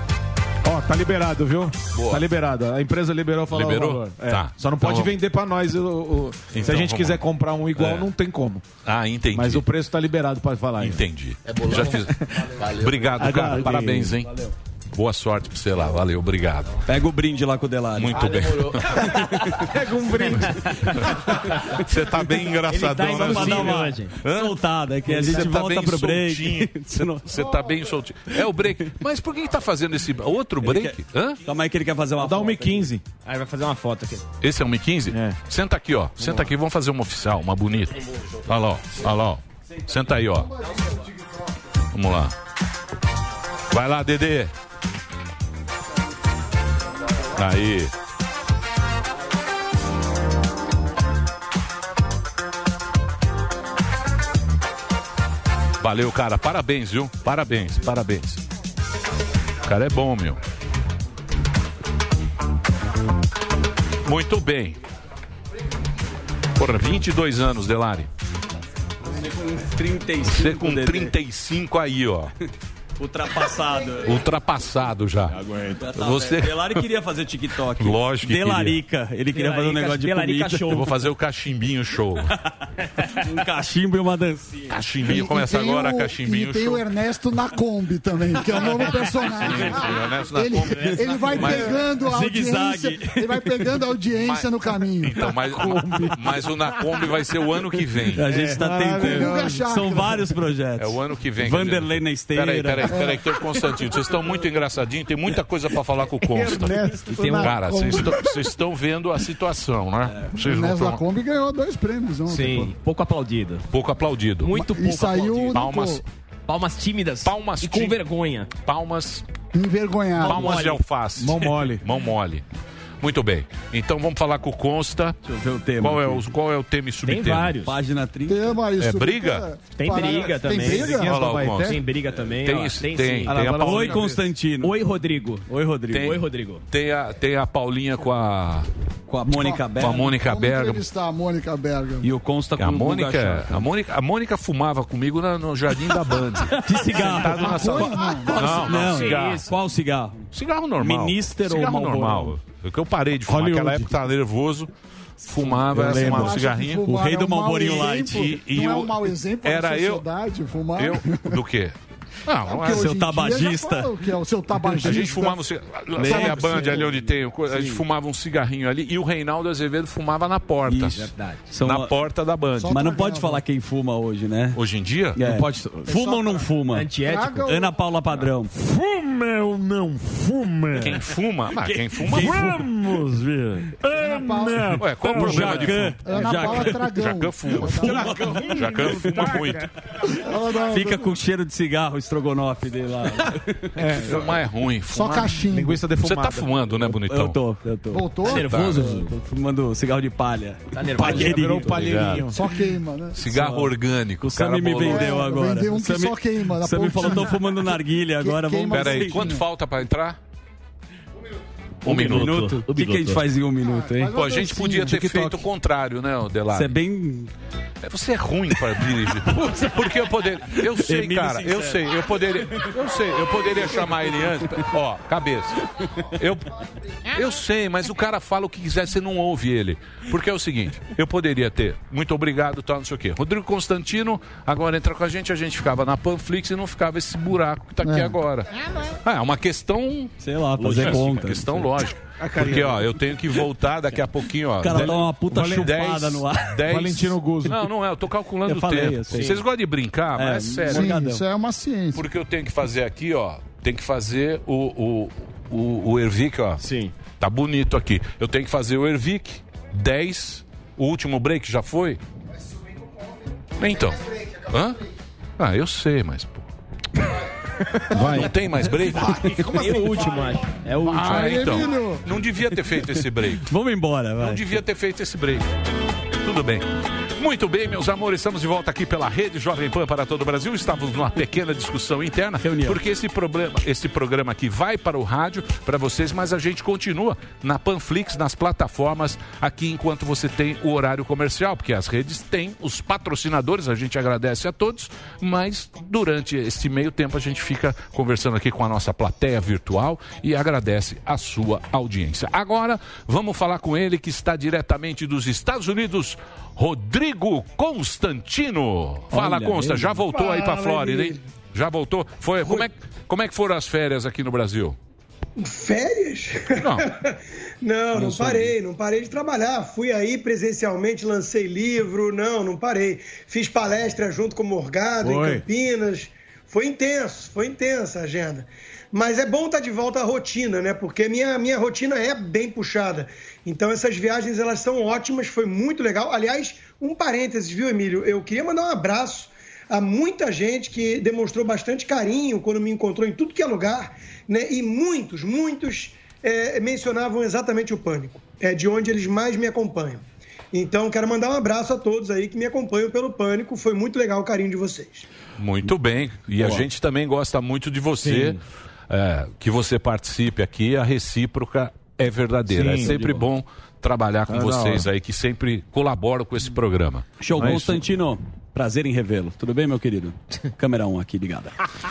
Ó, tá liberado, viu? Boa. Tá liberado. A empresa liberou falar Liberou? o valor. É. Tá. Só não Então pode vamos- vender pra nós. o- o- Se Então a gente vamos quiser lá. comprar um igual, É. não tem como. Ah, entendi. Mas o preço tá liberado pra falar. ainda. Entendi. É bolão? Já fiz. Valeu. Obrigado, cara. Valeu. Parabéns, hein? Boa sorte pra você lá. Valeu, obrigado. Pega o brinde lá com o Delari. Muito Ah, bem. Pega um brinde. Você tá bem engraçadão, Ele tá né? pra dar uma Hã? soltada, que a Você gente tá volta bem pro break. soltinho. Você não- Você tá bem soltinho. É o break. Mas por que que tá fazendo esse outro break? Hã? Calma aí que ele quer fazer uma Dá um foto um e quinze. Aí vai fazer uma foto aqui. Esse é um um e quinze? Senta aqui, ó. Senta aqui, vamos fazer uma oficial, uma bonita. Olha lá, ó. Olha lá, ó. Senta aí, ó. Vamos lá. Vai lá, Dedê. Aí. Valeu, cara. Parabéns, viu? Parabéns, parabéns. O cara é bom, meu. Muito bem. Porra, vinte e dois anos, Delari. Você com trinta e cinco. Você com Dedê. trinta e cinco aí, ó. Ultrapassado. Ultrapassado já. Já tá Você... velho. Delari queria fazer TikTok. Lógico que Delarica. queria. Ele queria fazer um negócio de Delarica comida. show. Eu vou fazer o cachimbinho show. Um cachimbo e uma dancinha. Cachimbinho, começa tem agora, o- cachimbinho E tem show. o Ernesto na Kombi também, que é o novo personagem. Sim, sim, o Ernesto na ele, Kombi. ele vai Mas- pegando a Zigue-zague. audiência. Ele vai pegando a audiência no caminho. Então, mas, mas o Na Kombi vai ser o ano que vem. A gente tá tentando. Guga Chakra. São vários projetos. É o ano que vem. Vanderlei na esteira. Peraí, peraí, peraí, que tem o Constantino. Vocês estão muito engraçadinhos, tem muita coisa pra falar com o Consta. Ernesto E tem um- na Cara, Kombi. vocês estão- vocês estão vendo a situação, né? O Vocês não Ernesto da estão... Kombi ganhou dois prêmios ontem. Sim, pouco aplaudido. Pouco aplaudido. Muito E pouco saiu aplaudido. no Palmas, Palmas tímidas palmas e com ti- vergonha. palmas, pô. Envergonhado. palmas de alface. Mão mole. Mão mole. Muito bem. Então vamos falar com o Consta. Deixa eu ver o tema. Qual é aqui. o, qual é o tema e Tem subtema? vários. Página trinta. Tema isso. É briga? Tem briga também. Tem briga? Olha lá o Consta. Tem briga também. Tem ó. isso, tem, tem. sim. Tem a Oi, Paulinha. Constantino. Oi, Rodrigo. Oi, Rodrigo. Tem. Oi, Rodrigo. Tem a, tem a Paulinha com a, Com a Mônica com a Bergamo. Mônica Vamos Bergamo. entrevistar a Mônica Bergamo. E o Consta com A o Guga Mônica, Chakra. a, Mônica, a Mônica fumava comigo na- no jardim da Band. Que cigarro? Sentado na sala. Não, não, Não, cigarro. Qual cigarro? Cigarro normal. Minister ou cigarro Marlboro? normal. É que eu parei de fumar. Hollywood. Naquela época tava nervoso. Fumava, Eu ela lembro. fumava um Acha que cigarrinho. fumar O rei é do um mau Malborinho exemplo? Light. E- e Não é o- um mau exemplo era da eu- sociedade, fumar? Eu, do quê? Não, não Porque é. hoje seu em dia já tabagista. fala o que é o seu tabagista. A gente fumava um cigarro. Sabe a Band ali onde tem? o co- A gente fumava um cigarrinho ali e o Reinaldo Azevedo fumava na porta. Isso. Verdade. São Na a- porta da Band. Mas não pode falar quem fuma hoje, né? Hoje em dia? É. Não pode... Fuma ou não fuma? Antiético. Traga o- Ana Paula Padrão. Fuma ou não fuma? Quem fuma? Ah, quem fuma, quem fuma. Vamos ver. Ana Ué, qual é o problema de Jacan. fumar? Ana Paula Jacan. Tragão. Jacan fuma. Jacan fuma muito. Ela dá- Fica com cheiro de cigarro, estrogonofe dele lá. Fumar é ruim. Só Fumar... cachimbo. Linguiça Você defumada. tá fumando, né, bonitão? Eu tô, eu tô. Voltou? Tá nervoso? Tô fumando cigarro de palha. Tá nervoso? Palheirinho. Virou palheirinho. Só queima, né? Cigarro orgânico. O Sami me bolou. vendeu É, agora. vendeu um O que Sami- só queima, na O Sami falou, pontinha. tô fumando narguilha agora, vamos... queima Pera aí, Sim. quanto falta pra entrar? Um Um minuto. minuto? O que, que a gente faz em um minuto, hein? Pô, a gente podia ter feito o contrário, né, Delari? Você é bem... É, Você é ruim para dirigir. Porque eu poderia. Eu sei, Emílio cara. Eu Sincero. sei. Eu poderia. Eu sei. Eu poderia chamar ele antes. Ó, cabeça. Eu, eu sei, mas o cara fala o que quiser, você não ouve ele. Porque é o seguinte: eu poderia ter. Muito obrigado, tal, não sei o quê. Rodrigo Constantino agora entra com a gente, a gente ficava na Panflix e não ficava esse buraco que tá aqui É. agora. Ah, é uma questão. Sei lá, fazer logística, conta. questão lógica. Porque, ó, eu tenho que voltar daqui a pouquinho, ó. O cara dez- dá uma puta dez- chupada no ar. dez- Valentino Guzzo. Não, não é, eu tô calculando Eu o falei, tempo. eu sei. Vocês gostam de brincar, mas é, É, sério. Sim, Morgadão. isso é uma ciência. Porque eu tenho que fazer aqui, ó. Tem que fazer o, o, o, o Ervic, ó. Sim. Tá bonito aqui. Eu tenho que fazer o Ervic, dez. O último break já foi? Então. Hã? Ah, eu sei, mas, pô. Vai. Não tem mais break? Como assim? É o último, acho. É o último. Ah, então. Não devia ter feito esse break. Vamos embora, vai. Não devia ter feito esse break. Tudo bem. Muito bem, meus amores, estamos de volta aqui pela Rede Jovem Pan para todo o Brasil. Estávamos numa pequena discussão interna, Reunião. porque esse, problema, esse programa aqui vai para o rádio, para vocês, mas a gente continua na Panflix, nas plataformas, aqui enquanto você tem o horário comercial, porque as redes têm os patrocinadores, a gente agradece a todos, mas durante esse meio tempo a gente fica conversando aqui com a nossa plateia virtual e agradece a sua audiência. Agora, vamos falar com ele que está diretamente dos Estados Unidos, Rodrigo Constantino. Fala, Olha Consta, ele. já voltou aí pra Fala, Flórida, hein? ele. Já voltou? Foi, como, é, como é que foram as férias aqui no Brasil? Férias? Não. não, não, não parei, não parei de trabalhar. Fui aí presencialmente, lancei livro, não, não parei. Fiz palestra junto com o Morgado Foi. em Campinas. Foi intenso, foi intensa a agenda. Mas é bom estar de volta à rotina, né? Porque minha, minha rotina é bem puxada. Então essas viagens, elas são ótimas, foi muito legal. Aliás, um parênteses, viu, Emílio? Eu queria mandar um abraço a muita gente que demonstrou bastante carinho quando me encontrou em tudo que é lugar, né? E muitos, muitos é, mencionavam exatamente o Pânico. É de onde eles mais me acompanham. Então, quero mandar um abraço a todos aí que me acompanham pelo Pânico. Foi muito legal o carinho de vocês. Muito bem. E Boa. a gente também gosta muito de você, é, que você participe aqui. A recíproca é verdadeira. Sim, é sempre bom trabalhar com Ah, vocês aí, que sempre colaboram com esse programa. Show, Não é isso? Constantino. Prazer em revê-lo. Tudo bem, meu querido? Câmera um aqui ligada.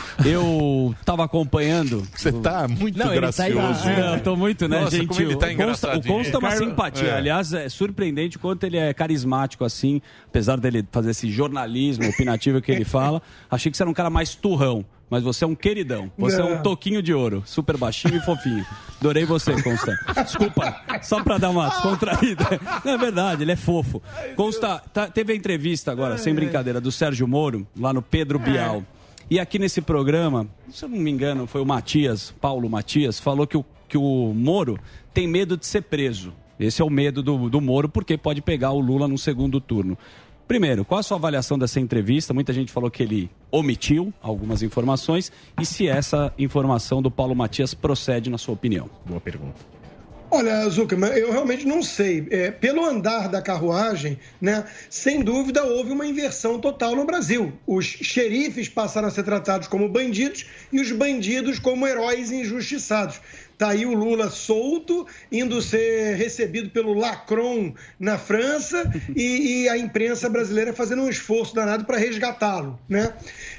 Eu tava acompanhando. Você tá muito Não, ele tá gracioso. Não, eu tô muito, né, Nossa, gente? como ele tá o Consta, o engraçadinho. Consta é uma Carlos- simpatia. é. Aliás, é surpreendente o quanto ele é carismático, assim. Apesar dele fazer esse jornalismo opinativo que ele fala. Achei que você era um cara mais turrão. Mas você é um queridão. Você Não. é um toquinho de ouro. Super baixinho e fofinho. Adorei você, Consta. Desculpa, só pra dar uma descontraída. Não, é verdade, ele é fofo. Consta, tá- teve a entrevista agora, sem brincadeira, do Sérgio Moro, lá no Pedro Bial. E aqui nesse programa, se eu não me engano, foi o Matias, Paulo Matias, falou que o, que o Moro tem medo de ser preso. Esse é o medo do, do Moro, porque pode pegar o Lula no segundo turno. Primeiro, qual a sua avaliação dessa entrevista? Muita gente falou que ele omitiu algumas informações. E se essa informação do Paulo Matias procede, na sua opinião? Boa pergunta. Olha, Zuckerman, eu realmente não sei. É, pelo andar da carruagem, né, sem dúvida houve uma inversão total no Brasil. Os xerifes passaram a ser tratados como bandidos e os bandidos como heróis injustiçados. Está aí o Lula solto, indo ser recebido pelo Macron na França e, e a imprensa brasileira fazendo um esforço danado para resgatá-lo, né?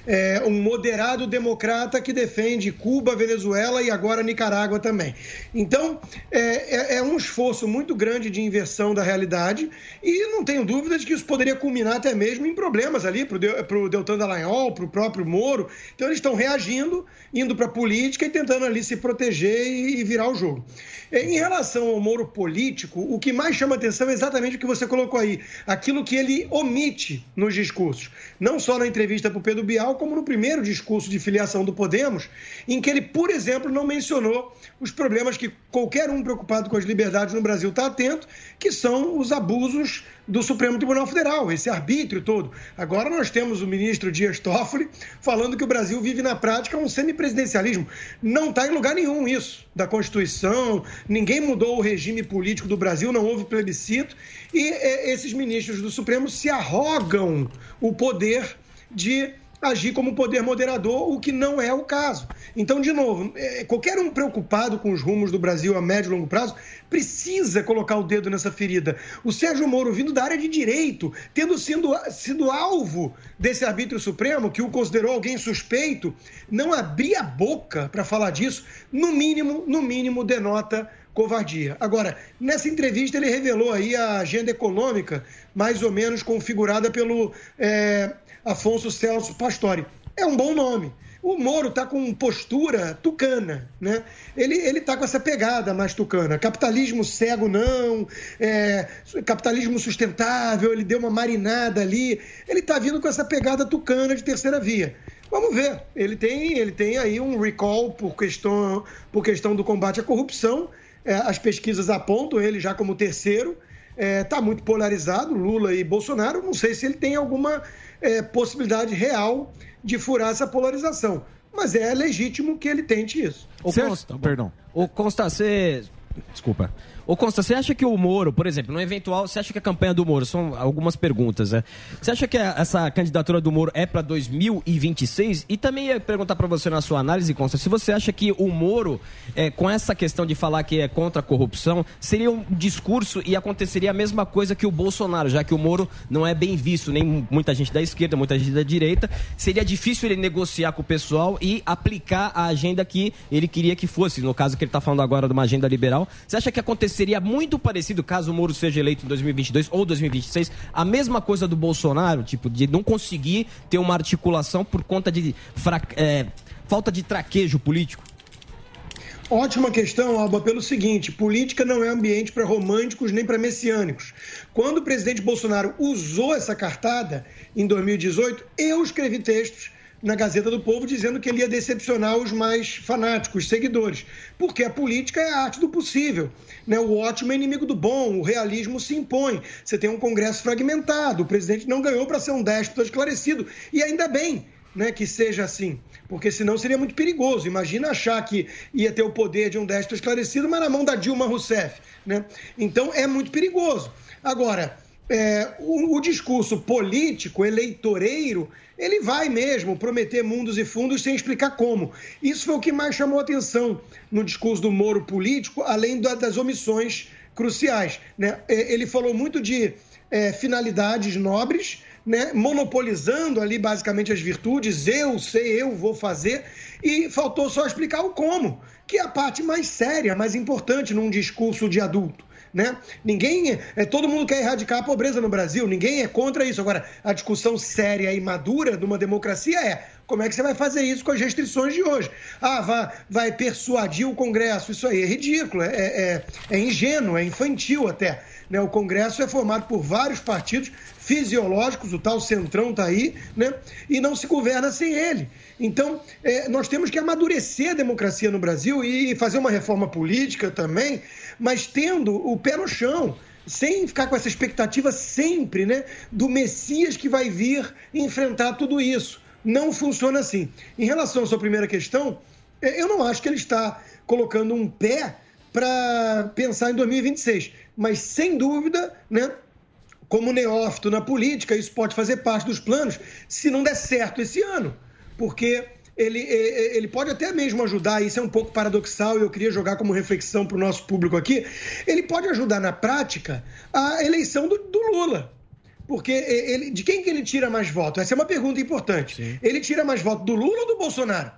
É um moderado democrata que defende Cuba, Venezuela e agora Nicarágua também. Então, é, é, é um esforço muito grande de inversão da realidade e não tenho dúvida de que isso poderia culminar até mesmo em problemas ali para o Deltan Dallagnol, para o próprio Moro. Então, eles estão reagindo, indo para a política e tentando ali se proteger e e virar o jogo. Em relação ao Moro político, o que mais chama atenção é exatamente o que você colocou aí, aquilo que ele omite nos discursos, não só na entrevista para o Pedro Bial, como no primeiro discurso de filiação do Podemos, em que ele, por exemplo, não mencionou os problemas que qualquer um preocupado com as liberdades no Brasil está atento, que são os abusos do Supremo Tribunal Federal, esse arbítrio todo. Agora nós temos o ministro Dias Toffoli falando que o Brasil vive na prática um semipresidencialismo. Não está em lugar nenhum isso, da Constituição, ninguém mudou o regime político do Brasil, não houve plebiscito, e é, esses ministros do Supremo se arrogam o poder de agir como poder moderador, o que não é o caso. Então, de novo, é, qualquer um preocupado com os rumos do Brasil a médio e longo prazo precisa colocar o dedo nessa ferida. O Sérgio Moro, vindo da área de direito, tendo sido, sido alvo desse arbítrio supremo, que o considerou alguém suspeito, não abrir a boca para falar disso, no mínimo, no mínimo, denota covardia. Agora, nessa entrevista ele revelou aí a agenda econômica mais ou menos configurada pelo é, Afonso Celso Pastore. É um bom nome. O Moro está com postura tucana, né? Ele ele está com essa pegada mais tucana. Capitalismo cego não, é, capitalismo sustentável, ele deu uma marinada ali. Ele está vindo com essa pegada tucana de terceira via. Vamos ver. Ele tem, ele tem aí um recall por questão, por questão do combate à corrupção. É, as pesquisas apontam ele já como terceiro. Está é, muito polarizado, Lula e Bolsonaro. Não sei se ele tem alguma é, possibilidade real de furar essa polarização. Mas é legítimo que ele tente isso. Ô, Consta, perdão. Ô, Consta, você... Desculpa. Ô, Consta, você acha que o Moro, por exemplo, no eventual, você acha que a campanha do Moro, são algumas perguntas, né? Você acha que essa candidatura do Moro é para dois mil e vinte e seis? E também ia perguntar para você na sua análise, Consta, se você acha que o Moro, é, com essa questão de falar que é contra a corrupção, seria um discurso e aconteceria a mesma coisa que o Bolsonaro, já que o Moro não é bem visto, nem muita gente da esquerda, muita gente da direita, seria difícil ele negociar com o pessoal e aplicar a agenda que ele queria que fosse, no caso que ele está falando agora de uma agenda liberal. Você acha que aconteceria seria muito parecido, caso o Moro seja eleito em dois mil e vinte e dois ou dois mil e vinte e seis, a mesma coisa do Bolsonaro, tipo, de não conseguir ter uma articulação por conta de fra... é, falta de traquejo político? Ótima questão, Alba, pelo seguinte: política não é ambiente para românticos nem para messiânicos. Quando o presidente Bolsonaro usou essa cartada em dois mil e dezoito, eu escrevi textos na Gazeta do Povo dizendo que ele ia decepcionar os mais fanáticos, os seguidores, porque a política é a arte do possível, né? O ótimo é inimigo do bom, o realismo se impõe, você tem um Congresso fragmentado, o presidente não ganhou para ser um déspota esclarecido, e ainda bem, né, que seja assim, porque senão seria muito perigoso. Imagina achar que ia ter o poder de um déspota esclarecido, mas na mão da Dilma Rousseff, né? Então é muito perigoso. Agora, é, o, o discurso político, eleitoreiro, ele vai mesmo prometer mundos e fundos sem explicar como. Isso foi o que mais chamou a atenção no discurso do Moro político, além da, das omissões cruciais, né? Ele falou muito de é, finalidades nobres, né, monopolizando ali basicamente as virtudes, eu sei, eu vou fazer, e faltou só explicar o como, que é a parte mais séria, mais importante num discurso de adulto, né? Ninguém, é, todo mundo quer erradicar a pobreza no Brasil, ninguém é contra isso. Agora, a discussão séria e madura de uma democracia é: como é que você vai fazer isso com as restrições de hoje? Ah, vai, vai persuadir o Congresso, isso aí é ridículo, é, é, é ingênuo, é infantil até, né? O Congresso é formado por vários partidos fisiológicos, o tal centrão está aí, né? E não se governa sem ele. Então, é, nós temos que amadurecer a democracia no Brasil e fazer uma reforma política também, mas tendo o pé no chão, sem ficar com essa expectativa sempre, né, do Messias que vai vir enfrentar tudo isso. Não funciona assim. Em relação à sua primeira questão, eu não acho que ele está colocando um pé para pensar em dois mil e vinte e seis, mas sem dúvida, né, como neófito na política, isso pode fazer parte dos planos se não der certo esse ano, porque ele, ele pode até mesmo ajudar, isso é um pouco paradoxal e eu queria jogar como reflexão para o nosso público aqui, ele pode ajudar na prática a eleição do, do Lula. Porque ele, de quem que ele tira mais voto? Essa é uma pergunta importante. Sim. Ele tira mais voto do Lula ou do Bolsonaro?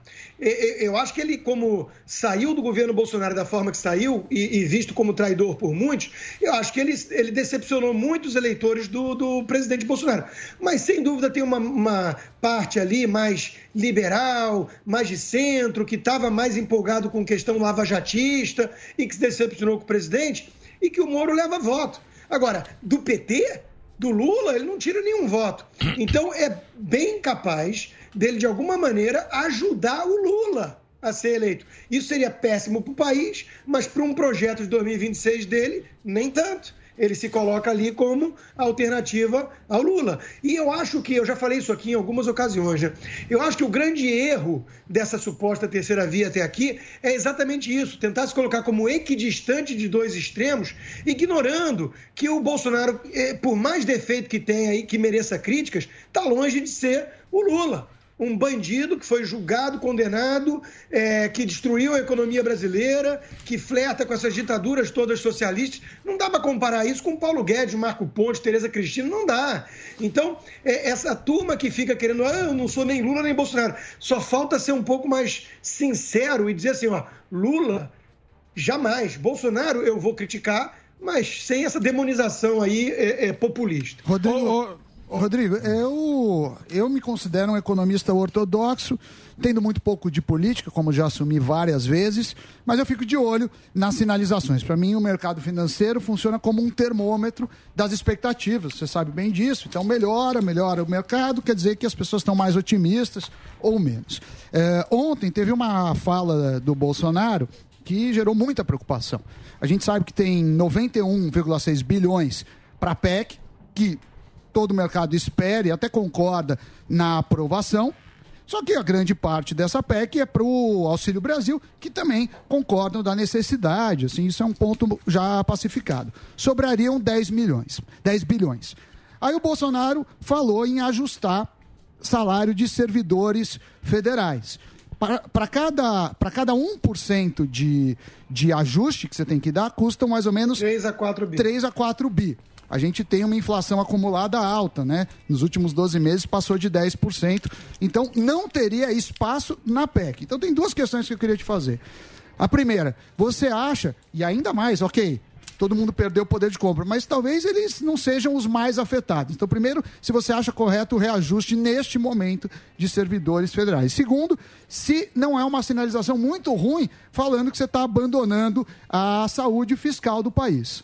Eu acho que ele, como saiu do governo Bolsonaro da forma que saiu e, e visto como traidor por muitos, eu acho que ele, ele decepcionou muitos eleitores do, do presidente Bolsonaro. Mas, sem dúvida, tem uma, uma parte ali mais liberal, mais de centro, que estava mais empolgado com questão lavajatista e que se decepcionou com o presidente e que o Moro leva voto. Agora, do P T... do Lula, ele não tira nenhum voto. Então, é bem capaz dele, de alguma maneira, ajudar o Lula a ser eleito. Isso seria péssimo para o país, mas para um projeto de dois mil e vinte e seis dele, nem tanto. Ele se coloca ali como alternativa ao Lula. E eu acho que, eu já falei isso aqui em algumas ocasiões, né? Eu acho que o grande erro dessa suposta terceira via até aqui é exatamente isso, tentar se colocar como equidistante de dois extremos, ignorando que o Bolsonaro, por mais defeito que tenha e que mereça críticas, está longe de ser o Lula. Um bandido que foi julgado, condenado, é, que destruiu a economia brasileira, que flerta com essas ditaduras todas socialistas. Não dá para comparar isso com Paulo Guedes, Marco Pontes, Tereza Cristina, não dá. Então, é, essa turma que fica querendo, ah, eu não sou nem Lula nem Bolsonaro, só falta ser um pouco mais sincero e dizer assim, ó, Lula, jamais. Bolsonaro eu vou criticar, mas sem essa demonização aí é, é, populista. Rodrigo... Oh, oh. Rodrigo, eu, eu me considero um economista ortodoxo, tendo muito pouco de política, como já assumi várias vezes, mas eu fico de olho nas sinalizações. Para mim, o mercado financeiro funciona como um termômetro das expectativas, você sabe bem disso. Então, melhora, melhora o mercado, quer dizer que as pessoas estão mais otimistas ou menos. É, ontem teve uma fala do Bolsonaro que gerou muita preocupação. A gente sabe que tem noventa e um vírgula seis bilhões para a P E C, que todo o mercado espera e até concorda na aprovação, só que a grande parte dessa P E C é para o Auxílio Brasil, que também concordam da necessidade, assim, isso é um ponto já pacificado. Sobrariam dez milhões, dez bilhões. Aí o Bolsonaro falou em ajustar salário de servidores federais. Para cada, para cada um por cento de, de ajuste que você tem que dar, custam mais ou menos três a quatro bi. três a quatro bi. A gente tem uma inflação acumulada alta, né? Nos últimos doze meses passou de dez por cento. Então, não teria espaço na P E C. Então, tem duas questões que eu queria te fazer. A primeira, você acha, e ainda mais, ok, todo mundo perdeu o poder de compra, mas talvez eles não sejam os mais afetados. Então, primeiro, se você acha correto o reajuste neste momento de servidores federais. Segundo, se não é uma sinalização muito ruim falando que você está abandonando a saúde fiscal do país.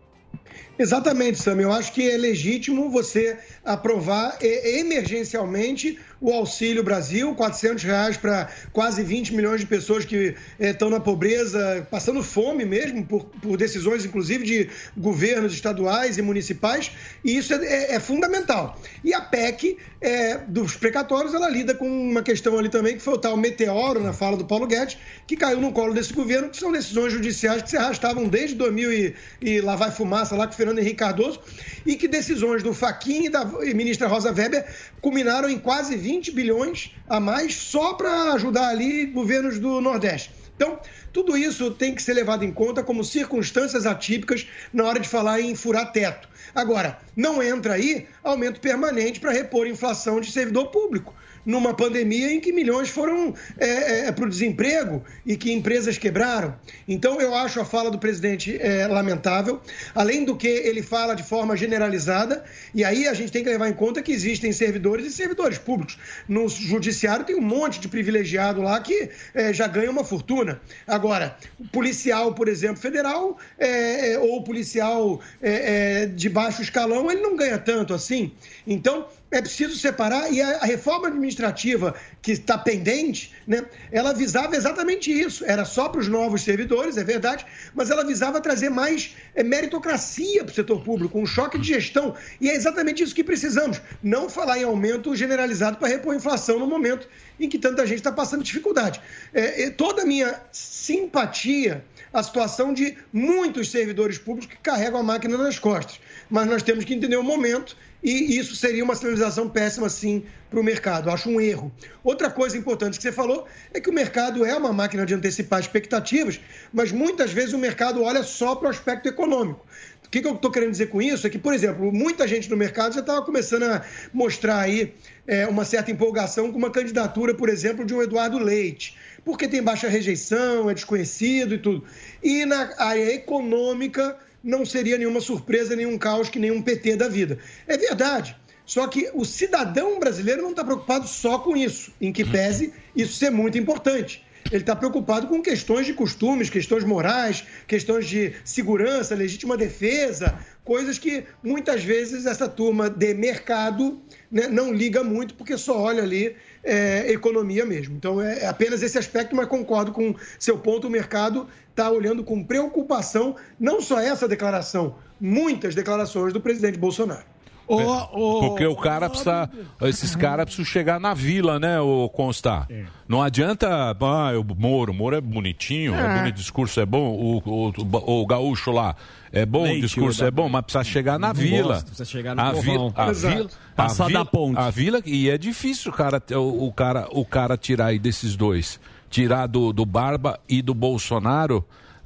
Exatamente, Sam. Eu acho que é legítimo você aprovar emergencialmente o Auxílio Brasil, quatrocentos reais para quase vinte milhões de pessoas que estão eh, na pobreza, passando fome mesmo, por, por decisões, inclusive, de governos estaduais e municipais, e isso é, é, é fundamental. E a P E C é, dos precatórios, ela lida com uma questão ali também, que foi o tal meteoro, na fala do Paulo Guedes, que caiu no colo desse governo, que são decisões judiciais que se arrastavam desde dois mil e, e lá vai fumaça, lá com o Fernando Henrique Cardoso, e que decisões do Fachin e da ministra Rosa Weber culminaram em quase vinte bilhões a mais só para ajudar ali governos do Nordeste. Então, tudo isso tem que ser levado em conta como circunstâncias atípicas na hora de falar em furar teto. Agora, não entra aí aumento permanente para repor inflação de servidor público, numa pandemia em que milhões foram é, é, para o desemprego e que empresas quebraram. Então, eu acho a fala do presidente é, lamentável. Além do que ele fala de forma generalizada, e aí a gente tem que levar em conta que existem servidores e servidores públicos. No judiciário tem um monte de privilegiado lá que é, já ganha uma fortuna. Agora, o policial, por exemplo, federal, é, é, ou policial é, é, de baixo escalão, ele não ganha tanto assim. Então, é preciso separar, e a reforma administrativa que está pendente, né, ela visava exatamente isso. Era só para os novos servidores, é verdade, mas ela visava trazer mais é, meritocracia para o setor público, um choque de gestão. E é exatamente isso que precisamos. Não falar em aumento generalizado para repor a inflação no momento em que tanta gente está passando dificuldade. É, é, toda a minha simpatia à situação de muitos servidores públicos que carregam a máquina nas costas. Mas nós temos que entender o momento. E isso seria uma sinalização péssima, sim, para o mercado. Eu acho um erro. Outra coisa importante que você falou é que o mercado é uma máquina de antecipar expectativas, mas muitas vezes o mercado olha só para o aspecto econômico. O que eu estou querendo dizer com isso é que, por exemplo, muita gente no mercado já estava começando a mostrar aí é, uma certa empolgação com uma candidatura, por exemplo, de um Eduardo Leite, porque tem baixa rejeição, é desconhecido e tudo. E na área econômica não seria nenhuma surpresa, nenhum caos que nenhum P T da vida. É verdade. Só que o cidadão brasileiro não está preocupado só com isso, em que pese isso ser muito importante. Ele está preocupado com questões de costumes, questões morais, questões de segurança, legítima defesa, coisas que muitas vezes essa turma de mercado, né, não liga muito porque só olha ali é, economia mesmo. Então é apenas esse aspecto, mas concordo com seu ponto, o mercado está olhando com preocupação, não só essa declaração, muitas declarações do presidente Bolsonaro. Oh, oh, Porque o cara precisa. Esses caras precisam chegar na vila, né, o Constar? É. Não adianta. Ah, o Moro, o Moro é bonitinho, é, é bonito, o discurso é bom, o, o, o, o gaúcho lá é bom, Leite, o discurso é bom, mas precisa chegar na vila. Gosto, precisa chegar no a vila, a vila, passar a vila, da ponte. A vila, e é difícil cara, o, o, cara, o cara tirar aí desses dois. Tirar do, do Barba e do Bolsonaro,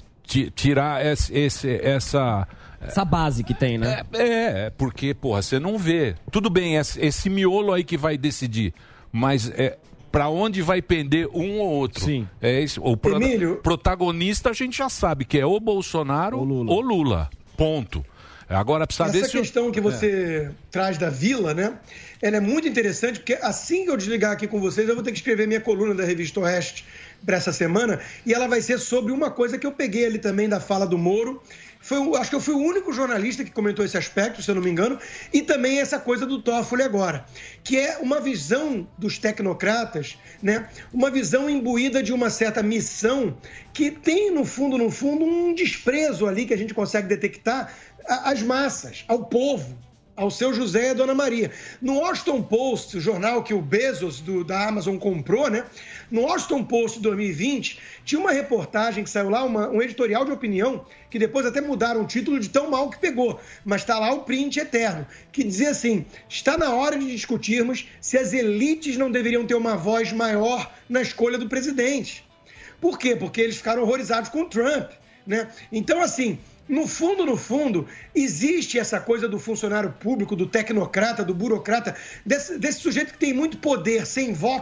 tirar esse, esse, essa. Essa base que tem, né? É, é, porque, porra, você não vê. Tudo bem, esse, esse miolo aí que vai decidir, mas é, pra onde vai pender um ou outro? Sim. É isso. O pro, Emílio... protagonista a gente já sabe que é ou Bolsonaro ou Lula. Ou Lula. Ponto. Agora precisa Essa desse... questão que você é. traz da vila, né? Ela é muito interessante, porque assim que eu desligar aqui com vocês, eu vou ter que escrever minha coluna da Revista Oeste para essa semana, e ela vai ser sobre uma coisa que eu peguei ali também da fala do Moro. Foi, acho que eu fui o único jornalista que comentou esse aspecto, se eu não me engano, e também essa coisa do Toffoli agora, que é uma visão dos tecnocratas, né? Uma visão imbuída de uma certa missão que tem, no fundo, no fundo, um desprezo ali que a gente consegue detectar às massas, ao povo, ao seu José e à Dona Maria. No Washington Post, o jornal que o Bezos do, da Amazon comprou, né? No Washington Post de dois mil e vinte, tinha uma reportagem que saiu lá, uma, um editorial de opinião, que depois até mudaram o título de tão mal que pegou, mas está lá o print eterno, que dizia assim: está na hora de discutirmos se as elites não deveriam ter uma voz maior na escolha do presidente. Por quê? Porque eles ficaram horrorizados com o Trump, né? Então, assim, no fundo, no fundo, existe essa coisa do funcionário público, do tecnocrata, do burocrata, desse, desse sujeito que tem muito poder sem voto,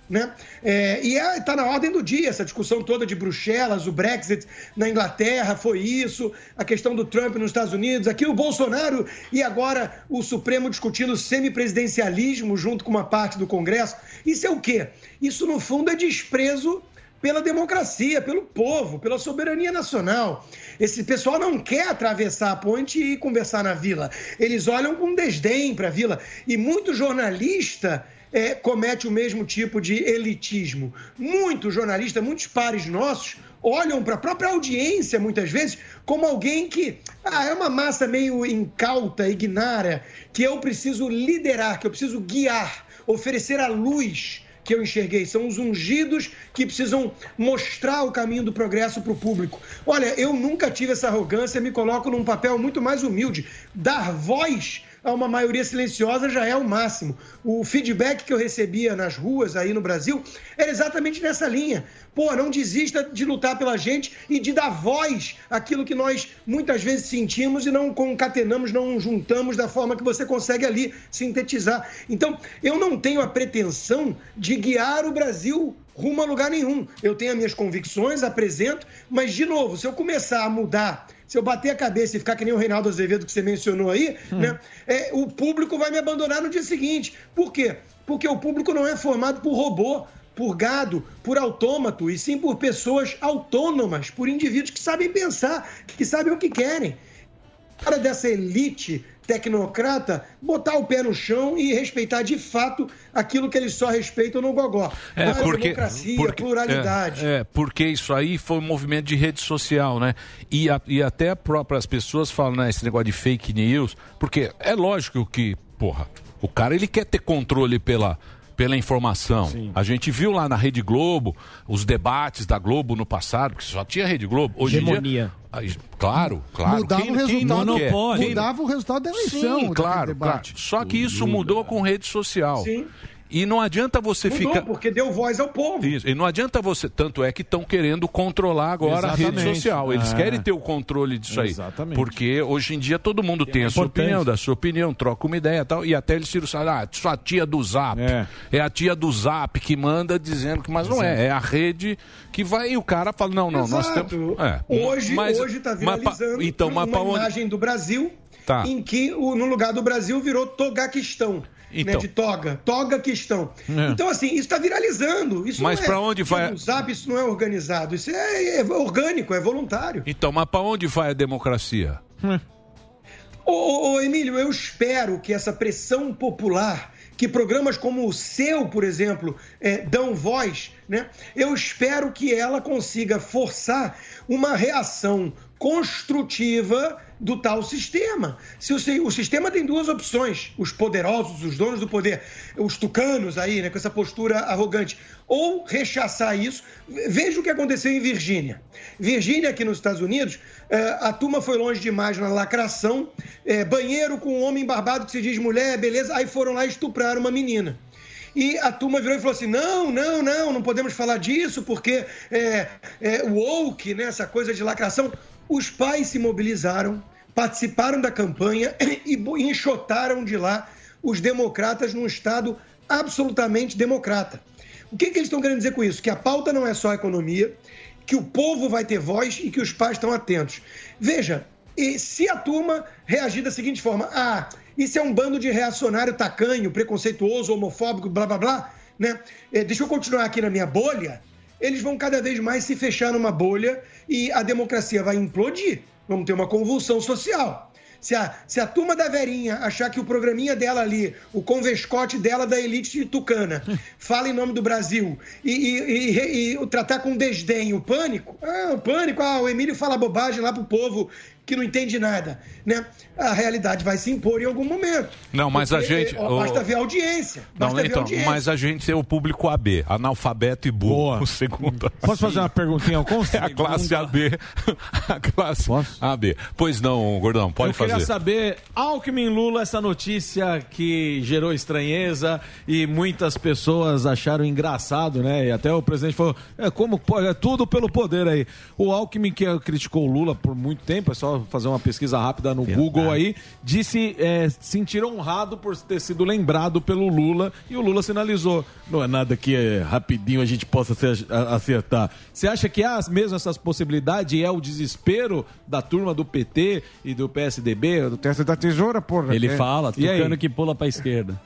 Né? É, e está na ordem do dia essa discussão toda de Bruxelas, o Brexit na Inglaterra, foi isso, a questão do Trump nos Estados Unidos, aqui o Bolsonaro e agora o Supremo discutindo semipresidencialismo junto com uma parte do Congresso. Isso é o quê? Isso, no fundo, é desprezo pela democracia, pelo povo, pela soberania nacional. Esse pessoal não quer atravessar a ponte e conversar na vila. Eles olham com desdém para a vila. E muito jornalista é, comete o mesmo tipo de elitismo. Muitos jornalistas, muitos pares nossos, olham para a própria audiência, muitas vezes, como alguém que ah, é uma massa meio incauta, ignara, que eu preciso liderar, que eu preciso guiar, oferecer a luz que eu enxerguei. São os ungidos que precisam mostrar o caminho do progresso para o público. Olha, eu nunca tive essa arrogância, me coloco num papel muito mais humilde. Dar voz a uma maioria silenciosa já é o máximo. O feedback que eu recebia nas ruas aí no Brasil era exatamente nessa linha. Pô, não desista de lutar pela gente e de dar voz àquilo que nós muitas vezes sentimos e não concatenamos, não juntamos da forma que você consegue ali sintetizar. Então, eu não tenho a pretensão de guiar o Brasil rumo a lugar nenhum. Eu tenho as minhas convicções, apresento, mas, de novo, se eu começar a mudar, se eu bater a cabeça e ficar que nem o Reinaldo Azevedo que você mencionou aí, hum. né, é, o público vai me abandonar no dia seguinte. Por quê? Porque o público não é formado por robô, por gado, por autômato, e sim por pessoas autônomas, por indivíduos que sabem pensar, que sabem o que querem. Para dessa elite tecnocrata, botar o pé no chão e respeitar de fato aquilo que eles só respeitam no gogó. É, porque, democracia, porque, pluralidade. É, é, porque isso aí foi um movimento de rede social, né? E, a, e até próprias pessoas falam, né, esse negócio de fake news, porque é lógico que, porra, o cara ele quer ter controle pela... pela informação. Sim. A gente viu lá na Rede Globo os debates da Globo no passado, porque só tinha Rede Globo. Hoje Hegemonia. em dia... Claro, claro. Mudava quem, o resultado, quem não quer? mudava o resultado da eleição. Sim, claro, claro. Só que isso mudou com rede social. Sim. E não adianta você Mudou, ficar... porque deu voz ao povo. Isso. E não adianta você... Tanto é que estão querendo controlar agora Exatamente. a rede social. Eles é. querem ter o controle disso aí. Exatamente. Porque hoje em dia todo mundo tem, tem a sua opinião, da sua opinião, troca uma ideia e tal. E até eles tiram o ah, sua tia do Zap. É. é a tia do Zap que manda dizendo que... Mas não é. É a rede que vai... E o cara fala, não, não, Exato. nós temos... É. Hoje mas, hoje está viralizando mas, então, uma mas imagem onde... do Brasil tá. em que o, no lugar do Brasil virou Togaquistão. Então. Né, de toga, toga-quistão. É. Então, assim, isso está viralizando. Isso mas para é, onde vai? No Zap, isso não é organizado. Isso é, é orgânico, é voluntário. Então, mas para onde vai a democracia? Hum. Ô, ô, ô, Emílio, eu espero que essa pressão popular, que programas como o seu, por exemplo, é, dão voz, né? Eu espero que ela consiga forçar uma reação construtiva do tal sistema. Se o, o sistema tem duas opções, os poderosos, os donos do poder, os tucanos aí, né, com essa postura arrogante, ou rechaçar isso. Veja o que aconteceu em Virgínia. Virgínia, aqui nos Estados Unidos, eh, a turma foi longe demais na lacração, eh, banheiro com um homem barbado que se diz mulher, beleza, aí foram lá estuprar uma menina. E a turma virou e falou assim, não, não, não, não podemos falar disso, porque é, é, o woke, né, essa coisa de lacração. Os pais se mobilizaram, participaram da campanha e enxotaram de lá os democratas num estado absolutamente democrata. O que, que eles estão querendo dizer com isso? Que a pauta não é só a economia, que o povo vai ter voz e que os pais estão atentos. Veja, e se a turma reagir da seguinte forma, ah, isso é um bando de reacionário tacanho, preconceituoso, homofóbico, blá, blá, blá, né? É, deixa eu continuar aqui na minha bolha. Eles vão cada vez mais se fechar numa bolha e a democracia vai implodir. Vamos ter uma convulsão social. Se a, se a turma da Verinha achar que o programinha dela ali, o convescote dela da elite tucana, fala em nome do Brasil e, e, e, e tratar com desdém o pânico, ah, o pânico, ah, o Emílio fala bobagem lá pro povo que não entende nada, né? A realidade vai se impor em algum momento. Não, mas porque, a gente... Ó, basta ver a audiência. Não, basta então, ver a audiência. mas a gente é o público A B, analfabeto e burro. Segundo. Posso fazer uma perguntinha? É a classe A B. A classe Posso? A B. Pois não, Gordão, pode eu fazer. Queria saber, Alckmin e Lula, essa notícia que gerou estranheza e muitas pessoas acharam engraçado, né? E até o presidente falou, é como é tudo pelo poder aí. O Alckmin, que criticou o Lula por muito tempo, é só fazer uma pesquisa rápida no Verdade. Google aí, disse é, sentir honrado por ter sido lembrado pelo Lula, e o Lula sinalizou, não é nada que é, rapidinho a gente possa acertar. Você acha que há mesmo essas possibilidades e é o desespero da turma do P T e do P S D B, do teste da tesoura, porra? Ele é. fala, tucano que pula pra esquerda.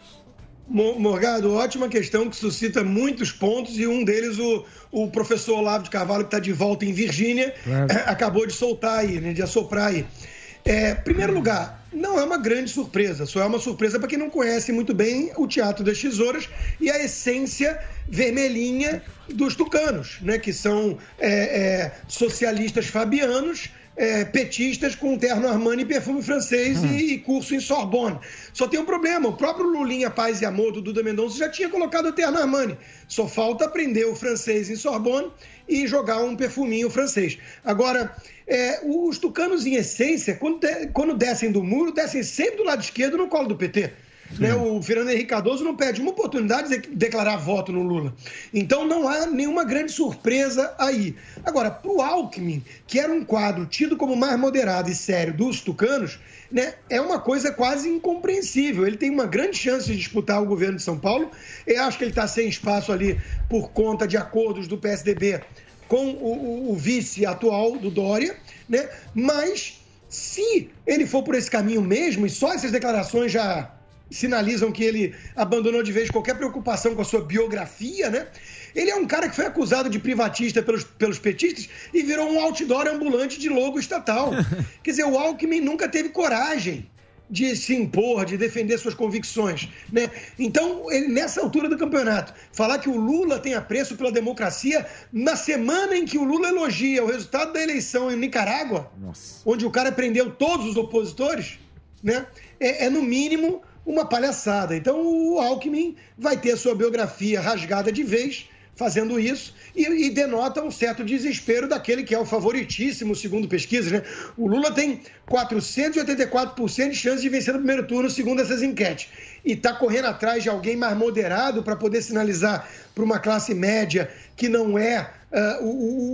Morgado, ótima questão que suscita muitos pontos e um deles o, o professor Olavo de Carvalho, que está de volta em Virgínia, claro. acabou de soltar aí, né, de assoprar aí. É, primeiro lugar, não é uma grande surpresa, só é uma surpresa para quem não conhece muito bem o Teatro das Tesouras e a essência vermelhinha dos tucanos, né, que são é, é, socialistas fabianos, É, petistas com terno Armani e perfume francês hum. e, e curso em Sorbonne. Só tem um problema, o próprio Lulinha Paz e Amor do Duda Mendonça já tinha colocado o terno Armani. Só falta aprender o francês em Sorbonne e jogar um perfuminho francês. Agora, é, os tucanos em essência, quando, de, quando descem do muro, descem sempre do lado esquerdo no colo do P T. Né, o Fernando Henrique Cardoso não perde uma oportunidade de declarar voto no Lula. Então não há nenhuma grande surpresa aí. Agora, para o Alckmin, que era um quadro tido como mais moderado e sério dos tucanos, né, é uma coisa quase incompreensível. Ele tem uma grande chance de disputar o governo de São Paulo. Eu acho que ele está sem espaço ali por conta de acordos do P S D B com o, o, o vice atual do Dória, né? Mas se ele for por esse caminho mesmo, e só essas declarações já sinalizam que ele abandonou de vez qualquer preocupação com a sua biografia, né? Ele é um cara que foi acusado de privatista pelos, pelos petistas e virou um outdoor ambulante de logo estatal. Quer dizer, o Alckmin nunca teve coragem de se impor, de defender suas convicções, né? Então, ele, nessa altura do campeonato, falar que o Lula tem apreço pela democracia, na semana em que o Lula elogia o resultado da eleição em Nicarágua, Nossa. onde o cara prendeu todos os opositores, né? É, é no mínimo uma palhaçada. Então o Alckmin vai ter a sua biografia rasgada de vez fazendo isso e, e denota um certo desespero daquele que é o favoritíssimo segundo pesquisas, né? O Lula tem quatrocentos e oitenta e quatro por cento de chance de vencer no primeiro turno segundo essas enquetes e está correndo atrás de alguém mais moderado para poder sinalizar para uma classe média que não é uh, o,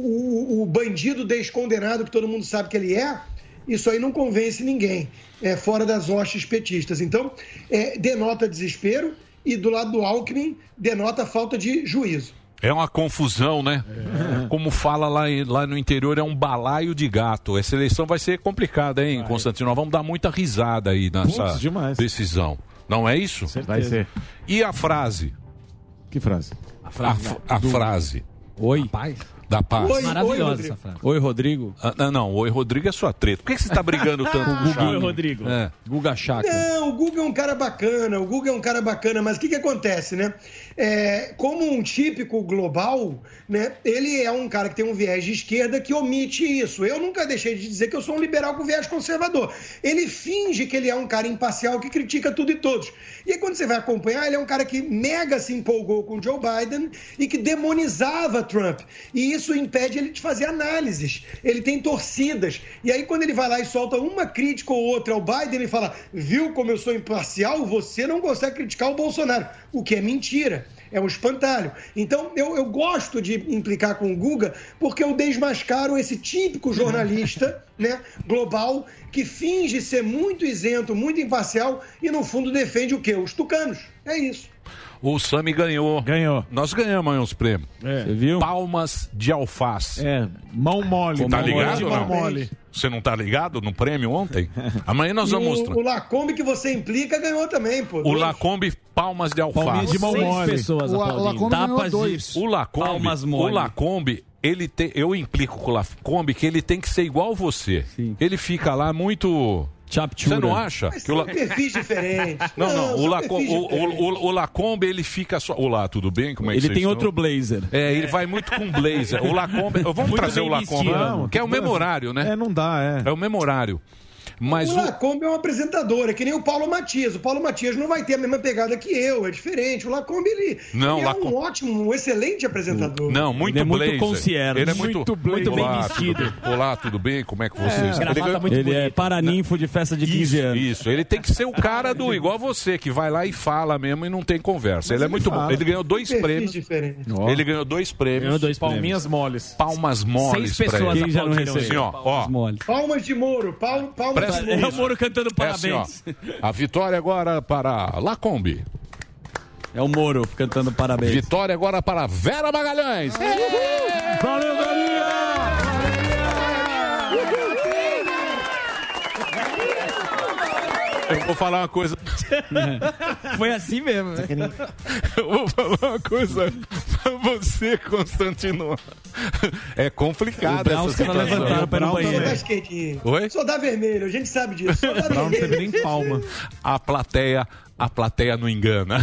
o, o, o bandido descondenado que todo mundo sabe que ele é. Isso aí não convence ninguém, é, fora das hostes petistas. Então, é, denota desespero e do lado do Alckmin, denota falta de juízo. É uma confusão, né? É. Como fala lá, lá no interior, é um balaio de gato. Essa eleição vai ser complicada, hein, vai. Constantino? Nós vamos dar muita risada aí nessa Putz, decisão. Não é isso? Vai ser. E a frase? Que frase? A frase. A, a frase. Oi. Rapaz. Da paz. Oi, maravilhosa essa frase. Oi, Rodrigo. Ah, não, não, Oi, Rodrigo é sua treta. Por que você está brigando tanto com o Guga? Oi, Rodrigo. É. Guga Chakra. Não, o Guga é um cara bacana, o Guga é um cara bacana, mas o que que acontece, né? É, como um típico global, né? Ele é um cara que tem um viés de esquerda que omite isso. Eu nunca deixei de dizer que eu sou um liberal com viés conservador. Ele finge que ele é um cara imparcial que critica tudo e todos. E aí, quando você vai acompanhar, ele é um cara que mega se empolgou com Joe Biden e que demonizava Trump. E isso impede ele de fazer análises. Ele tem torcidas. E aí, quando ele vai lá e solta uma crítica ou outra ao Biden, ele fala, viu como eu sou imparcial? Você não consegue criticar o Bolsonaro. O que é mentira. É um espantalho. Então, eu, eu gosto de implicar com o Guga porque eu desmascaro esse típico jornalista né, global que finge ser muito isento, muito imparcial e, no fundo, defende o quê? Os tucanos. É isso. O Sami ganhou. Ganhou. Nós ganhamos aí uns prêmios. É. Você viu? Palmas de alface. É, mão mole. Tá mão ligado ou mão não? mole. Você não tá ligado no prêmio ontem? Amanhã nós vamos mostrar. O Lacombe que você implica ganhou também, pô. O Lacombe, palmas de alface. Palminha de mão mole. Pessoas, o, o Lacombe ganhou dois. O Lacombe, palmas o mole. Lacombe, ele tem, eu implico com o Lacombe que ele tem que ser igual você. Sim. Ele fica lá muito... Você não acha? Mas que o La... perfis diferentes. Não, não, não o, Lacombe, o, o, o Lacombe, ele fica só... Olá, tudo bem? Como é que ele tem estão? outro blazer. É, ele vai muito com blazer. O Lacombe... Vamos muito trazer o Lacombe, vestido. que é o mesmo horário, né? É, não dá, é. É o mesmo horário. Mas o Lacombe é um apresentador, é que nem o Paulo Matias. O Paulo Matias não vai ter a mesma pegada que eu, é diferente. O Lacombe, ele, Não, ele é Lacombe- um ótimo, um excelente apresentador. Não, muito Ele é muito blazer. concierge. Ele é muito, Muito blazer. Olá, Muito bem tudo- Olá, tudo bem? Como é que você É, está? gravata ganhou- muito Ele é bonita. paraninfo de festa de quinze isso, anos. Isso, ele tem que ser o cara do igual você, que vai lá e fala mesmo e não tem conversa. Mas ele é ele muito fala. bom. Ele ganhou dois Perfis prêmios. diferentes. Ó. Ele ganhou dois prêmios. Ganhou dois Palminhas moles. Palmas moles Seis pra pessoas ele. aplaudiram Assim, ele. ó, ó. Palmas de Moro, pal, palmas Presta- de Moro. É o Moro cantando É assim, ó, a vitória agora para Lacombe. É o Moro cantando parabéns. Vitória agora para Vera Magalhães. Valeu, Eu vou falar uma coisa. Foi assim mesmo. né? Eu vou falar uma coisa pra você, Constantino. É complicado O Brown essa os caras situação. levantaram para o banheiro. Mais quentinho. Oi? Só dá vermelho, a gente sabe disso. Só dá Não vermelho. teve nem palma. A plateia, a plateia não engana.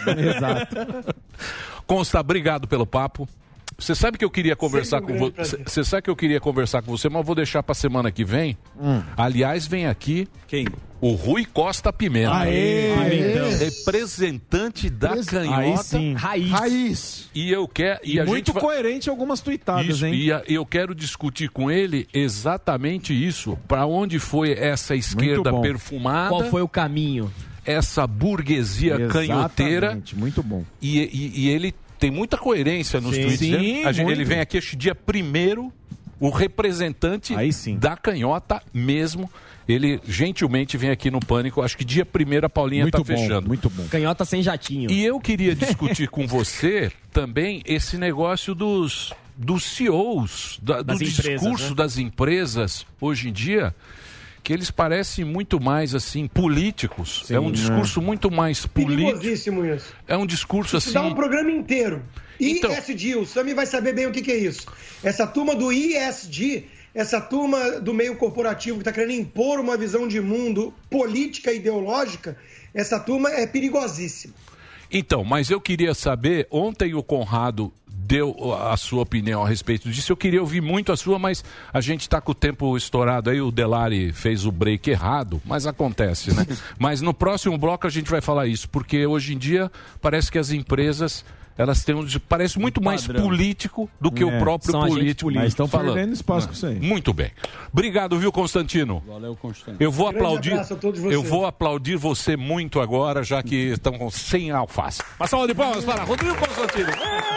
Exato. Consta, obrigado pelo papo. Você sabe que eu queria conversar Sempre um com grande você. prazer. Você sabe que eu queria conversar com você, mas eu vou deixar pra semana que vem. Hum. Aliás, vem aqui. Quem? O Rui Costa Pimenta. Aê! Aê! Representante da canhota. Aí sim. Raiz. Raiz. E eu quero. E, E a muito gente va- coerente algumas tuitadas, Isso, hein? e a- eu quero discutir com ele exatamente isso. Para onde foi essa esquerda bom. perfumada? Qual foi o caminho? Essa burguesia Exatamente, canhoteira. muito bom. E, e- e ele tem muita coerência nos Sim, tweets. sim, né? A gente- muito. ele vem aqui este dia primeiro, o representante da canhota mesmo. Ele gentilmente vem aqui no Pânico. Acho que dia primeiro a Paulinha Muito está bom, fechando. Muito bom. Canhota sem jatinho. E eu queria discutir com você também esse negócio dos, dos C E Os, da- do Das empresas, discurso né? das empresas hoje em dia, que eles parecem muito mais assim políticos. Sim, é um né? discurso muito mais político. Perigosíssimo isso. É um discurso Isso assim. dá um programa inteiro. Então- I S D, o Sami vai saber bem o que, que é isso. Essa turma do I S D, essa turma do meio corporativo que está querendo impor uma visão de mundo política e ideológica, essa turma é perigosíssima. Então, mas eu queria saber, ontem o Conrado deu a sua opinião a respeito disso, eu queria ouvir muito a sua, mas a gente está com o tempo estourado aí, o Delari fez o break errado, mas acontece, né? Mas no próximo bloco a gente vai falar isso, porque hoje em dia parece que as empresas, elas têm um, parece muito mais padrão. político do que É, o próprio são agentes político. políticos. Mas estão falando. perdendo espaço com isso aí. Muito bem. Obrigado, viu, Constantino? Valeu, Constantino. Eu vou Grande aplaudir. abraço a todos vocês. Eu vou aplaudir você muito agora, já que estão sem alface. Uma salva de palmas para Rodrigo Constantino.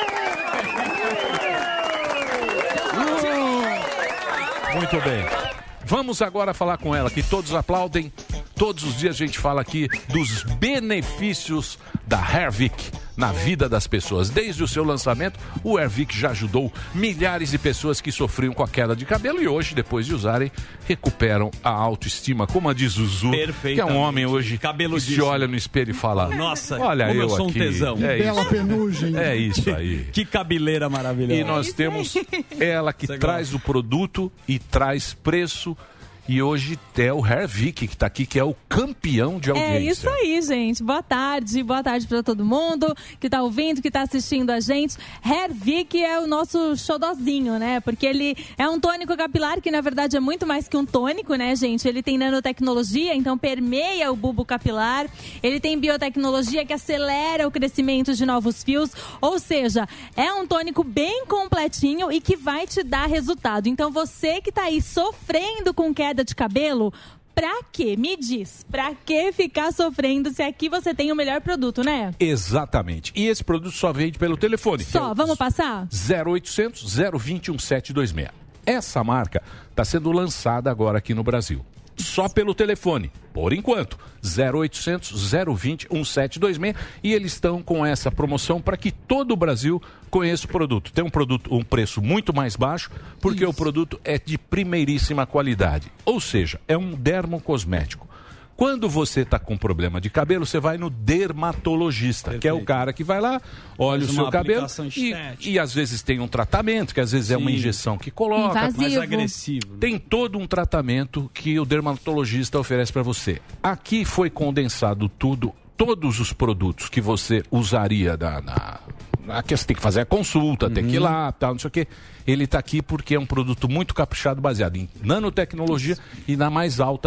Muito bem. Vamos agora falar com ela, que todos aplaudem. Todos os dias a gente fala aqui dos benefícios da Hervik na vida das pessoas. Desde o seu lançamento, o Hervik já ajudou milhares de pessoas que sofriam com a queda de cabelo e hoje, depois de usarem, recuperam a autoestima. Como a diz Zuzu, que é um Perfeitamente. homem hoje que se Cabeludíssimo. olha no espelho e fala: Nossa, olha como eu eu sou um aqui. tesão. É Bela isso. penugem. É isso aí. Que cabeleira maravilhosa. E nós temos ela que Você traz o produto e traz preço. E hoje é o Hervik que está aqui, que é o campeão de audiência. É isso aí, gente. Boa tarde, boa tarde para todo mundo que tá ouvindo, que tá assistindo a gente. Hervik é o nosso xodozinho, né? Porque ele é um tônico capilar que na verdade é muito mais que um tônico, né, gente? Ele tem nanotecnologia, então permeia o bulbo capilar. Ele tem biotecnologia que acelera o crescimento de novos fios, ou seja, é um tônico bem completinho e que vai te dar resultado. Então você que tá aí sofrendo com queda de cabelo, pra quê? Me diz, pra que ficar sofrendo se aqui você tem o melhor produto, né? Exatamente. E esse produto só vende pelo telefone. Só, vamos passar? zero oitocentos, zero vinte, dezessete vinte e seis. Essa marca está sendo lançada agora aqui no Brasil. Só pelo telefone, por enquanto. zero oitocentos, zero vinte, dezessete vinte e seis. E eles estão com essa promoção para que todo o Brasil conheça o produto. Tem um produto, um preço muito mais baixo, porque o produto é de primeiríssima qualidade. Ou seja, é um dermocosmético. Quando você está com problema de cabelo, você vai no dermatologista, Perfeito. que é o cara que vai lá, olha Faz o seu uma cabelo aplicação e, estética. e às vezes tem um tratamento, que às vezes é uma Sim. injeção que coloca. Invasivo. Mais agressivo. né? Tem todo um tratamento que o dermatologista oferece para você. Aqui foi condensado tudo, todos os produtos que você usaria na... na... Aqui você tem que fazer a consulta, tem que ir lá, tal, não sei o quê. Ele está aqui porque é um produto muito caprichado, baseado em nanotecnologia e na mais alta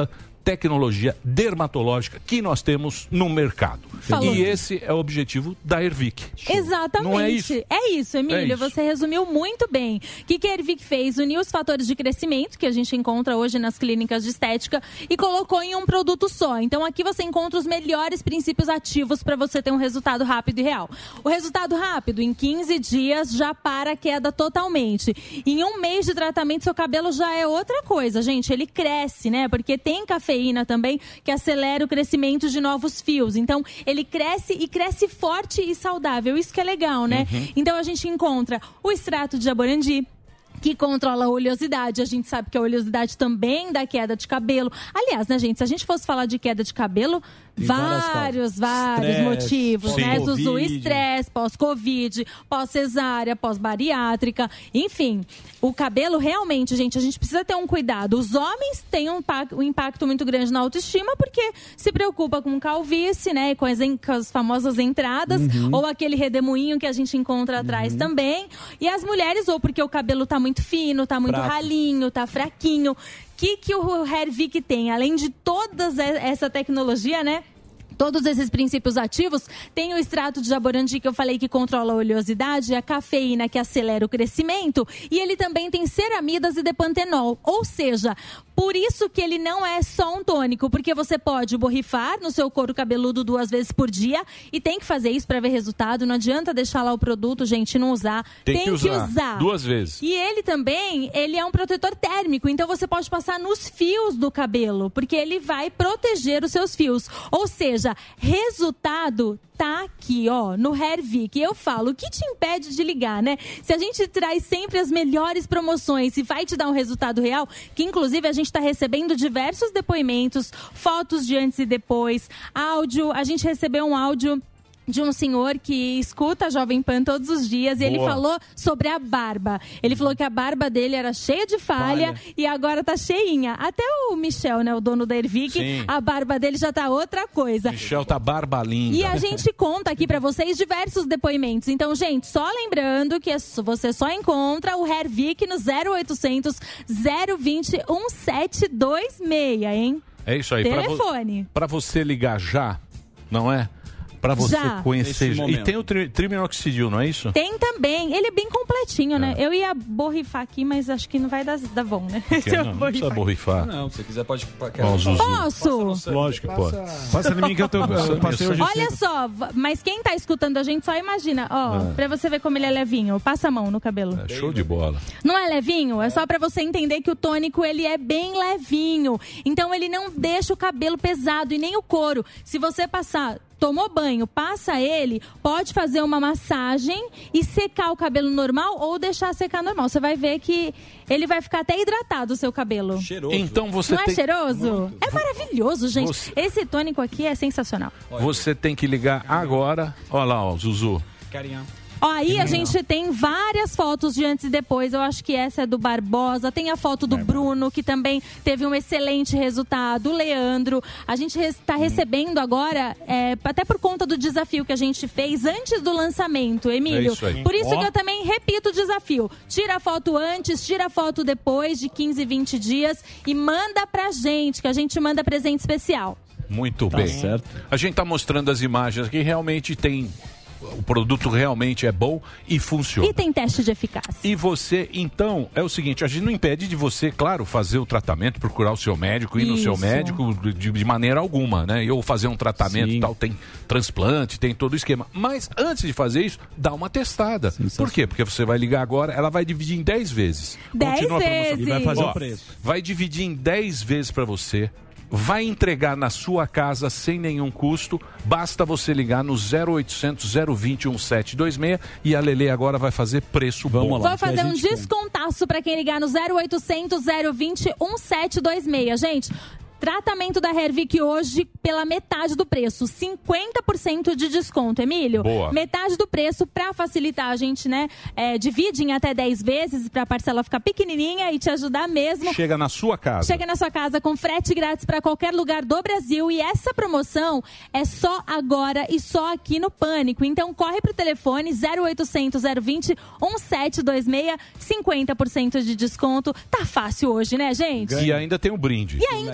tecnologia dermatológica que nós temos no mercado. Falou. E esse é o objetivo da Hervic. Exatamente. Não é isso? É isso, Emílio. É isso. Você resumiu muito bem. O que, que a Hervic fez? Uniu os fatores de crescimento que a gente encontra hoje nas clínicas de estética e colocou em um produto só. Então aqui você encontra os melhores princípios ativos para você ter um resultado rápido e real. O resultado rápido, em quinze dias, já para a queda totalmente. Em um mês de tratamento, seu cabelo já é outra coisa, gente. Ele cresce, né? Porque tem cafeína também que acelera o crescimento de novos fios. Então, ele cresce e cresce forte e saudável. Isso que é legal, né? Uhum. Então, a gente encontra o extrato de jaborandi, que controla a oleosidade. A gente sabe que a oleosidade também dá queda de cabelo. Aliás, né, gente, se a gente fosse falar de queda de cabelo, Tem várias vários, vários Stress, motivos, sim. né? Zuzu, Covid. estresse, pós-Covid, pós-cesárea, pós-bariátrica, enfim. O cabelo, realmente, gente, a gente precisa ter um cuidado. Os homens têm um, pa- um impacto muito grande na autoestima porque se preocupa com calvície, né? Com as, en- com as famosas entradas, Uhum. ou aquele redemoinho que a gente encontra atrás também. E as mulheres, ou porque o cabelo tá muito fino, tá muito Fraco. ralinho, tá fraquinho. O que, que o Hervic tem? Além de toda essa tecnologia, né? Todos esses princípios ativos, tem o extrato de jaborandi que eu falei que controla a oleosidade, a cafeína que acelera o crescimento, e ele também tem ceramidas e depantenol. Ou seja, por isso que ele não é só um tônico, porque você pode borrifar no seu couro cabeludo duas vezes por dia e tem que fazer isso para ver resultado. Não adianta deixar lá o produto, gente, e não usar. Tem que usar duas vezes. E ele também, ele é um protetor térmico, então você pode passar nos fios do cabelo, porque ele vai proteger os seus fios. Ou seja, resultado tá aqui, ó, no Hervic. Eu falo, o que te impede de ligar, né? Se a gente traz sempre as melhores promoções e vai te dar um resultado real, que inclusive a gente tá recebendo diversos depoimentos, fotos de antes e depois, áudio, a gente recebeu um áudio de um senhor que escuta a Jovem Pan todos os dias e Boa. ele falou sobre a barba. Ele falou que a barba dele era cheia de falha, Falha. e agora tá cheinha. Até o Michel, né, o dono da Hervic, Sim. a barba dele já tá outra coisa. Michel tá barba linda. E a gente conta aqui pra vocês diversos depoimentos. Então, gente, só lembrando que você só encontra o Hervic no zero oitocentos, zero vinte, um sete dois seis, hein? É isso aí. Pra vo- Telefone. Pra você ligar já, não é? Pra você Já. conhecer. Nesse E momento. tem o tri- triminoxidil, não é isso? Tem também. Ele é bem completinho, né? Eu ia borrifar aqui, mas acho que não vai dar, dar bom, né? Porque Se eu não, não precisa borrifar. Não, se quiser pode... Ó, o Zuzu. Posso? Lógico que pode. Passa em mim que eu, tô, eu passei hoje Olha só, v- mas quem tá escutando a gente só imagina, ó, Ah. pra você ver como ele é levinho. Passa a mão no cabelo. É show de bola. Não é levinho? É só pra você entender que o tônico, ele é bem levinho. Então, ele não deixa o cabelo pesado e nem o couro. Se você passar... Tomou banho, passa ele, pode fazer uma massagem e secar o cabelo normal ou deixar secar normal. Você vai ver que ele vai ficar até hidratado o seu cabelo. Cheiroso. Então você Não tem... é cheiroso? É maravilhoso, gente. Você- Esse tônico aqui é sensacional. Você tem que ligar agora. Olha lá, ó, Zuzu. Carinha. Ó, aí a gente tem várias fotos de antes e depois. Eu acho que essa é do Barbosa. Tem a foto do Bruno, que também teve um excelente resultado. O Leandro. A gente está recebendo agora, é, até por conta do desafio que a gente fez antes do lançamento, Emílio. É isso aí. Por isso Ó. que eu também repito o desafio. Tira a foto antes, tira a foto depois de quinze, vinte dias e manda pra gente, que a gente manda presente especial. Muito Tá bem. certo. A gente tá mostrando as imagens aqui. Realmente tem... O produto realmente é bom e funciona. E tem teste de eficácia. E você, então, é o seguinte, a gente não impede de você, claro, fazer o tratamento, procurar o seu médico, ir no seu Isso. médico de, de maneira alguma, né? Ou fazer um tratamento e tal, tem transplante, tem todo o esquema. Mas antes de fazer isso, dá uma testada. Por quê? Porque você vai ligar agora, ela vai dividir em dez vezes. dez Continua a promoção. vezes. E vai fazer o Ó, preço. Vai dividir em dez vezes para você. Vai entregar na sua casa sem nenhum custo. Basta você ligar no zero oitocentos, zero vinte, um sete dois seis e a Lelê agora vai fazer preço bom. Vou fazer um descontaço pra quem ligar no zero oitocentos, zero vinte, um sete dois seis. Gente, tratamento da Hervic hoje pela metade do preço, cinquenta por cento de desconto, Emílio. Boa. Metade do preço pra facilitar a gente, né? É, divide em até dez vezes pra parcela ficar pequenininha e te ajudar mesmo. Chega na sua casa. Chega na sua casa com frete grátis para qualquer lugar do Brasil e essa promoção é só agora e só aqui no Pânico. Então corre pro telefone zero oitocentos, zero vinte, um sete dois seis, cinquenta por cento de desconto. Tá fácil hoje, né, gente? E ainda tem o brinde. E ainda tem o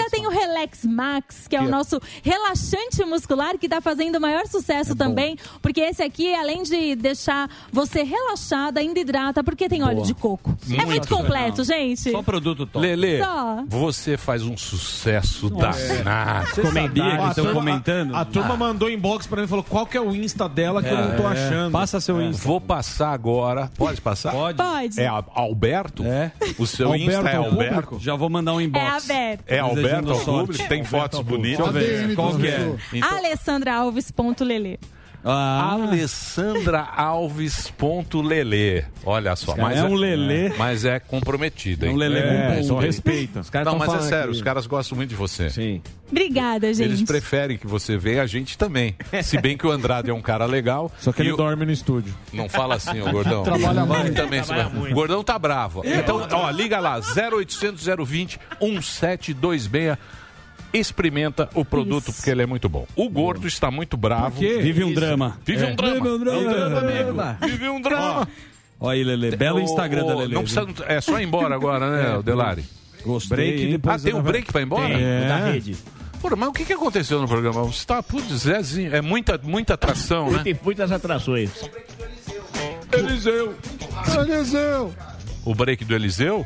Relax Max, que é o Que é- nosso relaxante muscular, que tá fazendo o maior sucesso também, porque esse aqui, além de deixar você relaxado, ainda hidrata, porque tem óleo Boa. de coco. é Muito muito completo, gente. Só produto top. Lelê, Só. você faz um sucesso danado. Você sabia que estão comentando? A, a turma mandou inbox pra mim e falou qual que é o Insta dela que eu não tô É. achando. Passa seu É. Insta. Vou passar agora. Pode passar? Pode. Pode. É a- Alberto? É. O seu Alberto Insta é ao Alberto? público? Já vou mandar um inbox. É aberto. É Alberto Desejando ao sorte. público? Tem Alberto fotos ao público. bonitas? Deixa eu ver. Qual que é? Então, Alessandra Alves ponto Lelê. Ah. Alessandra Alves ponto Lelê. Olha só. cara Mas é um Lelê. Mas é comprometido, hein? É um Lelê com ponto. só respeita. Os caras Não, tão mas é falando sério, aqui. os caras gostam muito de você. Sim. Obrigada, gente. Eles preferem que você venha, a gente também. Se bem que o Andrade é um cara legal. Só que e ele o- dorme no estúdio. Não fala assim, ô Gordão. Trabalha Ele muito. também Trabalha se- muito. O Gordão tá bravo. Então, ó, liga lá, zero oitocentos, zero vinte, sete dois seis. Experimenta o produto, porque ele é muito bom. O Gordo está muito bravo. Por quê? Vive um drama. Vive É. um drama. Vive um drama, Vive um drama, amigo. amigo. Vive um drama. Olha aí, Lelê. Belo Ô, Instagram ô, da Lelê. Não precisa, é só ir embora agora, né, É, Delari? Gostei. Break, hein? ah, tem o break pra ir embora? Tem, É. da rede. Pô, mas o que, que aconteceu no programa? Você tá, putz, Zezinho, é muita, muita atração, né? Tem muitas atrações. Eliseu. Eliseu. O break do Eliseu?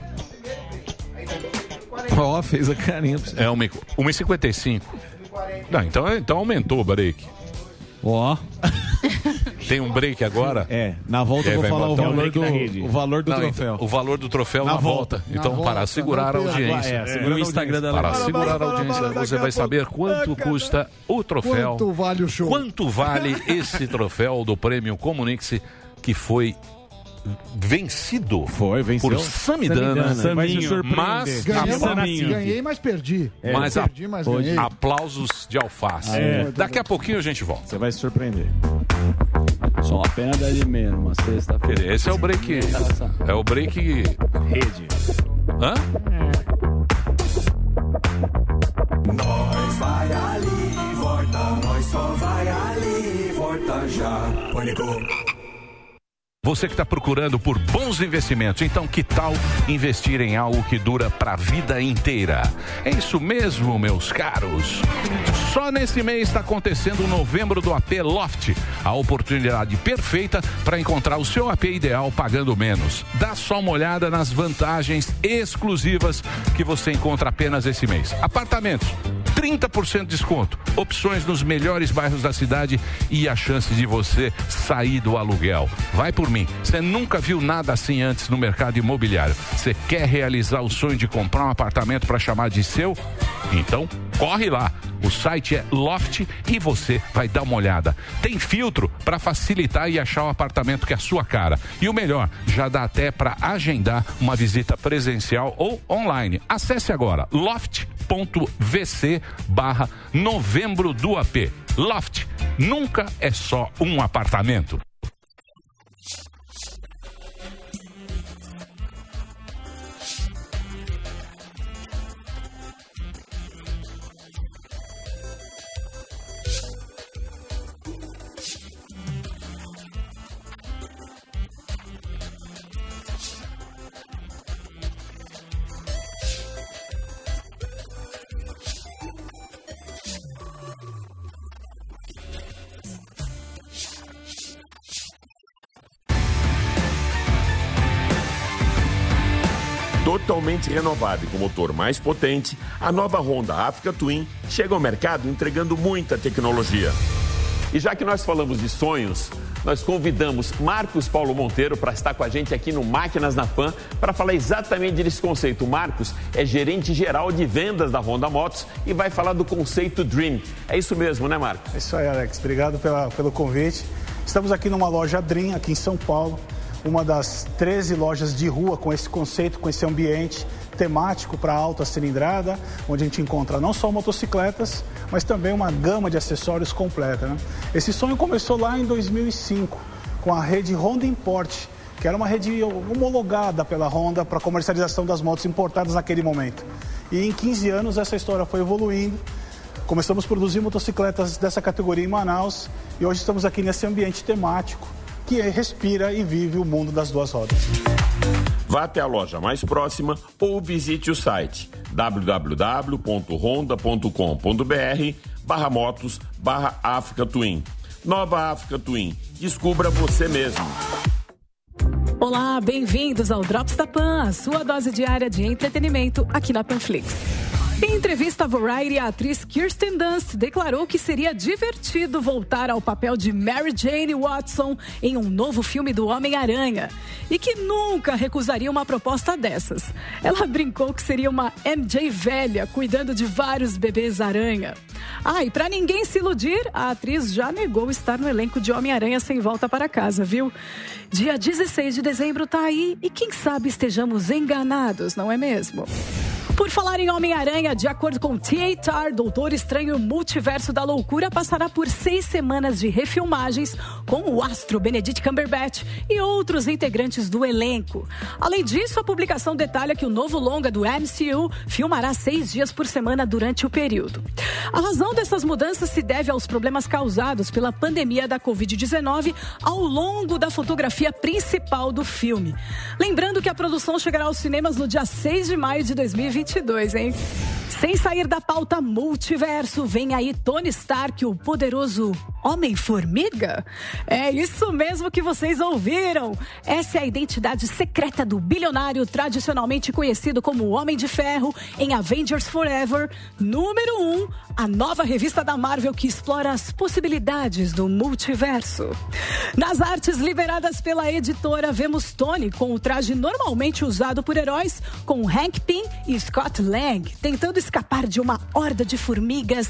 Ó, fez a carinha pra você. É uma e cinquenta e cinco. Não, então, então aumentou o break. Ó. Tem um break agora? É, na volta E aí eu vou vai falar o botar valor, break do, na rede. o valor do Não, troféu. então, o valor do troféu na, Na volta. volta. Então, Na para volta, segurar a não tem- audiência. É, segura no Instagram da Para Lelê. segurar a audiência, você vai saber quanto custa o troféu. Quanto vale o show? Quanto vale esse troféu do Prêmio Comunix que foi vencido Foi, venceu. por Samidana, Samidana. Vai se surpreender. mas, Ganhei, apla- mas, ganhei, mas perdi. mas, a- perdi, mas ganhei. aplausos de alface. É. Daqui a pouquinho a gente volta. Você vai se surpreender. Só uma pena da de menos, uma sexta-feira. Esse é o break. É o break. Rede. Hã? Nós vai ali, volta, nós só vai ali, volta já. Pânico. Você que está procurando por bons investimentos, então que tal investir em algo que dura para a vida inteira? É isso mesmo, meus caros. Só nesse mês está acontecendo o Novembro do A P Loft, a oportunidade perfeita para encontrar o seu A P ideal pagando menos. Dá só uma olhada nas vantagens exclusivas que você encontra apenas esse mês. Apartamentos, trinta por cento de desconto, opções nos melhores bairros da cidade e a chance de você sair do aluguel. Vai por mim, você nunca viu nada assim antes no mercado imobiliário. Você quer realizar o sonho de comprar um apartamento para chamar de seu? Então, corre lá. O site é Loft e você vai dar uma olhada. Tem filtro para facilitar e achar o apartamento que é a sua cara. E o melhor, já dá até para agendar uma visita presencial ou online. Acesse agora loft.vc barra novembro do A P. Loft nunca é só um apartamento. Totalmente renovada e com motor mais potente, a nova Honda Africa Twin chega ao mercado entregando muita tecnologia. E já que nós falamos de sonhos, nós convidamos Marcos Paulo Monteiro para estar com a gente aqui no Máquinas na Pan para falar exatamente desse conceito. O Marcos é gerente geral de vendas da Honda Motos e vai falar do conceito Dream. É isso mesmo, né, Marcos? É isso aí, Alex. Obrigado pela, pelo convite. Estamos aqui numa loja Dream, aqui em São Paulo, uma das treze lojas de rua com esse conceito, com esse ambiente temático para alta cilindrada, onde a gente encontra não só motocicletas, mas também uma gama de acessórios completa, né? Esse sonho começou lá em dois mil e cinco, com a rede Honda Import, que era uma rede homologada pela Honda para comercialização das motos importadas naquele momento. E em quinze anos essa história foi evoluindo. Começamos a produzir motocicletas dessa categoria em Manaus e hoje estamos aqui nesse ambiente temático que respira e vive o mundo das duas rodas. Vá até a loja mais próxima ou visite o site w w w ponto honda ponto com ponto b r barra motos barra África Twin. Nova África Twin. Descubra você mesmo. Olá, bem-vindos ao Drops da Pan, a sua dose diária de entretenimento aqui na Panflix. Em entrevista à Variety, a atriz Kirsten Dunst declarou que seria divertido voltar ao papel de Mary Jane Watson em um novo filme do Homem-Aranha e que nunca recusaria uma proposta dessas. Ela brincou que seria uma M J velha cuidando de vários bebês aranha. Ah, e pra ninguém se iludir, a atriz já negou estar no elenco de Homem-Aranha Sem Volta para Casa, viu? Dia dezesseis de dezembro tá aí e quem sabe estejamos enganados, não é mesmo? Por falar em Homem-Aranha, de acordo com T A R, Doutor Estranho Multiverso da Loucura passará por seis semanas de refilmagens com o astro Benedict Cumberbatch e outros integrantes do elenco. Além disso, a publicação detalha que o novo longa do M C U filmará seis dias por semana durante o período. A razão dessas mudanças se deve aos problemas causados pela pandemia da covid dezenove ao longo da fotografia principal do filme. Lembrando que a produção chegará aos cinemas no dia seis de maio de dois mil e vinte e dois, hein? Sem sair da pauta multiverso, vem aí Tony Stark, o poderoso Homem-Formiga? É isso mesmo que vocês ouviram. Essa é a identidade secreta do bilionário tradicionalmente conhecido como Homem de Ferro em Avengers Forever, número um, a nova revista da Marvel que explora as possibilidades do multiverso. Nas artes liberadas pela editora, vemos Tony com o traje normalmente usado por heróis, com Hank Pym e Scott Lang, tentando escapar de uma horda de formigas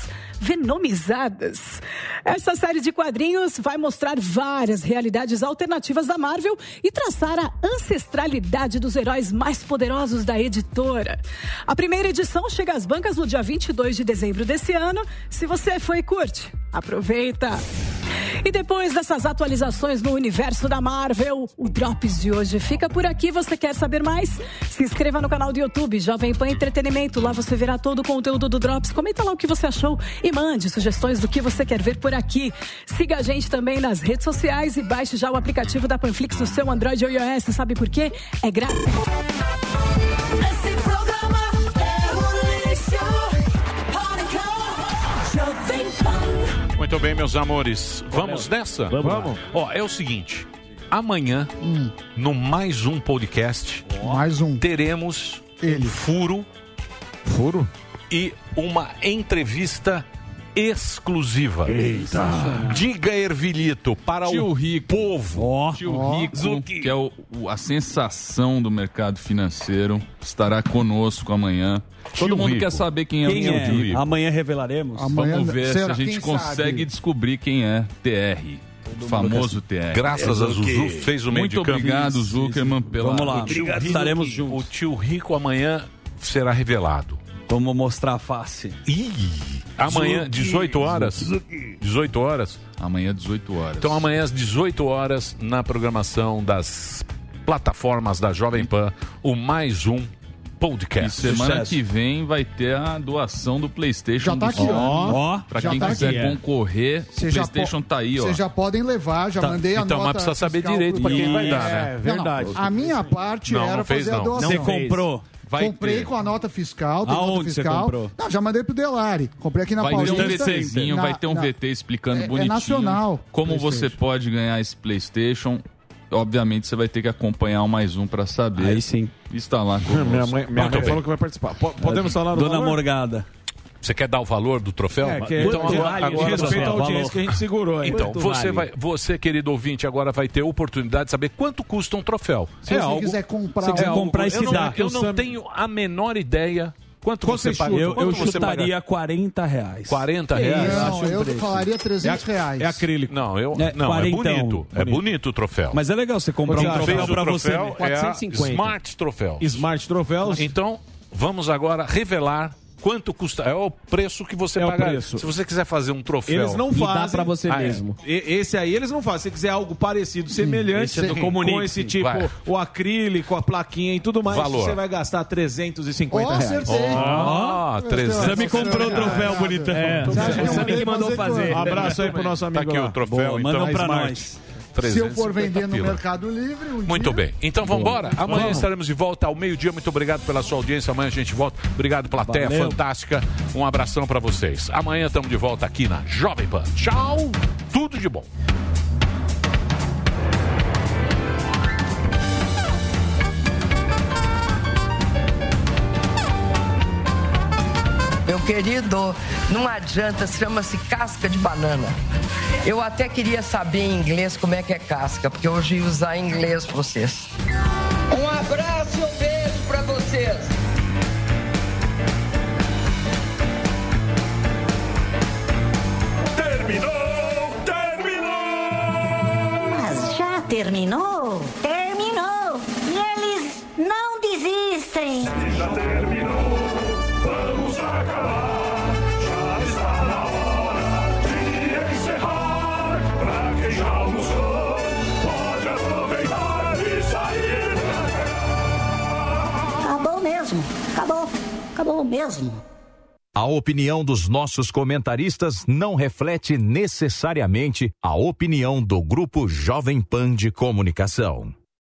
venomizadas. Essa série de quadrinhos vai mostrar várias realidades alternativas da Marvel e traçar a ancestralidade dos heróis mais poderosos da editora. A primeira edição chega às bancas no dia vinte e dois de dezembro desse ano. Se você foi e curte, aproveita! E depois dessas atualizações no universo da Marvel, o Drops de hoje fica por aqui. Você quer saber mais? Se inscreva no canal do YouTube Jovem Pan Entretenimento. Lá você verá todo o conteúdo do Drops. Comenta lá o que você achou e mande sugestões do que você quer ver por aqui. Siga a gente também nas redes sociais e baixe já o aplicativo da Panflix no seu Android ou iOS. Sabe por quê? É grátis. Esse programa é o lixo. Jovem Pan. Muito bem, meus amores. Vamos nessa? Vamos. Vamos. Ó, é o seguinte. Amanhã, hum. no mais um podcast, mais um. teremos Ele. um furo. Furo? E uma entrevista exclusiva. Eita. Diga, Ervilito, para Tio o Rico. povo. Ó, Tio oh. Rico, Zuki. Que é o, o, a sensação do mercado financeiro, estará conosco amanhã. Todo Tio mundo Rico. quer saber quem é quem o Tio é? Rico. Amanhã revelaremos. Amanhã Vamos ver será? se a gente Quem consegue sabe? descobrir quem é T R. O famoso T R. Graças a Zuzu, fez o meio de Muito campo. obrigado, Zuckerman, pela... Vamos lá. Obrigado, estaremos juntos. O Tio Rico amanhã será revelado. Vamos mostrar a face. Ih, amanhã, dezoito horas. dezoito horas? Amanhã, dezoito horas. Então, amanhã, às dezoito horas, na programação das plataformas da Jovem Pan, o mais um podcast. E semana Sucesso. que vem vai ter a doação do PlayStation. Já tá do aqui, ó. ó. Pra Já quem tá quiser aqui. concorrer, Cê o já PlayStation po- tá aí, ó. Vocês já podem levar, já Tá. mandei a Então, nota mas precisa saber fiscal direito pra quem vai do- dar, né? É, Verdade. Não, não. A minha parte Não, era não fez, fazer não. a doação. Não fez. comprou? Vai Comprei ter. com a nota fiscal, tem Aonde nota você fiscal. comprou? Não, já mandei pro Delari. Comprei aqui na Vai ter um Paulista. VTzinho, Na- vai ter um na- V T explicando É- é bonitinho nacional, como PlayStation. você pode ganhar esse PlayStation. Obviamente você vai ter que acompanhar o mais um pra saber. Aí sim. Está lá conosco. Minha mãe, minha Muito mãe bem. falou que vai participar. Po- Podemos falar no Dona valor? Morgada. Você quer dar o valor do troféu? É, que então, que- agora, de agora respeito à você- audiência que a gente segurou aí. Então, Quanto você, vale? vai, você, querido ouvinte, agora vai ter a oportunidade de saber quanto custa um troféu. Se você quiser comprar se quiser um- comprar e se eu não, dá. eu não Sam- tenho a menor ideia. Quanto, Quanto você você paga? chuta? Eu, Quanto eu você chutaria paga? quarenta reais. quarenta reais? Não, eu falaria trezentos reais. É acrílico. Não, eu, É, não é quarentão. bonito. É bonito o troféu. Mas é legal você comprar Quem um fez troféu o pra você. troféu é a quatrocentos e cinquenta. Smart Troféu. Smart Troféus. Então, vamos agora revelar quanto custa. É o preço que você É o pagar. preço. Se você quiser fazer um troféu. Eles não E dá fazem. pra você Ah, é. mesmo. E- Esse aí eles não fazem. Se você quiser algo parecido, semelhante, esse é do com Comunique. esse tipo, Vai. o acrílico, a plaquinha e tudo mais, Valor. você vai gastar trezentos e cinquenta Ó, reais. acertei. Ó, trezentos. Você me comprou o troféu, bonitão. É, Você acha que eu o Sammy mandei que mandou fazer fazer. Um abraço aí pro nosso Tá amigo aqui lá. o troféu, Boa, então. mandam pra Smart. nós. Se eu for vender no pila. Mercado Livre... Um Muito dia... bem. Então vamos embora. Amanhã Vamos. estaremos de volta ao meio-dia. Muito obrigado pela sua audiência. Amanhã a gente volta. Obrigado, plateia Valeu. fantástica. Um abração pra vocês. Amanhã estamos de volta aqui na Jovem Pan. Tchau. Tudo de bom. Meu querido, não adianta, chama-se casca de banana. Eu até queria saber em inglês como é que é casca, porque hoje ia usar em inglês pra vocês. Um abraço e um beijo pra vocês. Terminou, terminou! Mas já terminou? Terminou! E eles não desistem! Já terminou, vamos acabar. Já está na hora de encerrar. Pra quem já almoçou, pode aproveitar e sair pra cá. Acabou mesmo! Acabou! Acabou mesmo! A opinião dos nossos comentaristas não reflete necessariamente a opinião do Grupo Jovem Pan de Comunicação.